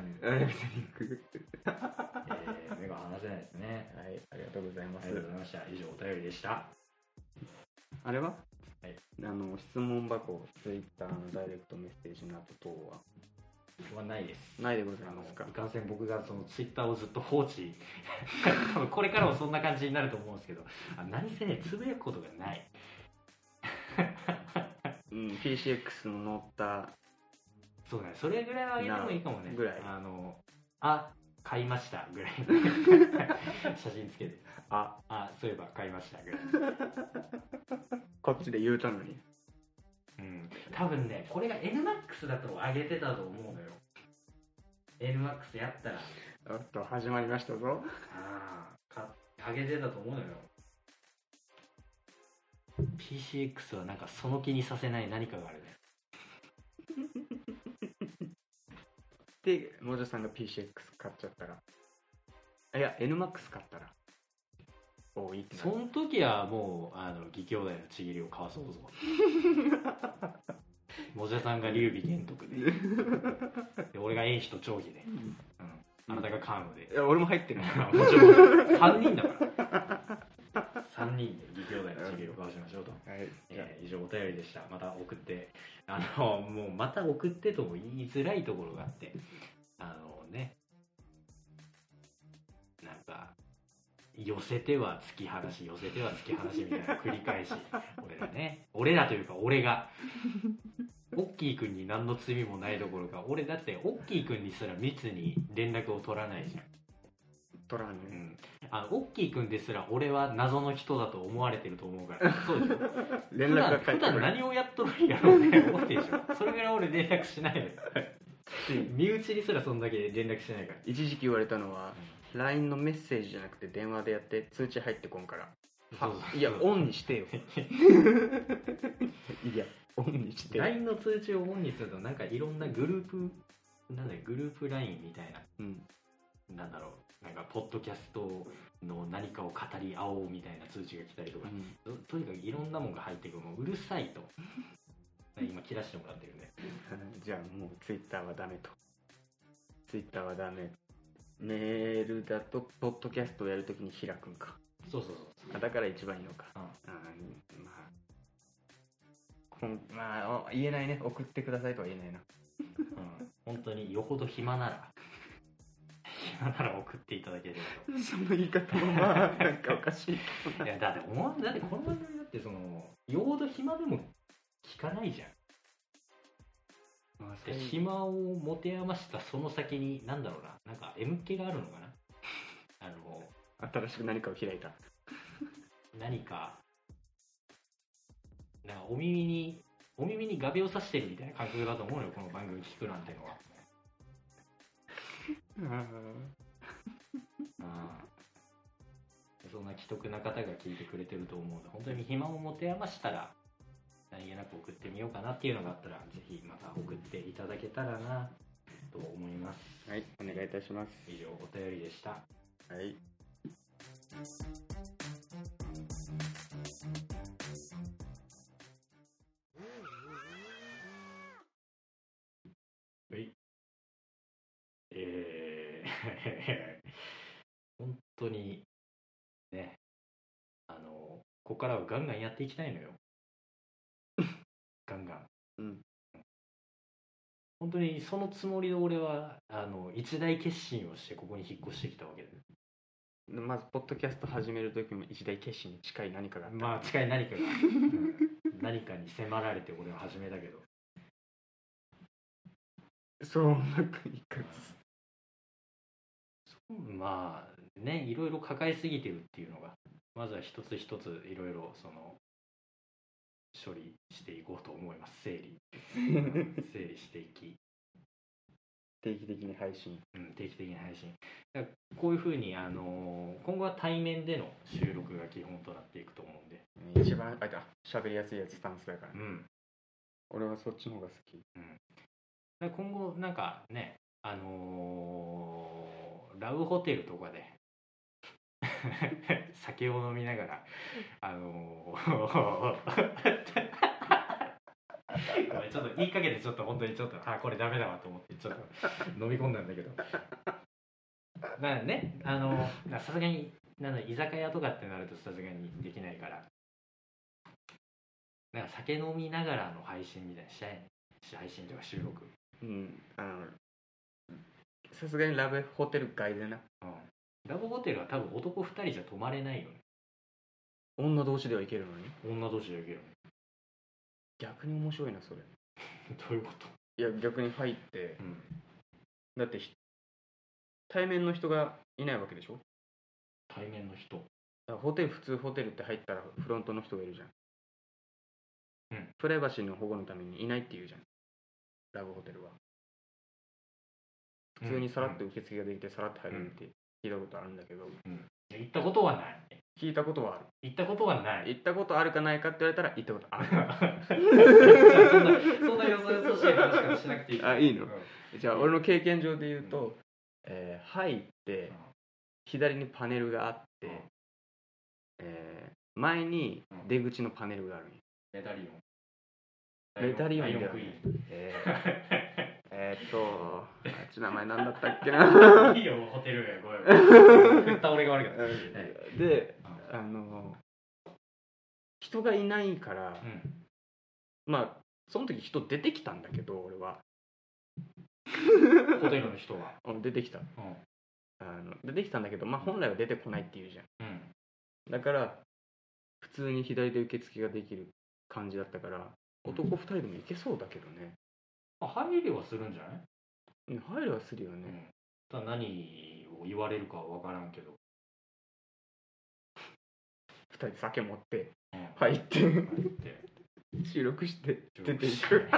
目が離せないですね。 はい、ありがとうございます。 ありがとうございました。以上お便りでした。 あれは？はい。質問箱、Twitter のダイレクトメッセージなど等はないです。 ないでございますか。 いかんせん僕がその Twitter をずっと放置多分これからもそんな感じになると思うんですけど、何せね、つぶやくことがない。 PCX の乗ったそうね、それぐらいはあげてもいいかもね。 ぐらい買いましたぐらい写真つけてそういえば買いましたぐらいこっちで言うたのに多分ね、これが NMAX だと上げてたと思うのよ。NMAX やったら。 おっと、始まりましたぞ。 上げてたと思うのよ。PCX はなんかその気にさせない何かがあるね。 で、もじゃさんが PCX 買っちゃったら、いや NMAX 買ったらいいってなる。 その時はもう義兄弟のちぎりを交わそうぞ。もじゃさんが劉備玄徳で俺が遠視と長飛で、あなたが関羽で。 いや俺も入ってる。 もちろん3人だから3人で義兄弟のちぎりを交わしましょうと。以上お便りでした。また送ってもうまた送ってとも言いづらいところがあって、なんか寄せては突き放し寄せては突き放しみたいな繰り返し俺らというか俺がオッキーくんに何の罪もないどころか、俺だってオッキーくんにすら密に連絡を取らないじゃん。 取らんね。 オッキーくんですら俺は謎の人だと思われてると思うから。そうでしょ。 連絡が返ってくる。 普段何をやっとるんやろうって思ってるでしょ。それぐらい俺連絡しないのよ。身内にすらそんだけ連絡しないから。 一時期言われたのは、LINE のメッセージじゃなくて電話でやって通知入ってこんから、いやオンにしてよ。いやオンにしてよ。 LINE の通知をオンにするとなんかいろんなグループLINE みたいな、なんだろう、なんかポッドキャストの何かを語り合おうみたいな通知が来たりとか、とにかくいろんなもんが入ってくる。もううるさいと今切らしてもらってるね。 じゃあもう Twitter はダメと。 Twitter はダメ。メールだとポッドキャストをやるときに開くんか。 そうだから一番いいのか。まあ言えないね。送ってくださいとは言えないな。 本当によほど暇なら送っていただければと。 その言い方もまあなんかおかしい。 いやだってこの番組だってよほど暇でも聞かないじゃん。暇を持て余したその先になんだろうな、なんか M 気があるのかな。 新しく何かを開いた。 何かなんかお耳に画鋲を刺してるみたいな感覚だと思うよ、この番組聞くなんてのは。そんな既得な方が聞いてくれてると思うので、本当に暇を持て余したら何気なく送ってみようかなっていうのがあったら、ぜひまた送っていただけたらなと思います。 はい、お願いいたします。 以上お便りでした。 はい。 本当にね、ここからはガンガンやっていきたいのよ。ガンガン。本当にそのつもりで俺は一大決心をしてここに引っ越してきたわけで。 まずポッドキャスト始める時も一大決心に近い何かがあった。 まあ近い何かが何かに迫られて俺は始めたけど、 そうなんかいかずまあね、いろいろ抱えすぎてるっていうのが、まずは一つ一ついろいろ処理していこうと思います。整理していき、 定期的に配信。 定期的に配信。だからこういうふうに今後は対面での収録が基本となっていくと思うんで、 一番喋りやすいやつスタンスだから、俺はそっちの方が好き。 だ今後なんかね、ラブホテルとかで酒を飲みながらごめん、ちょっと言いかけてちょっと本当にちょっとこれダメだわと思ってちょっと飲み込んだんだけど、だからね、さすがに居酒屋とかってなるとさすがにできないから、なんか酒飲みながらの配信みたいなしたいね。配信とか収録。 さすがにラブホテル外でな。 ラブホテルは多分男2人じゃ泊まれないよね。 女同士では行けるのに。 女同士では行けるのに。 逆に面白いなそれ。 どういうこと？ いや逆に入って、だって対面の人がいないわけでしょ。 対面の人。 普通ホテルって入ったらフロントの人がいるじゃん。 プライバシーの保護のためにいないって言うじゃん、ラブホテルは。普通にさらっと受付ができてさらっと入れるって聞いたことあるんだけど、 行ったことはない。 聞いたことはある。 行ったことはない。 行ったことあるかないかって言われたら行ったことある。 じゃあそんなよそしい話からしなくていい。 あ、いいの？じゃあ俺の経験上で言うと、入って左にパネルがあって、前に出口のパネルがあるんよ。 メダリオン。 メダリオンではクイーン。 あっち名前なんだったっけな。 いいよ、ホテルへごめん。振った俺が悪かった。 で、人がいないから、まあその時人出てきたんだけど、俺はホテルの人は出てきた、出てきたんだけど、まあ本来は出てこないっていうじゃん、だから普通に左で受付ができる感じだったから、男2人でも行けそうだけどね。 入れはするんじゃない？ 入れはするよね。 ただ何を言われるかは分からんけど、 2人酒持って入って収録して出ていく。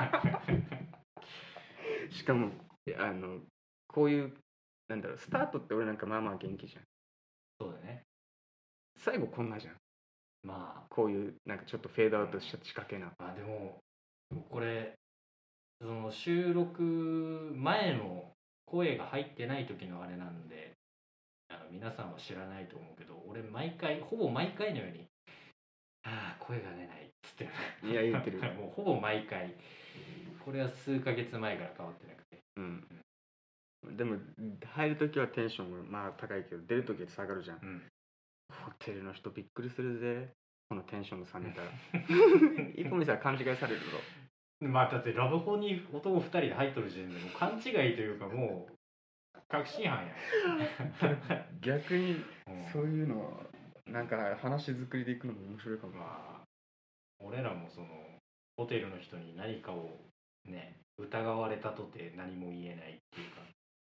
しかもこういうなんだろう、スタートって俺なんかまあまあ元気じゃん。 そうだね。 最後こんなじゃん。 まあこういうなんかちょっとフェードアウトした仕掛けな。 でもこれその収録前の声が入ってない時のあれなんで、皆さんは知らないと思うけど、俺ほぼ毎回のように声が出ないっつっていや言ってる。 もうほぼ毎回。これは数ヶ月前から変わってなくて、 でも入るときはテンションがまあ高いけど、出るときは下がるじゃん、ホテルの人びっくりするぜ、このテンションが冷めたら。一歩見たら勘違いされるぞ。 まあだってラブホに男2人で入っとる時点でもう勘違いというか、もう確信犯や。 逆にそういうのなんか話作りでいくのも面白いかも。 俺らもそのホテルの人に何かをね疑われたとて何も言えないっていうか、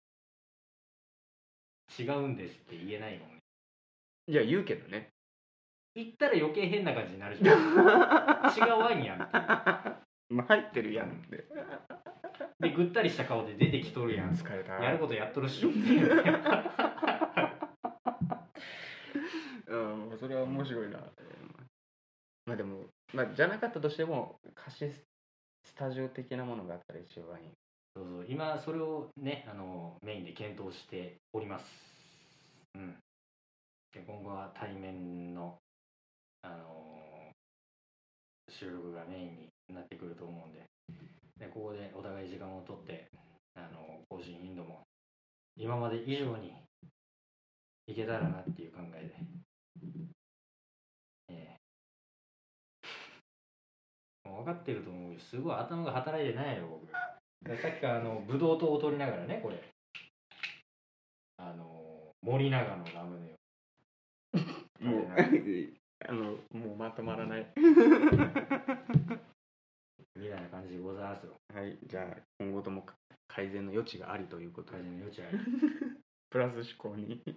違うんですって言えないもんね。 いや言うけどね。 言ったら余計変な感じになるじゃん。違わんやんっていう。 入ってるやんってでぐったりした顔で出てきとるやん、 疲れた、 やることやっとるっしょ。 それは面白いな。まあでも、じゃなかったとしても貸しスタジオ的なものがあったら一番いい。 そう今それをねメインで検討しております。で今後は対面の収録がメインになってくると思うんで、ここでお互い時間をとって更新頻度も今まで以上にいけたらなっていう考えで、もう分かってると思うけど、すごい頭が働いてないよ僕。さっきからブドウ糖を取りながらね、これ森永のラムネをもうまとまらないみたいな感じでございますよ。 はい、じゃあ今後とも改善の余地がありということで。 改善の余地あり。 プラス思考に。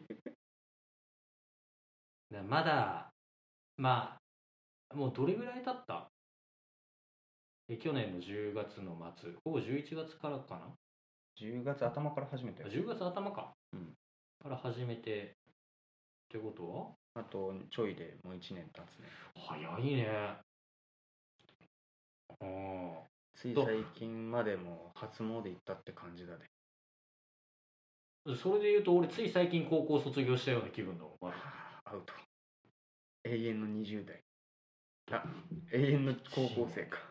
まだもうどれぐらい経った？去年の10月の末、ほぼ11月からかな。 10月頭から始めて。 10月頭か、から始めてってことはあとちょいでもう1年経つね。 早いね。 つい最近までも初詣行ったって感じだね。 それで言うと俺つい最近高校卒業したような気分だもん。 アウト。永遠の20代。永遠の高校生か。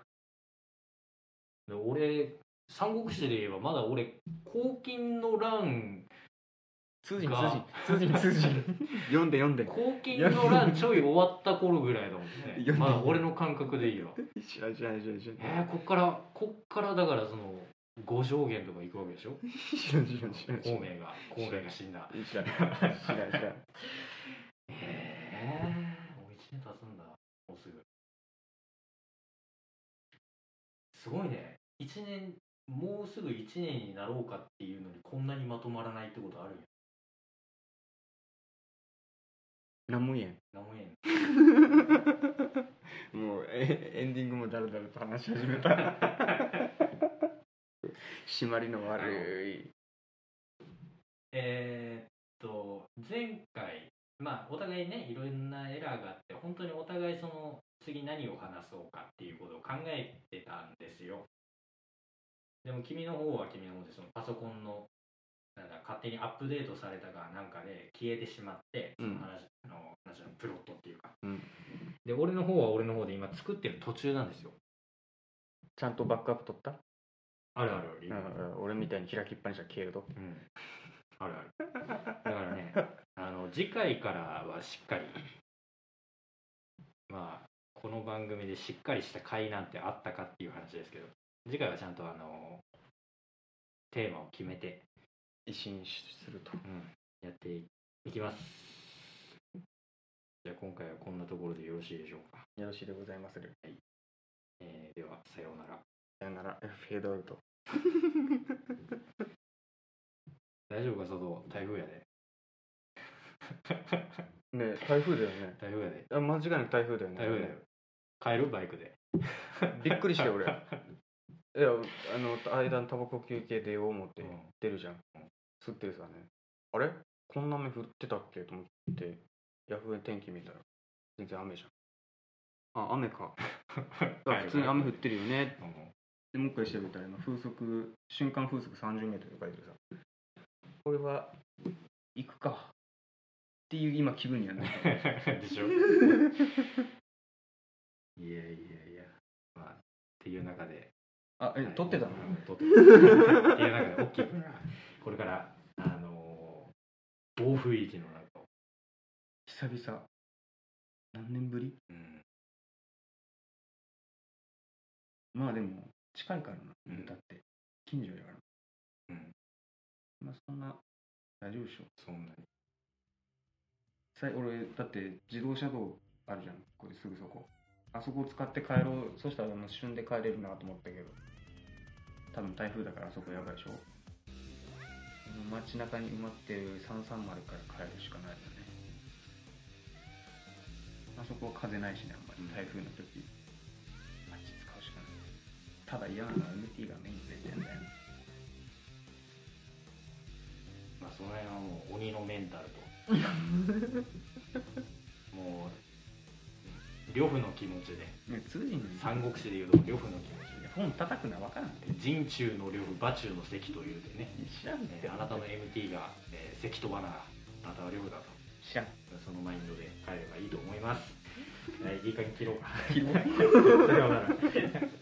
俺三国志で言えばまだ俺黄巾の乱通じ読んで黄巾の乱ちょい終わった頃ぐらいだもんね。まだ俺の感覚でいいわ。 知らん。 こっからだからその五条源とか行くわけでしょ。 知らん。 孔明が死んだ。 知らん。 もう1年経つんだ。もうすぐ。すごいね。もうすぐ1年になろうかっていうのにこんなにまとまらないってことあるんや。 何も言えん。 もうエンディングもだらだらと話し始めた締まりの悪い前回まあお互いねいろんなエラーがあって本当にお互いその次何を話そうかっていうことを考えてたんですよ。でも君の方は君の方でそのパソコンのなんだ勝手にアップデートされたかなんかで消えてしまって、その話のプロットっていうか、で俺の方は俺の方で今作ってる途中なんですよ。 ちゃんとバックアップ取った？ あるある。 俺みたいに開きっぱにしたら消えると。 あるある。だからね次回からはしっかりまあこの番組でしっかりした回なんてあったかっていう話ですけど、次回はちゃんとテーマを決めて一新すると、 やっていきます。じゃあ今回はこんなところでよろしいでしょうか。 よろしいでございます。はい。 ではさようなら。 さようなら。フェードアウト。 大丈夫か佐藤、台風やで。 ねえ、台風だよね。 台風やで。 間違いなく台風だよね。 台風だよ。帰るバイクで。 びっくりしたよ俺。いや間のタバコ休憩出よう思って出るじゃん。吸ってるさね。あれこんな雨降ってたっけと思ってヤフー天気見たら全然雨じゃん。あ、雨か。普通に雨降ってるよね。でもう一回調べたら瞬間風速30メートル書いてるさ。これは行くかっていう今気分にはなったでしょ。いやまあっていう中で撮ってたの？ 撮ってた。っていう中で大きい君がこれから暴風域の中を久々何年ぶり？まあでも近いからな、だって近所やから、まあそんな大丈夫でしょ。 そんなに俺だって自動車道あるじゃん、これすぐそこ。あそこを使って帰ろう。そしたら旬で帰れるなと思ったけど、多分台風だからあそこやばいでしょ。街中に埋まってる330から帰るしかないよね。あそこは風ないしね、あんまり台風の時あっち使うしかない。ただ嫌なのは MT がメインで出てんだよ。 まあその辺はもう鬼のメンタルともう呂布の気持ちで、三国志でいうと呂布の気持ちで本叩くのは分からんて。 陣中の呂布、馬中の関というでね、 知らんね。 あなたの MT が、関とばならあなたは呂布だと知らん。 そのマインドで帰ればいいと思います。いい加減切ろうか。 切ろう。 さようなら。